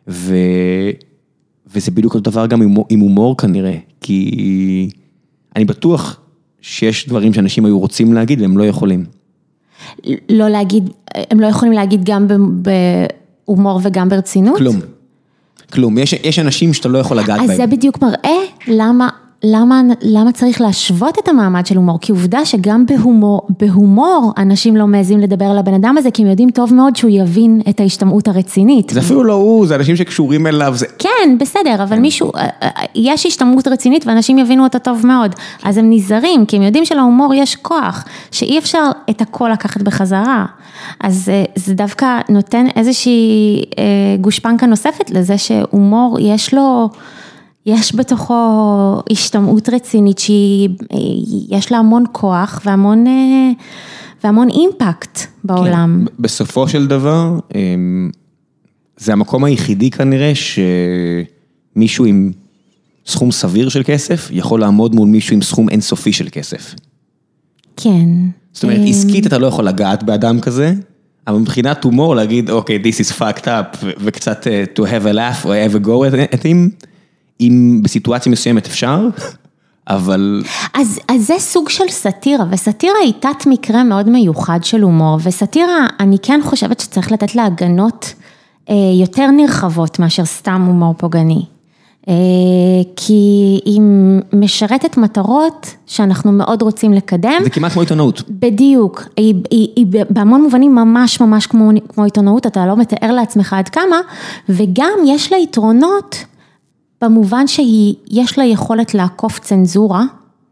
וזה בדיוק אותו דבר גם עם הומור כנראה, כי אני בטוח שיש דברים שאנשים היו רוצים להגיד, והם לא יכולים. לא להגיד, הם לא יכולים להגיד גם בהומור וגם ברצינות? כלום. יש אנשים שאתה לא יכול לגעת בהם. אז זה בדיוק מראה למה צריך להשוות את המעמד של הומור, כי עובדה שגם בהומור אנשים לא מעזים לדבר על הבן אדם הזה, כי הם יודעים טוב מאוד שהוא יבין את ההשתמעות הרצינית. זה אפילו לא הוא, זה אנשים שקשורים אליו. כן, בסדר, אבל מישהו, יש השתמעות רצינית ואנשים יבינו אותה טוב מאוד, אז הם נזהרים, כי הם יודעים שלהומור יש כוח, שאי אפשר את הכל לקחת בחזרה, אז זה דווקא נותן איזושהי גושפנקה נוספת לזה שהומור יש בתוכו השתמעות רצינית שיש לה המון כוח והמון אימפקט בעולם. כן, בסופו של דבר, זה המקום היחידי כנראה שמישהו עם סכום סביר של כסף יכול לעמוד מול מישהו עם סכום אינסופי של כסף. כן. זאת אומרת, עסקית אתה לא יכול לגעת באדם כזה, אבל מבחינת הומור להגיד, אוקיי, this is fucked up, וקצת to have a laugh or have a go at him, אם בסיטואציה מסוימת אפשר, אבל... אז זה סוג של סאטירה, וסאטירה היא תת מקרה מאוד מיוחד של הומור, וסאטירה, אני כן חושבת שצריך לתת לה הגנות יותר נרחבות מאשר סתם הומור פוגעני. כי היא משרתת מטרות שאנחנו מאוד רוצים לקדם. זה כמעט כמו עיתונאות. בדיוק, היא בהמון מובנים ממש ממש כמו עיתונאות, אתה לא מתאר לעצמך עד כמה, וגם יש לה יתרונות במובן שיש לה יכולת לעקוף צנזורה,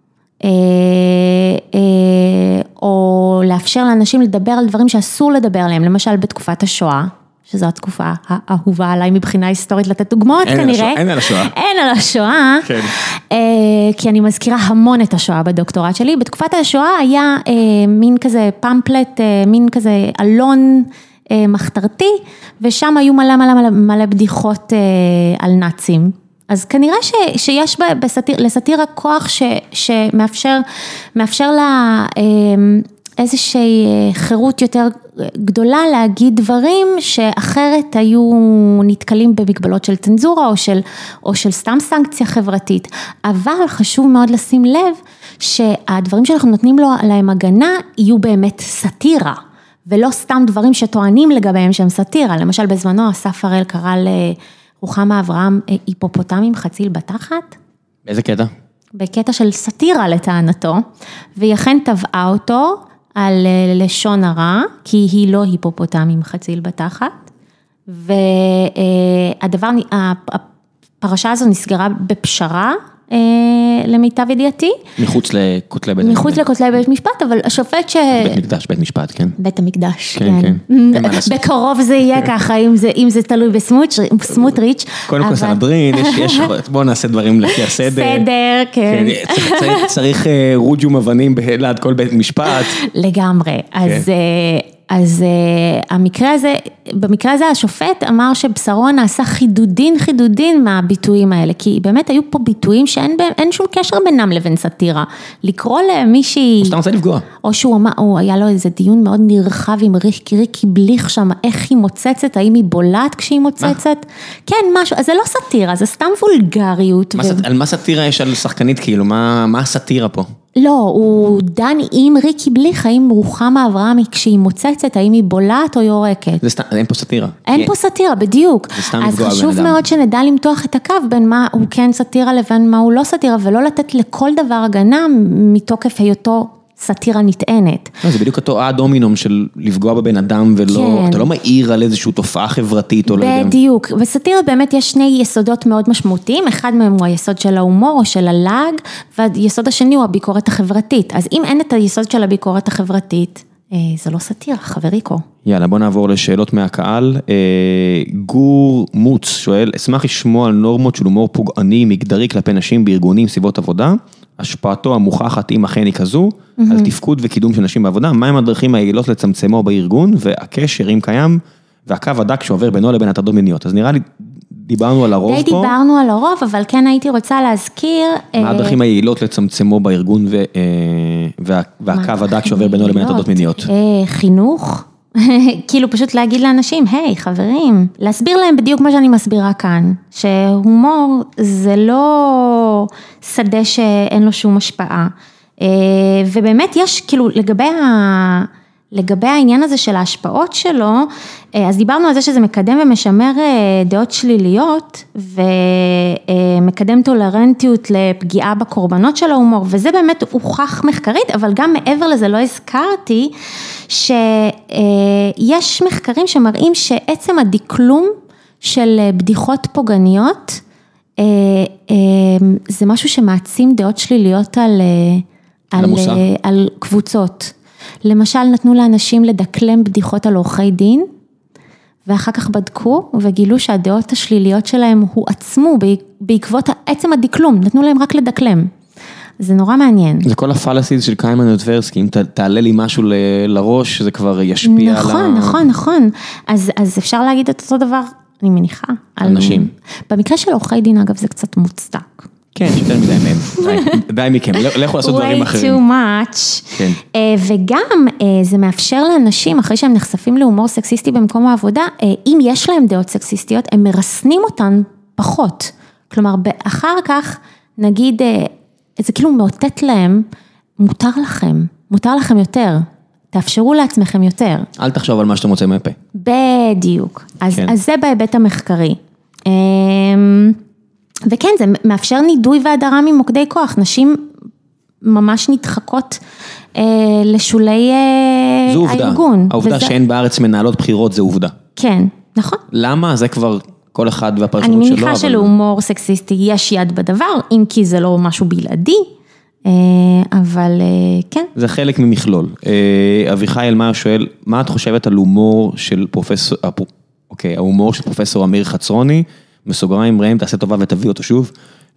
או לאפשר לאנשים לדבר על דברים שאסור לדבר עליהם, למשל בתקופת השואה, שזו התקופה האהובה עליי מבחינה היסטורית לתת דוגמאות כנראה. אין על השואה. אין על השואה, כן. כי אני מזכירה המון את השואה בדוקטורט שלי. בתקופת השואה היה מין כזה פמפלט, מין כזה אלון מחתרתי, ושם היו מלא בדיחות על נאצים. אז כנראה שיש לסאטירה כוח שמאפשר לה איזושהי חירות יותר גדולה להגיד דברים שאחרת היו נתקלים במגבלות של צנזורה או של סתם סנקציה חברתית. אבל חשוב מאוד לשים לב שהדברים שאנחנו נותנים להם הגנה יהיו באמת סאטירה, ולא סתם דברים שטוענים לגביהם שהם סאטירה. למשל בזמנו אסף הראל קרא רוחמה אברהם היפופוטמים חציל בתחת. באיזה קטע? בקטע של סאטירה לטענתו, והיא אכן טבעה אותו על לשון הרע, כי היא לא היפופוטמים חציל בתחת, הפרשה הזו נסגרה בפשרה, למיטב ידיעתי. מחוץ לכותלי בית המשפט. מחוץ לכותלי בית משפט, אבל השופט בית משפט, כן. בית המקדש, כן. בקרוב זה יהיה ככה, אם זה תלוי בסמוטריץ'. קודם כל סנדרין, בואו נעשה דברים לפי הסדר. סדר, כן. צריך רוג'ום אבנים ליד כל בית משפט. לגמרי, אז במקרה הזה השופט אמר שבשרו נעשה חידודין מהביטויים האלה, כי באמת היו פה ביטויים שאין שום קשר בינם לבין סאטירה. לקרוא למישהי... או סתם רוצה לפגוע. או שהוא אמר, היה לו איזה דיון מאוד נרחב עם ריקי בליך שם, איך היא מוצצת, האם היא בולעת כשהיא מוצצת? כן, משהו, אז זה לא סאטירה, זה סתם וולגריות. על מה סאטירה יש על שחקנית כאילו? מה הסאטירה פה? לא, הוא דן עם ריקי בליך, האם רוחמה אברהם כשהיא מוצצת, האם היא בולעת או יורקת. אין פה סאטירה. אין פה סאטירה, בדיוק. אז חשוב מאוד שנדע למתוח את הקו בין מה הוא כן סאטירה לבין מה הוא לא סאטירה, ולא לתת לכל דבר הגנה מתוקף היותו סאטירה נטענת. זה בדיוק אותו הדומינום של לפגוע בבן אדם, אתה לא מעיר על איזושהי תופעה חברתית. בדיוק, בסאטירה באמת יש שני יסודות מאוד משמעותיים, אחד מהם הוא היסוד של ההומור או של הלעג, והיסוד השני הוא הביקורת החברתית. אז אם אין את היסוד של הביקורת החברתית, זה לא סאטירה, חבריקו. יאללה, בוא נעבור לשאלות מהקהל. גור מוץ שואל, אשמח לשמוע על נורמות של הומור פוגעני מגדרי כלפי נשים בארגונים סביבות עבודה, השפעתו המוכחת אם אכן היא כזו, על תפקוד וקידום של נשים בעבודה, מהם הדרכים היעילות לצמצמו בארגון, והקשר אם קיים, והקו הדק שעובר בינו לבין הטרדות מיניות. אז נראה לי, דיברנו על הרוב פה. דיברנו על הרוב, אבל כן הייתי רוצה להזכיר... מה הדרכים היעילות לצמצמו בארגון, והקו הדק שעובר בינו לבין הטרדות מיניות? חינוך, כאילו פשוט להגיד לאנשים, היי חברים, להסביר להם בדיוק מה שאני מסבירה כאן, שהומור זה לא שדה שאין לו שום השפעה, ובאמת יש כאילו לגבי העניין הזה של ההשפעות שלו, אז דיברנו על זה שזה מקדם ומשמר דעות שליליות, ומקדם טולרנטיות לפגיעה בקורבנות של ההומור, וזה באמת הוכח מחקרית, אבל גם מעבר לזה לא הזכרתי, שיש מחקרים שמראים שעצם הדקלום של בדיחות פוגעניות, זה משהו שמעצים דעות שליליות על קבוצות. למשל נתנו לאנשים לדקלם בדיחות על עורכי דין, ואחר כך בדקו וגילו שהדעות השליליות שלהם הועצמו בעקבות עצם הדקלום, נתנו להם רק לדקלם. זה נורא מעניין. זה כל הפלסיס של קיימן וטברסקי, אם תעלה לי משהו לראש, זה כבר ישפיע על נכון. אז אפשר להגיד את אותו דבר, אני מניחה. על נשים. במקרה של עורכי דין, אגב, זה קצת מוצדק. כן, יותר מדי מהם, די מכם, לא יכול לעשות דברים אחרים. way too much, כן. וגם זה מאפשר לאנשים, אחרי שהם נחשפים להומור סקסיסטי במקום העבודה, אם יש להם דעות סקסיסטיות, הם מרסנים אותן פחות. כלומר, אחר כך, נגיד, זה כאילו מאותת להם, מותר לכם יותר. תאפשרו לעצמכם יותר. אל תחשוב על מה שאתם רוצים מהפה. בדיוק. אז זה בהיבט המחקרי. וכן, זה מאפשר נידוי והדרה ממוקדי כוח. נשים ממש נדחקות לשולי הארגון. העובדה שאין בארץ מנהלות בחירות זה עובדה. כן, נכון. למה? זה כבר כל אחד והפרשנות שלו. אני מניחה שלהומור סקסיסטי יש יד בדבר, אם כי זה לא משהו בלעדי, אבל כן. זה חלק ממכלול. אביחי אלמאייר שואל, מה את חושבת על הומור של פרופסור, ההומור של פרופסור אמיר חצרוני, מסוגריים ראם, תעשה טובה ותביא אותו שוב.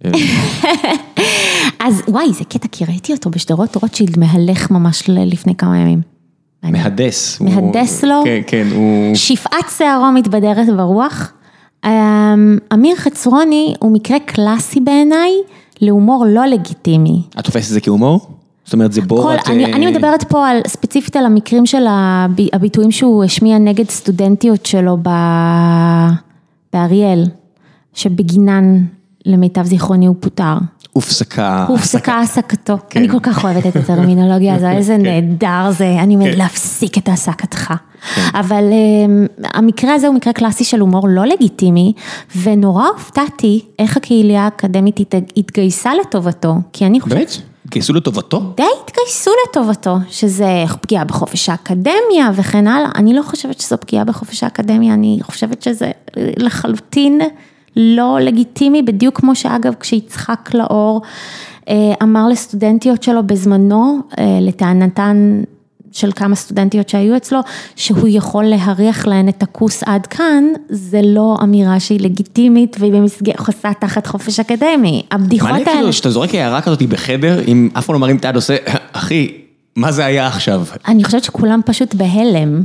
אז וואי, זה קטע, כי ראיתי אותו בשדרות רוטשילד, מהלך ממש לפני כמה ימים. מהדס. מהדס לו. כן, כן, הוא... שפעת שערו מתבדרת ברוח. אמיר חצרוני הוא מקרה קלאסי בעיניי, להומור לא לגיטימי. את תופסת את זה כהומור? זאת אומרת, זה בורת... אני מדברת פה ספציפית על המקרים של הביטויים שהוא השמיע נגד סטודנטיות שלו באריאל, שבגינן למיטב זיכרוני הוא פוטר. הופסקה העסקתו. אני כל כך אוהבת את הטרמינולוגיה הזו, איזה נהדר זה, אני אומרת להפסיק את העסקתך. אבל המקרה הזה הוא מקרה קלאסי של הומור לא לגיטימי, ונורא הופתעתי איך הקהילה האקדמית התגייסה לטובתו, כי אני חושבת... באמת? התגייסו לטובתו? די התגייסו לטובתו, שזה פגיעה בחופש האקדמיה וכן הלאה. אני לא חושבת שזו פגיעה בחופש האקדמיה, אני חושבת שזה לחלוטין לא לגיטימי, בדיוק כמו שאגב כשיצחק לאור אמר לסטודנטיות שלו בזמנו, לטענתן של כמה סטודנטיות שהיו אצלו, שהוא יכול להריח להן את הכוס עד כאן, זה לא אמירה שהיא לגיטימית, והיא חוסה תחת חופש אקדמי. הבדיחות האלה... מעלה כאילו שאתה זורק הערה כזאת בחדר, אם אף פעם לא מרים את היד עושה, אחי, מה זה היה עכשיו? אני חושבת שכולם פשוט בהלם,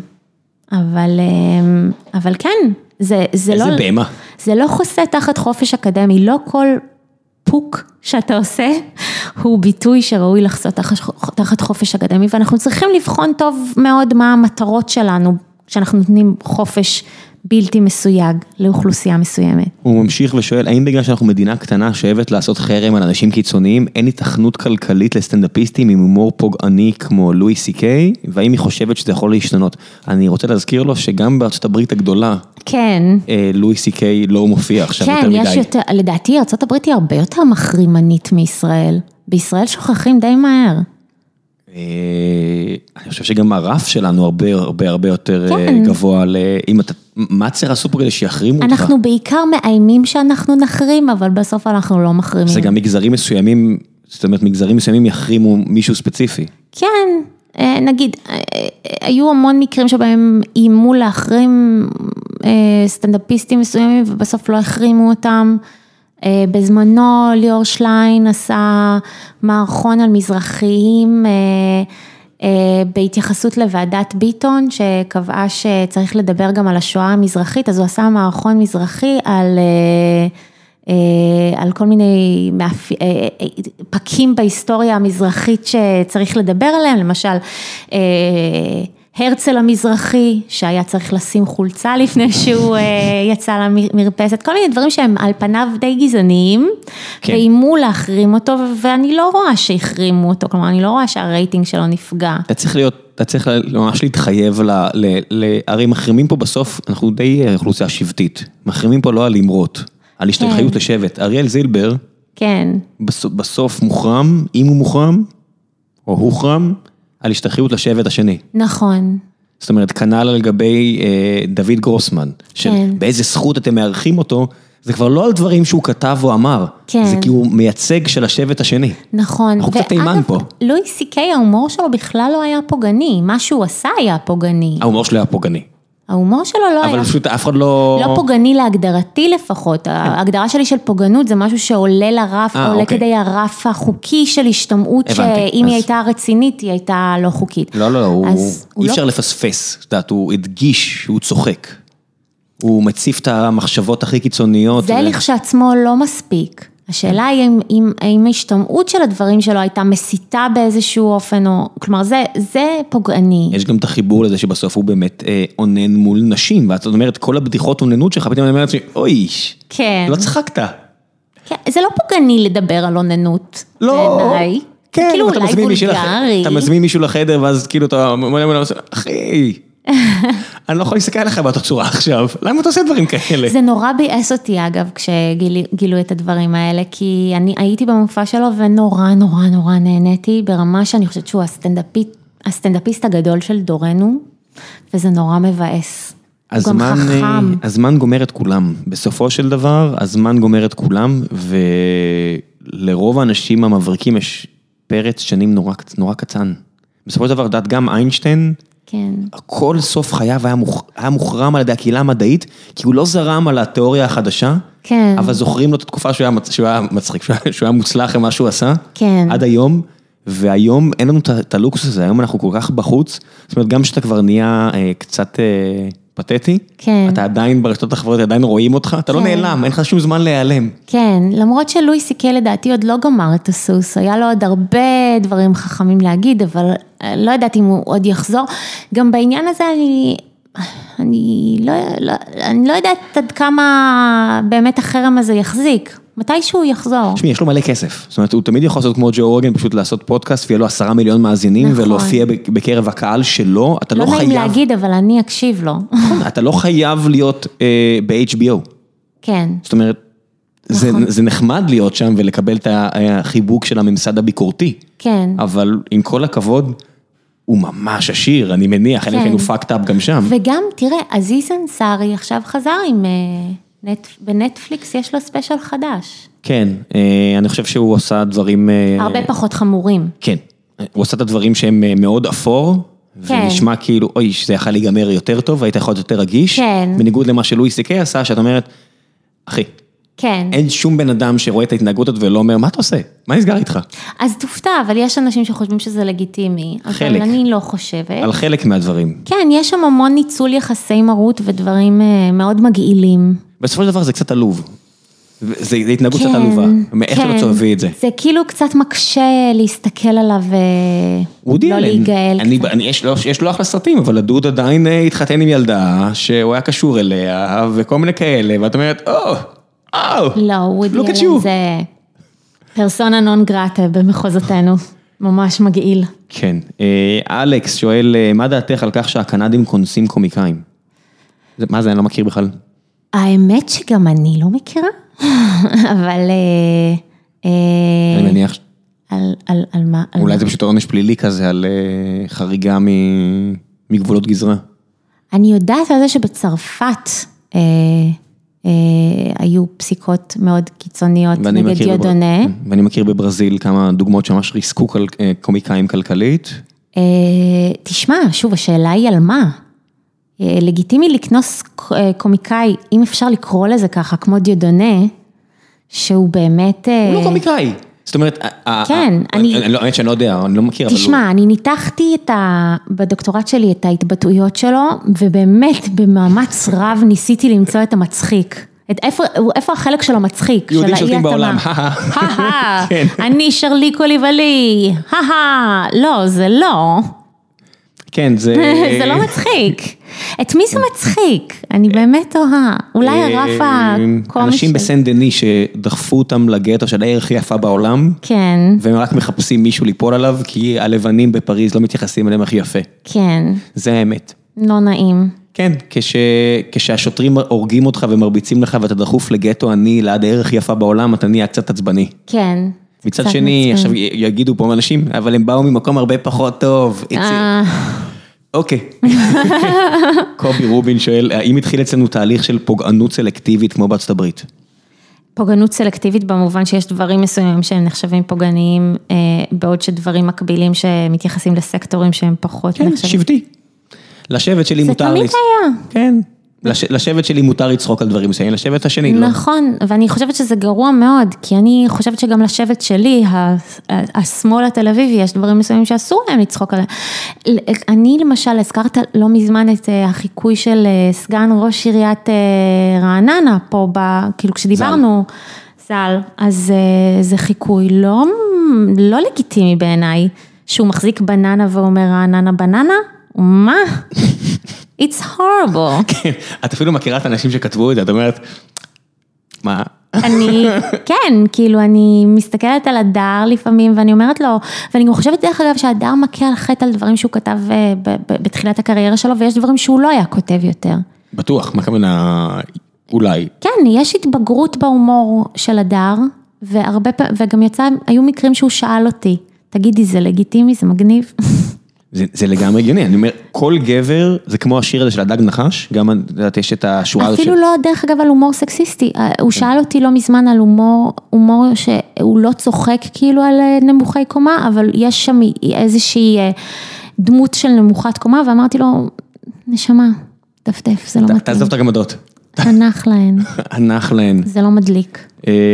אבל כן, זה לא... איזה בהמה. זה לא חוסה תחת חופש אקדמי, לא כל פוק שאתה עושה, הוא ביטוי שראוי לחסות תחת חופש אקדמי, ואנחנו צריכים לבחון טוב מאוד מה המטרות שלנו, כשאנחנו נותנים חופש בלתי מסויג לאוכלוסייה מסוימת. הוא ממשיך ושואל, האם בגלל שאנחנו מדינה קטנה שאוהבת לעשות חרם על אנשים קיצוניים, אין התכנות כלכלית לסטנדאפיסטים עם הומור פוגעני כמו לואי סי קיי, והאם היא חושבת שזה יכול להשתנות? אני רוצה להזכיר לו שגם בארצות הברית הגדולה, כן. לואי סי קיי לא מופיע עכשיו יותר מדי. כן, יש יותר, לדעתי ארצות הברית היא הרבה יותר מחרימנית מישראל. בישראל שוכחים די מהר. אני חושב שגם הרף שלנו הרבה יותר גבוה, מה צריך לעשות פה כדי שיחרימו אותך? אנחנו בעיקר מאיימים שאנחנו נחרים, אבל בסוף אנחנו לא מחרימים. זה גם מגזרים מסוימים, זאת אומרת מגזרים מסוימים יחרימו מישהו ספציפי. כן, נגיד, היו המון מקרים שבהם איימו להחרים סטנדאפיסטים מסוימים, ובסוף לא החרימו אותם. בזמנו ליאור שליין עשה מערכון על מזרחיים בהתייחסות לוועדת ביטון שקבעה שצריך לדבר גם על השואה המזרחית, אז הוא עשה מערכון מזרחי על כל מיני פקים בהיסטוריה המזרחית שצריך לדבר עליהם, למשל הרצל המזרחי, שהיה צריך לשים חולצה לפני שהוא יצא למרפסת, כל מיני דברים שהם על פניו די גזעניים, ואימו להחרים אותו, ואני לא רואה שהחרימו אותו, כלומר, אני לא רואה שהרייטינג שלו נפגע. אתה צריך ממש להתחייב, הרי מחרימים פה בסוף, אנחנו די אוכלוסייה שבטית, מחרימים פה לא על אמרות, על השתייכות לשבט. אריאל זילבר, בסוף מוחרם, אם הוא מוחרם, או הוחרם, על השתייכות לשבט השני. נכון. זאת אומרת, כנ"ל על גבי דוד גרוסמן, שבאיזה זכות אתם מארחים אותו, זה כבר לא על דברים שהוא כתב או אמר, זה כי הוא מייצג של השבט השני. נכון. אנחנו קצת תימן פה. לואי סי קיי, ההומור שלו בכלל לא היה פוגעני, מה שהוא עשה היה פוגעני. ההומור שלו היה פוגעני. ההומור שלו לא היה... אבל פשוט אף אחד לא... לא פוגעני להגדרתי לפחות, ההגדרה שלי של פוגענות זה משהו שעולה לרף, עולה כדי הרף החוקי של השתמעות, שאם היא הייתה רצינית, היא הייתה לא חוקית. לא, אי אפשר לפספס, את יודעת, הוא הדגיש שהוא צוחק, הוא מציף את המחשבות הכי קיצוניות. זה לכשעצמו לא מספיק. השאלה היא האם ההשתמעות של הדברים שלו הייתה מסיתה באיזשהו אופן, או, כלומר זה פוגעני. יש גם את החיבור לזה שבסוף הוא באמת עונן מול נשים, ואת אומרת, כל הבדיחות עוננות שלך, פתאום אני אומרת, אוי, לא צחקת. כן, זה לא פוגעני לדבר על עוננות. לא, כן, כאילו אתה אולי מזמין מישהו וולגרי. אתה מזמין מישהו לחדר, ואז כאילו אתה אומר, אחי, אני לא יכול להסתכל עליך באותה צורה עכשיו, למה אתה עושה דברים כאלה? זה נורא ביאס אותי אגב, כשגילו את הדברים האלה, כי אני הייתי במופע שלו ונורא נורא נורא נהניתי, ברמה שאני חושבת שהוא הסטנדאפיסט הגדול של דורנו, וזה נורא מבאס. הוא גם חכם. הזמן גומר את כולם, בסופו של דבר, הזמן גומר את כולם, ולרוב האנשים המבריקים יש פרץ שנים נורא קצן. בסופו של דבר, דעת גם איינשטיין, כן. כל סוף חייו היה מוחרם על ידי הקהילה המדעית, כי הוא לא זרם על התיאוריה החדשה, כן. אבל זוכרים לו את התקופה שהוא היה מצחיק, שהוא היה מוצלח למה שהוא עשה, כן. עד היום, והיום אין לנו את הלוקסוס הזה, היום אנחנו כל כך בחוץ, זאת אומרת, גם שאתה כבר נהיה קצת פתטי, כן. אתה עדיין ברשתות החברתיות, עדיין רואים אותך, אתה לא נעלם, אין לך שום זמן להיעלם. כן, למרות שלואי סי-קיי לדעתי עוד לא גמר את הסוס, היה לו עוד הרבה דברים חכמים להגיד, אבל לא יודעת אם הוא עוד יחזור. גם בעניין הזה אני לא יודעת עד כמה באמת החרם הזה יחזיק. מתישהו יחזור. תשמעי, יש לו מלא כסף. זאת אומרת, הוא תמיד יכול לעשות כמו ג'ו רוגן, פשוט לעשות פודקאסט, ויהיה לו 10 מיליון מאזינים, נכון. ולהופיע בקרב הקהל שלו, אתה לא חייב... לא נעים להגיד, אבל אני אקשיב לו. אתה לא חייב להיות ב-HBO. כן. זאת אומרת, זה נחמד להיות שם, ולקבל את החיבוק של הממסד הביקורתי. כן. אבל עם כל הכבוד, הוא ממש עשיר, אני מניח, אלא כן הוא fucked up גם שם. וגם, תראה, עזיז אנסארי עכשיו חזר עם... בנטפליקס יש לו ספיישל חדש. כן, אני חושב שהוא עושה דברים... הרבה פחות חמורים. כן, הוא עושה את הדברים שהם מאוד אפור, ונשמע כאילו, אוי, שזה יכול להיגמר יותר טוב, והיית יכול להיות יותר רגיש, בניגוד למה שלואי סי-קיי עשה, שאת אומרת, אחי, כן. אין שום בן אדם שרואה את ההתנהגות הזאת ולא אומר, מה אתה עושה? מה נסגר איתך? אז תופתע, אבל יש אנשים שחושבים שזה לגיטימי, חלק. אבל אני לא חושבת. על חלק מהדברים. כן, יש שם המון ניצול יחסי מרות ודברים מאוד מגעילים. בסופו של דבר זה קצת עלוב. זה התנהגות קצת עלובה. איך שלא תאהבי את זה? זה כאילו קצת מקשה להסתכל עליו ולא להיגאל. יש לו אחלה סרטים, אבל הדוד עדיין התחתן עם ילדה, שהוא היה קשור אליה, וכל מיני כאלה, ואת אומרת, לא, וודי אלן זה פרסונה נון גרטה במחוזותינו, ממש מגעיל. כן, אלכס שואל, מה דעתך על כך שהקנדים כונסים קומיקאים? מה זה, אני לא מכיר בכלל. האמת שגם אני לא מכירה, אבל... אני מניח... על מה? אולי זה פשוט עונש פלילי כזה, על חריגה מגבולות גזרה. אני יודעת על זה שבצרפת היו פסיקות מאוד קיצוניות נגד דיודונה. ואני מכיר בברזיל כמה דוגמאות שממש ריסקו קומיקאים כלכלית. תשמע, שוב, השאלה היא על מה? לגיטימי לקנוס קומיקאי, אם אפשר לקרוא לזה ככה, כמו דיודונה, שהוא באמת... הוא לא קומיקאי. זאת אומרת, כן, האמת שאני לא יודע, אני לא מכיר. תשמע, אני ניתחתי בדוקטורט שלי את ההתבטאויות שלו, ובאמת במאמץ רב ניסיתי למצוא את המצחיק. איפה החלק של המצחיק? יהודים שולטים בעולם. אני שרליקו ליבלי. לא, זה לא. כן, זה לא מצחיק. את מי זה מצחיק? אני באמת תוהה. אולי הרף הקומי אנשים בסן דני שדחפו אותם לגטו של העיר הכי יפה בעולם. כן. והם רק מחפשים מישהו ליפול עליו, כי הלבנים בפריז לא מתייחסים אליהם הכי יפה. כן. זה האמת. לא נעים. כן, כשהשוטרים הורגים אותך ומרביצים לך ואתה דחוף לגטו עני ליד העיר הכי יפה בעולם, אתה נהיה קצת עצבני. כן. מצד שני, עכשיו יגידו פה אנשים, אבל הם באו ממקום הרבה פחות טוב. אוקיי. קובי רובין שואל, האם התחיל אצלנו תהליך של פוגענות סלקטיבית כמו בארצות הברית? פוגענות סלקטיבית במובן שיש דברים מסוימים שהם נחשבים פוגעניים, בעוד שדברים מקבילים שמתייחסים לסקטורים שהם פחות נחשבים. כן, שבטי. לשבט שלי מותר... זה תמיד היה. כן. לשבט שלי מותר לצחוק על דברים מסוימים, לשבט השני לא. נכון, ואני חושבת שזה גרוע מאוד, כי אני חושבת שגם לשבט שלי, השמאל התל אביבי, יש דברים מסוימים שאסור להם לצחוק עליהם. אני למשל, הזכרת לא מזמן את החיקוי של סגן ראש עיריית רעננה, פה, כאילו כשדיברנו, זל, אז זה חיקוי לא לגיטימי בעיניי, שהוא מחזיק בננה ואומר רעננה בננה, מה? It's horrible. כן, את אפילו מכירה את האנשים שכתבו את זה, את אומרת, מה? כן, כאילו אני מסתכלת על הדר לפעמים, ואני אומרת לו, ואני גם חושבת דרך אגב שהדר מכה על חטא על דברים שהוא כתב בתחילת הקריירה שלו, ויש דברים שהוא לא היה כותב יותר. בטוח, מה כמובן אולי? כן, יש התבגרות בהומור של הדר, וגם היו מקרים שהוא שאל אותי, תגידי, זה לגיטימי, זה מגניב? זה לגמרי הגיוני, אני אומר, כל גבר, זה כמו השיר הזה של הדג נחש, גם יש את השורה הזאת. אפילו לא דרך אגב על הומור סקסיסטי, הוא שאל אותי לא מזמן על הומור שהוא לא צוחק כאילו על נמוכי קומה, אבל יש שם איזושהי דמות של נמוכת קומה, ואמרתי לו, נשמה, דפדף, זה לא מתאים. תעזוב את הגמדות. הנח להן. הנח להן. זה לא מדליק.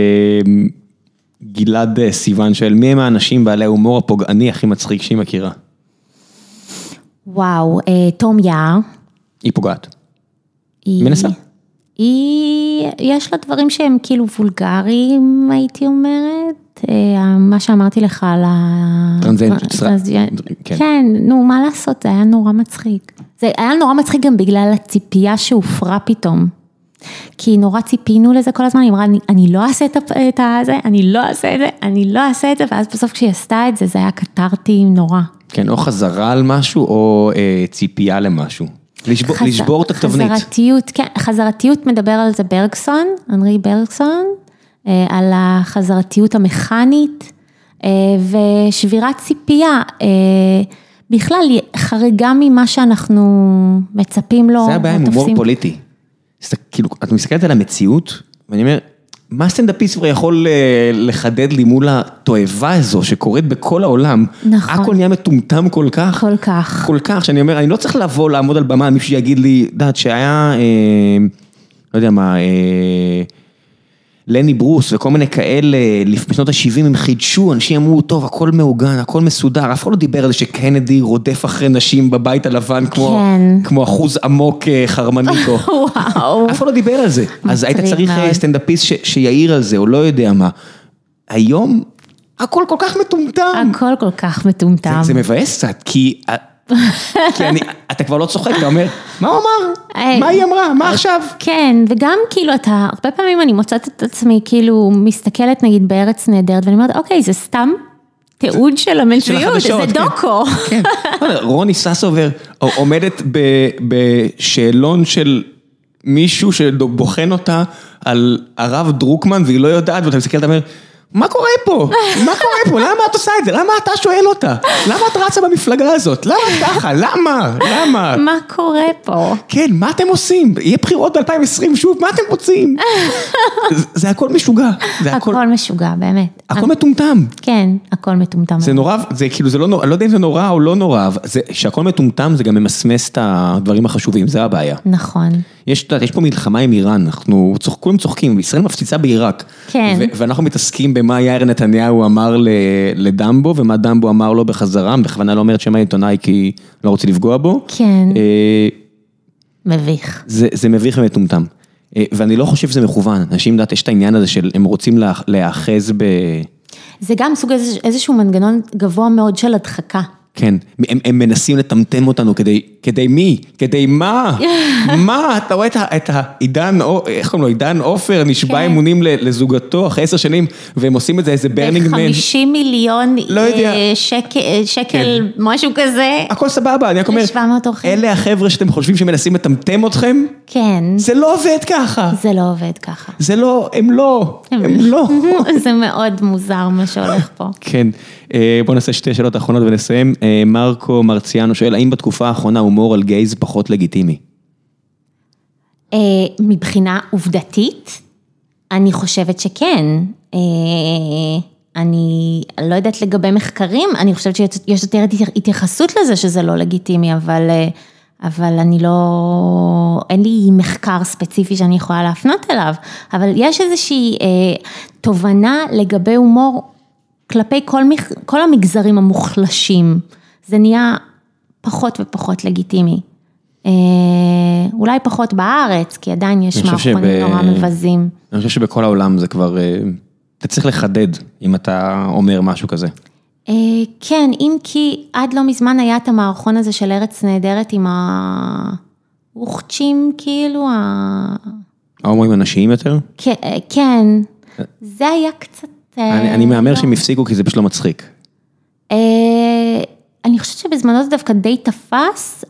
גלעד סיוון שואל, מי הם האנשים בעלי ההומור הפוגעני הכי מצחיק שהיא מכירה? וואו, תום יער. היא פוגעת. מנסה. יש לה דברים שהם כאילו וולגריים, הייתי אומרת. מה שאמרתי לך על כן, נו, מה לעשות, זה היה נורא מצחיק. זה היה נורא מצחיק גם בגלל הציפייה שהופרה פתאום. כי נורא ציפינו לזה כל הזמן, היא אמרה, אני לא אעשה את זה, אני לא אעשה את זה, אני לא אעשה את זה, ואז בסוף כשהיא עשתה את זה, זה היה קטרתי נורא. כן, או חזרה על משהו, או ציפייה למשהו. לשבור את התבנית. חזרתיות, כן, חזרתיות מדבר על זה ברגסון, אנרי ברגסון, על החזרתיות המכנית, ושבירת ציפייה, בכלל חריגה ממה שאנחנו מצפים לו. זה הבעיה עם הומור פוליטי. כאילו, את מסתכלת על המציאות, ואני אומר, מה סטנדאפיסט יכול לחדד לי מול התועבה הזו שקורית בכל העולם? נכון. הכל נהיה מטומטם כל כך. כל כך. כל כך, שאני אומר, אני לא צריך לבוא לעמוד על במה, מישהו יגיד לי, דעת שהיה, לא יודע מה, לני ברוס וכל מיני כאלה, בשנות ה-70 הם חידשו, אנשים אמרו, טוב, הכל מעוגן, הכל מסודר, אף אחד לא דיבר על זה שקנדי רודף אחרי נשים בבית הלבן, כמו אחוז עמוק חרמניקו. וואו. אף אחד לא דיבר על זה. אז היית צריך סטנדאפיסט שיעיר על זה, או לא יודע מה. היום, הכל כל כך מטומטם. הכל כל כך מטומטם. זה מבאס קצת, כי אתה כבר לא צוחק, אתה אומר, מה הוא אמר? מה היא אמרה? מה עכשיו? כן, וגם כאילו אתה, הרבה פעמים אני מוצאת את עצמי, כאילו מסתכלת נגיד בארץ נהדרת, ואני אומרת, אוקיי, זה סתם תיעוד של המציאות, זה דוקו. כן, רוני ססובר עומדת בשאלון של מישהו שבוחן אותה על הרב דרוקמן, והיא לא יודעת, ואתה מסתכלת, אתה אומר, מה קורה פה? מה קורה פה? למה את עושה את זה? למה אתה שואל אותה? למה את רצה במפלגה הזאת? למה ככה? למה? למה? מה קורה פה? כן, מה אתם עושים? יהיה בחירות ב-2020 שוב, מה אתם רוצים? זה הכל משוגע. הכל משוגע, באמת. הכל מטומטם. כן, הכל מטומטם. זה נורא, זה כאילו, זה לא נורא, אני לא יודע אם זה נורא או לא נורא, שהכל מטומטם זה גם ממסמס את הדברים החשובים, זה הבעיה. נכון. יש פה מלחמה עם איראן, אנחנו כולם צוחקים, ישראל מפציצה בעיראק. כן. ואנחנו מתעסקים במה יאיר נתניהו אמר לדמבו, ומה דמבו אמר לו בחזרה, בכוונה לא אומרת שמה עיתונאי כי לא רוצה לפגוע בו. כן. מביך. זה מביך ומטומטם. ואני לא חושב שזה מכוון, אנשים יודעת, יש את העניין הזה של הם רוצים להאחז זה גם סוג איזשהו מנגנון גבוה מאוד של הדחקה. כן, הם מנסים לטמטם אותנו כדי מי? כדי מה? מה? אתה רואה את העידן, איך קוראים לו, עידן עופר נשבע אמונים לזוגתו אחרי 10 שנים, והם עושים את זה איזה ברנינג מן. ב-50 מיליון שקל, משהו כזה. הכל סבבה, אני רק אומר, אלה החבר'ה שאתם חושבים שמנסים לטמטם אתכם? כן. זה לא עובד ככה. זה לא עובד ככה. זה לא, הם לא. זה מאוד מוזר מה שהולך פה. כן. בואו נעשה 2 שאלות האחרונות ונסיים. מרקו מרציאנו שואל, האם בתקופה האחרונה הומור על גייז פחות לגיטימי? מבחינה עובדתית, אני חושבת שכן. אני לא יודעת לגבי מחקרים, אני חושבת שיש יותר התייחסות לזה שזה לא לגיטימי, אבל אני לא, אין לי מחקר ספציפי שאני יכולה להפנות אליו, אבל יש איזושהי תובנה לגבי הומור, כלפי כל המגזרים המוחלשים, זה נהיה פחות ופחות לגיטימי. אולי פחות בארץ, כי עדיין יש מערכונים נורא מבזים. אני חושב שבכל העולם זה כבר, אתה צריך לחדד אם אתה אומר משהו כזה. כן, אם כי עד לא מזמן היה את המערכון הזה של ארץ נהדרת עם האוכצ'ים, כאילו ההומואים הנשיים יותר? כן. זה היה קצת... אני מאמר שהם הפסיקו כי זה פשוט לא מצחיק. אני חושבת שבזמנו זה דווקא די תפס,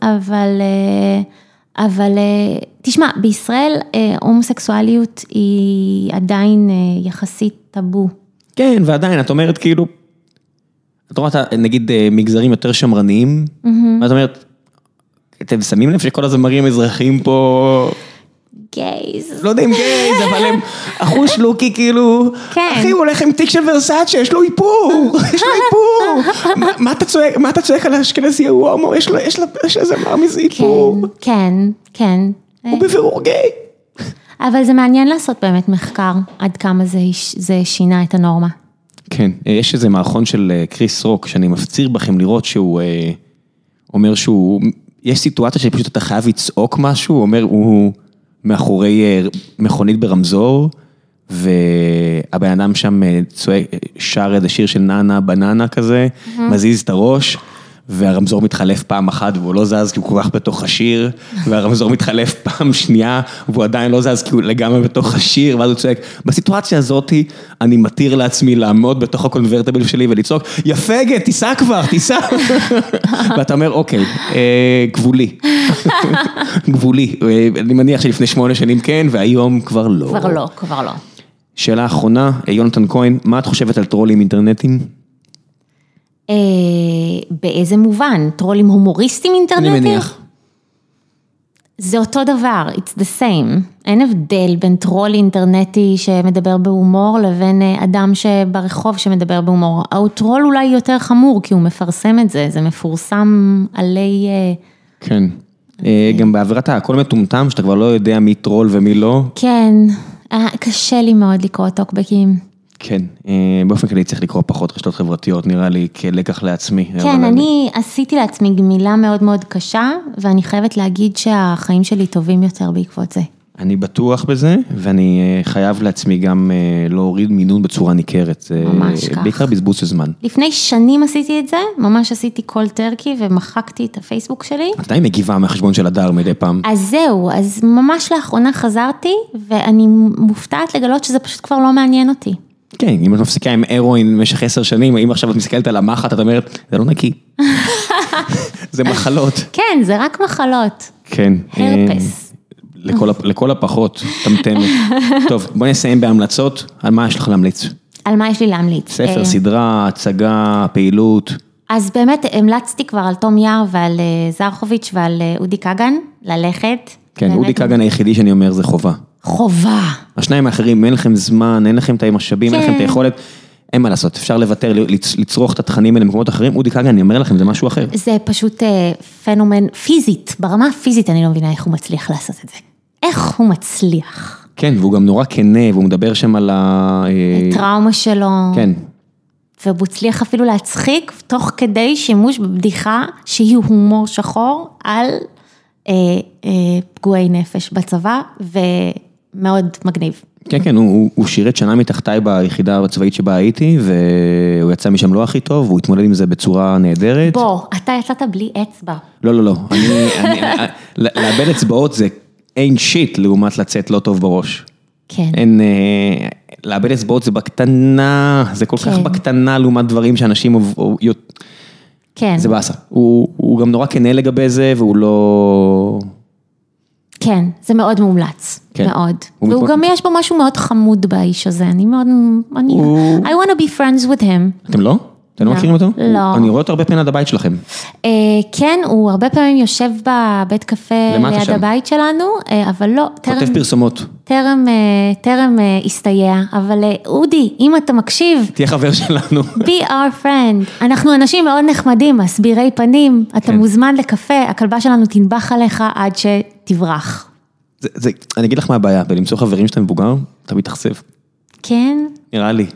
אבל תשמע, בישראל הומוסקסואליות היא עדיין יחסית טאבו. כן, ועדיין, את אומרת כאילו, את רואה, נגיד מגזרים יותר שמרניים, ואת אומרת, אתם שמים לב שכל הזמרים האזרחיים פה... גייז. לא יודע אם גייז, אבל הם אחוש לוקי כאילו, אחי הוא הולך עם תיק של ורסאצ'ה, יש לו איפור, יש לו איפור. מה אתה צועק על האשכנזי, הוא הומו, יש לזה מרמיז איפור. כן, כן. הוא בבירור גיי. אבל זה מעניין לעשות באמת מחקר, עד כמה זה שינה את הנורמה. כן, יש איזה מערכון של קריס רוק, שאני מפציר בכם לראות שהוא אומר שהוא, יש סיטואציה שפשוט אתה חייב לצעוק משהו, הוא אומר, הוא מאחורי מכונית ברמזור, והבן אדם שם שר איזה שיר של נאנה בננה כזה, מזיז את הראש, והרמזור מתחלף פעם אחת, והוא לא זז כי הוא כל כך בתוך השיר, והרמזור מתחלף פעם שנייה, והוא עדיין לא זז כי הוא לגמרי בתוך השיר, ואז הוא צועק, בסיטואציה הזאת, אני מתיר לעצמי לעמוד בתוך הקונברטיבל שלי, ולצעוק, יפגת, תיסע כבר, תיסע. ואתה אומר, אוקיי, גבולי. גבולי. אני מניח שלפני 8 שנים כן, והיום כבר לא. כבר לא. שאלה אחרונה, יונתן כהן, מה את חושבת על טרולים אינטרנטיים? באיזה מובן? טרולים הומוריסטים אינטרנטיים? אני מניח. זה אותו דבר, it's the same. אין הבדל בין טרול אינטרנטי שמדבר בהומור, לבין אדם שברחוב שמדבר בהומור. הטרול אולי יותר חמור, כי הוא מפרסם את זה, זה מפורסם עלי... כן. גם בעבירת הכל מטומטם, שאתה כבר לא יודע מי טרול ומי לא. כן, קשה לי מאוד לקרוא טוקבקים. כן, באופן כללי צריך לקרוא פחות רשתות חברתיות, נראה לי כלקח לעצמי. כן, אני עשיתי לעצמי גמילה מאוד מאוד קשה, ואני חייבת להגיד שהחיים שלי טובים יותר בעקבות זה. אני בטוח בזה, ואני חייב לעצמי גם להוריד מינון בצורה ניכרת. ממש כך. בעיקר בזבוז של זמן. לפני שנים עשיתי את זה, ממש עשיתי קול טרקי, ומחקתי את הפייסבוק שלי. אתה היא מגיבה מהחשבון של הדר מדי פעם. אז זהו, אז ממש לאחרונה חזרתי, ואני מופתעת לגלות שזה פשוט כבר לא מעניין אותי. כן, אם את מפסיקה עם הרואין במשך 10 שנים, אם עכשיו את מסתכלת על המחט, את אומרת, זה לא נקי. זה מחלות. כן, זה רק מחלות. כן. הרפס. לכל הפחות, תמתמת. טוב, בואי נסיים בהמלצות. על מה יש לך להמליץ? על מה יש לי להמליץ? ספר, סדרה, הצגה, פעילות. אז באמת המלצתי כבר על תום יער ועל זרחוביץ' ועל אודי קגן, ללכת. כן, אודי קגן היחידי שאני אומר זה חובה. חובה. השניים האחרים, אין לכם זמן, אין לכם את המשאבים, אין לכם את היכולת, אין מה לעשות, אפשר לוותר, לצרוך את התכנים האלה במקומות אחרים, אודי קגן, אני אומר לכם, זה משהו אחר. זה פשוט פנומן פיזית, ברמה הפיזית אני לא מבינה איך הוא מצליח לעשות את זה. איך הוא מצליח? כן, והוא גם נורא כנה, והוא מדבר שם על הטראומה שלו. כן. והוא הצליח אפילו להצחיק, תוך כדי שימוש בבדיחה, שהיא הומור שחור, על פגועי נפש בצבא, ומאוד מגניב. כן, כן, הוא שירת שנה מתחתיי ביחידה הצבאית שבה הייתי, והוא יצא משם לא הכי טוב, והוא התמודד עם זה בצורה נהדרת. בוא, אתה יצאת בלי אצבע. לא, לא, לאבד אצבעות זה אין שיט, לעומת לצאת לא טוב בראש. כן. אין, לאבד אצבעות זה בקטנה, זה כל כך בקטנה, לעומת דברים שאנשים כן. זה בעשה. הוא גם נורא כנה לגבי זה, והוא לא... כן, זה מאוד מומלץ, כן. מאוד. והוא גם יש בו משהו מאוד חמוד באיש הזה, אני מאוד, I want to be friends with him. אתם לא? אתם לא מכירים אותו? לא. אני רואה אותו הרבה פעמים ליד הבית שלכם. כן, הוא הרבה פעמים יושב בבית קפה ליד הבית שלנו, אבל לא, כותב פרסומות. טרם הסתייע, אבל אודי, אם אתה מקשיב, תהיה חבר שלנו. be our friend. אנחנו אנשים מאוד נחמדים, מסבירי פנים, אתה מוזמן לקפה, הכלבה שלנו תנבח עליך עד שתברח. אני אגיד לך מה הבעיה, בלמצוא חברים שאתה מבוגר, אתה מתאכזב. כן? נראה לי.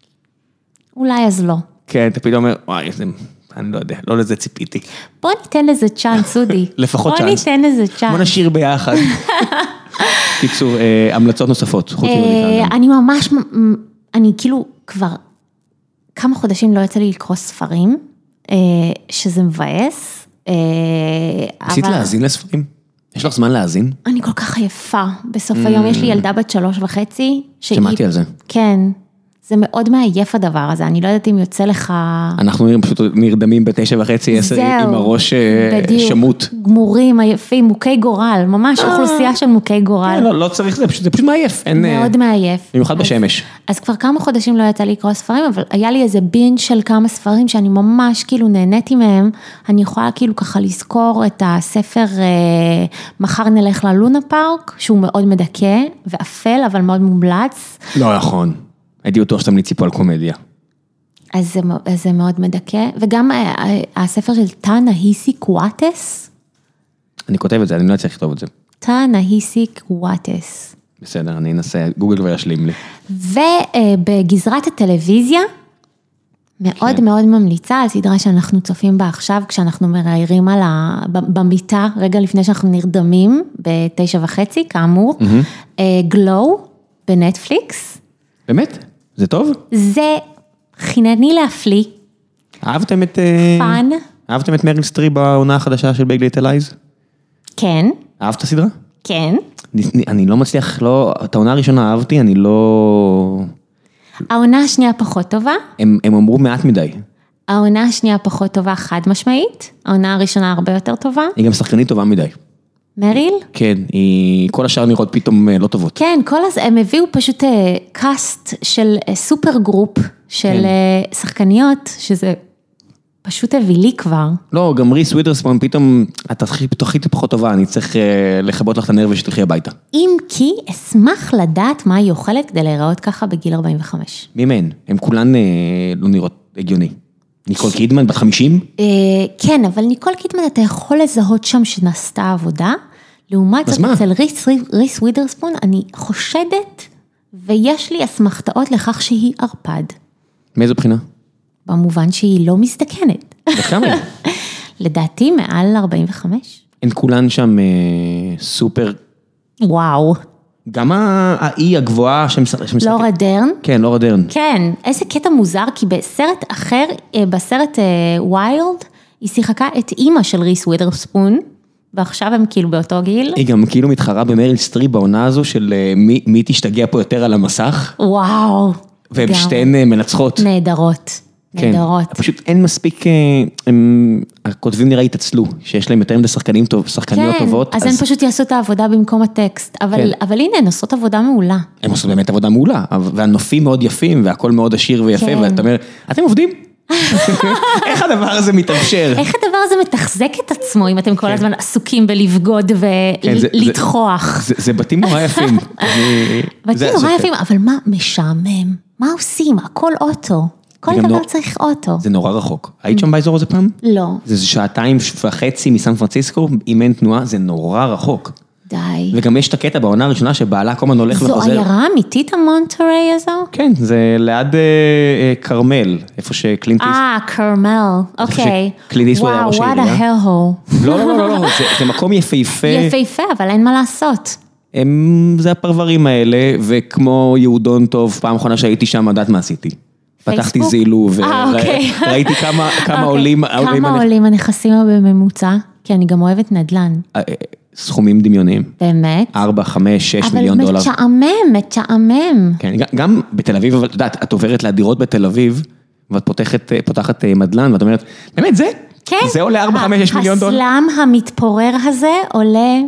אולי אז לא. כן, אתה פתאום אומר, וואי, אני לא יודע, לא לזה ציפיתי. בוא ניתן לזה צ'אנס, אודי. לפחות צ'אנס. בוא ניתן לזה צ'אנס. בוא נשאיר ביחד. קיצור, המלצות נוספות, חוץ מאודי קגן. אני ממש, אני כאילו כבר כמה חודשים לא יצא לי לקרוא ספרים, שזה מבאס. עשית להאזין לספרים? יש לך זמן להאזין? אני כל כך עייפה. בסוף היום יש לי ילדה בת 3.5. שמעתי על זה. כן. זה מאוד מעייף הדבר הזה, אני לא יודעת אם יוצא לך... אנחנו פשוט נרדמים ב9:30, 10 עם הראש שמות. גמורים, עייפים, מוכי גורל, ממש אוכלוסייה של מוכי גורל. לא צריך זה פשוט מעייף. מאוד מעייף. במיוחד בשמש. אז כבר כמה חודשים לא יצא לי לקרוא ספרים, אבל היה לי איזה בינג' של כמה ספרים שאני ממש כאילו נהניתי מהם, אני יכולה כאילו ככה לזכור את הספר מחר נלך ללונה פארק, שהוא מאוד מדכא ואפל, אבל מאוד מומלץ. לא נכון. הייתי בטוח שאתה מליצי פה על קומדיה. אז זה מאוד מדכא, וגם הספר של טה-נהיסי קוואטס. אני כותב את זה, אני לא צריך לכתוב את זה. טה-נהיסי קוואטס. בסדר, אני אנסה, גוגל כבר ישלים לי. ובגזרת הטלוויזיה, מאוד מאוד ממליצה על סדרה שאנחנו צופים בה עכשיו, כשאנחנו מראיירים במיטה, רגע לפני שאנחנו נרדמים, ב9:30, כאמור, גלו, בנטפליקס. באמת? זה טוב? זה חינני להפליא. אהבתם את... פאן. אהבתם את מריל סטריפ בעונה החדשה של ביג ליטל אייז? כן. אהבת הסדרה? כן. אני לא מצליח, את העונה הראשונה אהבתי, אני לא... העונה השנייה פחות טובה. הם אמרו מעט מדי. העונה השנייה פחות טובה חד משמעית. העונה הראשונה הרבה יותר טובה. היא גם שחקנית טובה מדי. מריל? כן, כל השאר נראות פתאום לא טובות. כן, הם הביאו פשוט קאסט של סופר גרופ של שחקניות, שזה פשוט הביא לי כבר. לא, גם ריס ווית'רספון, פתאום את הכי פחות טובה, אני צריך לכבות לך את הנרב ושתלכי הביתה. אם כי אשמח לדעת מה היא אוכלת כדי להיראות ככה בגיל 45. מי מהן? הן כולן לא נראות הגיוני. ניקול קידמן, בת 50? כן, אבל ניקול קידמן אתה יכול לזהות שם שנעשתה עבודה, לעומת זאת אצל ריס ווית'רספון, אני חושדת, ויש לי אסמכתאות לכך שהיא ערפד. מאיזו בחינה? במובן שהיא לא מזדקנת. בכמה? לדעתי מעל 45. הן כולן שם סופר... וואו. גם האי הגבוהה שמשחקת... לורה דרן? כן, לורה דרן. כן, איזה קטע מוזר, כי בסרט אחר, בסרט ווילד, היא שיחקה את אימא של ריס ווית'רספון, ועכשיו הם כאילו באותו גיל. היא גם כאילו מתחרה במריל סטריפ בעונה הזו של מי תשתגע פה יותר על המסך. וואו. והן שתיהן מנצחות. נהדרות. נהדרות. פשוט אין מספיק, הכותבים נראה התעצלו, שיש להם יותר מדי שחקניות טובות. אז הן פשוט יעשו את העבודה במקום הטקסט, אבל הנה, הן עושות עבודה מעולה. הן עושות באמת עבודה מעולה, והנופים מאוד יפים, והכל מאוד עשיר ויפה, ואתה אומר, אתם עובדים? איך הדבר הזה מתאפשר? איך הדבר הזה מתחזק את עצמו, אם אתם כל הזמן עסוקים בלבגוד ולתחוח? זה בתים נורא יפים. בתים נורא יפים, אבל מה משעמם? מה עושים? הכל אוטו. כל דבר צריך אוטו. זה נורא רחוק. היית שם באזור הזה פעם? לא. זה 2.5 מסן פרנסיסקו, אם אין תנועה, זה נורא רחוק. די. וגם יש את הקטע בעונה הראשונה שבעלה כל הזמן הולך וחוזר. זו עיירה אמיתית המונטריי הזו? כן, זה ליד קרמל, איפה שקלינט איסטווד. קרמל, אוקיי. קלינט איסטווד היה ראש העירייה. וואו, what a hell hole. לא, זה מקום יפהפה. יפהפה, אבל אין מה לעשות. זה הפרברים האלה, וכמו יהודון טוב, פעם אחרונה שהייתי שם, יודעת מה עשיתי. פתחתי זילו, וראיתי כמה עולים. כמה עולים הנכסים בממוצע? כי אני גם אוהבת נדל"ן. סכומים דמיוניים. באמת? 4, 5, 6 מיליון דולר. אבל משעמם. כן, גם בתל אביב, אבל את יודעת, את עוברת לדירות בתל אביב, ואת פותחת מדלן, ואת אומרת, באמת זה? כן. זה עולה 4, 5, 6 מיליון דולר? הסלאם המתפורר הזה עולה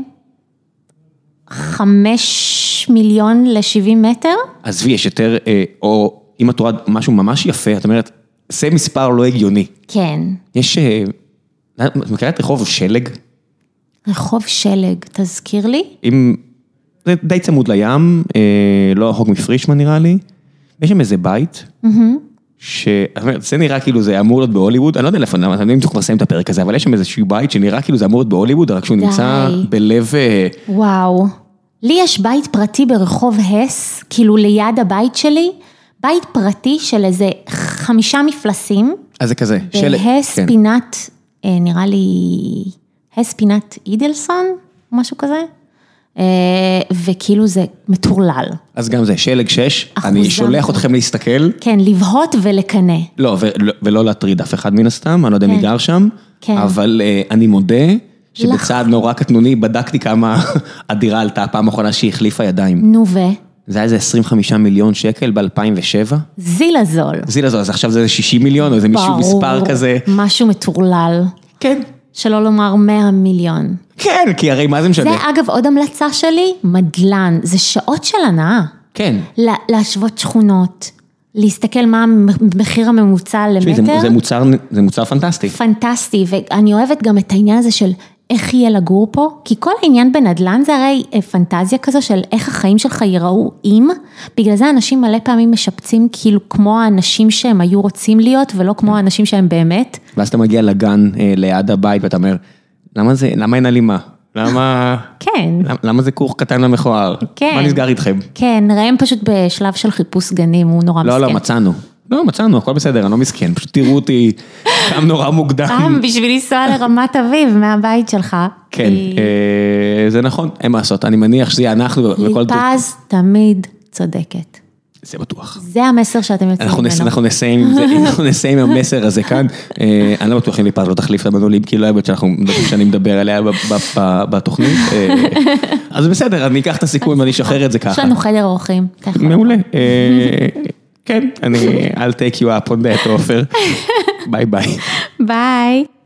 5 מיליון ל-70 מטר? עזבי, יש יותר, או אם את רואה משהו ממש יפה, את אומרת, זה מספר לא הגיוני. כן. יש, את מכירה את רחוב שלג? רחוב שלג, תזכיר לי? זה די צמוד לים, לא רחוק מפרישמן נראה לי, ויש שם איזה בית, זה נראה כאילו זה אמור להיות בהוליווד, אני לא יודע איפה, אני לא יודע אם תוכל לסיים את הפרק הזה, אבל יש שם איזשהו בית שנראה כאילו זה אמור להיות בהוליווד, רק שהוא נמצא בלב... וואו, לי יש בית פרטי ברחוב הס, כאילו ליד הבית שלי, בית פרטי של איזה 5 מפלסים. אז זה כזה. בהס פינת, נראה לי, הס פינת אידלסון, משהו כזה. וכאילו זה מטורלל. אז גם זה, שלג 6, אני שולח אתכם להסתכל. כן, לבהות ולקנה. לא, ולא להטריד אף אחד מן הסתם, אני לא יודע מי גר שם, אבל אני מודה שבצעד נורא קטנוני בדקתי כמה הדירה עלתה הפעם האחרונה שהיא החליפה ידיים. נו ו? זה היה איזה 25 מיליון שקל ב-2007. זילה זול. זילה זול, אז עכשיו זה 60 מיליון, או זה מישהו מספר כזה. משהו מטורלל. כן. שלא לומר 100 מיליון. כן, כי הרי מה זה משנה? זה אגב עוד המלצה שלי, מדלן, זה שעות של הנאה. כן. להשוות שכונות, להסתכל מה המחיר הממוצע למטר. זה מוצר פנטסטי. פנטסטי, ואני אוהבת גם את העניין הזה של איך יהיה לגור פה, כי כל העניין בנדל"ן זה הרי פנטזיה כזו של איך החיים שלך ייראו אם, בגלל זה אנשים מלא פעמים משפצים כאילו כמו האנשים שהם היו רוצים להיות, ולא כמו האנשים שהם באמת. ואז אתה מגיע לגן ליד הבית ואתה אומר, למה אין הלימה? כן. למה זה כוך קטן למכוער? כן. מה נסגר איתכם? כן, ראם פשוט בשלב של חיפוש גנים, הוא נורא מסכן. לא, מצאנו, הכל בסדר, אני לא מסכן, פשוט תראו אותי קם נורא מוקדם. בשביל לנסוע לרמת אביב מהבית שלך. כן, זה נכון, אין מה לעשות, אני מניח שזה יהיה אנחנו. ליפז תמיד צודקת. זה בטוח. זה המסר שאתם יוצאים ממנו. אנחנו נסיים עם המסר הזה כאן, אני לא בטוח אם ליפז לא תחליף למנעולים, כי לא אוהבת שאני מדבר עליה בתוכנית, אז בסדר, אני אקח את הסיכוי ואני אשחרר את זה ככה. יש לנו חדר אורחים. מעולה. כן, I'll take you up on that offer. ביי ביי. ביי.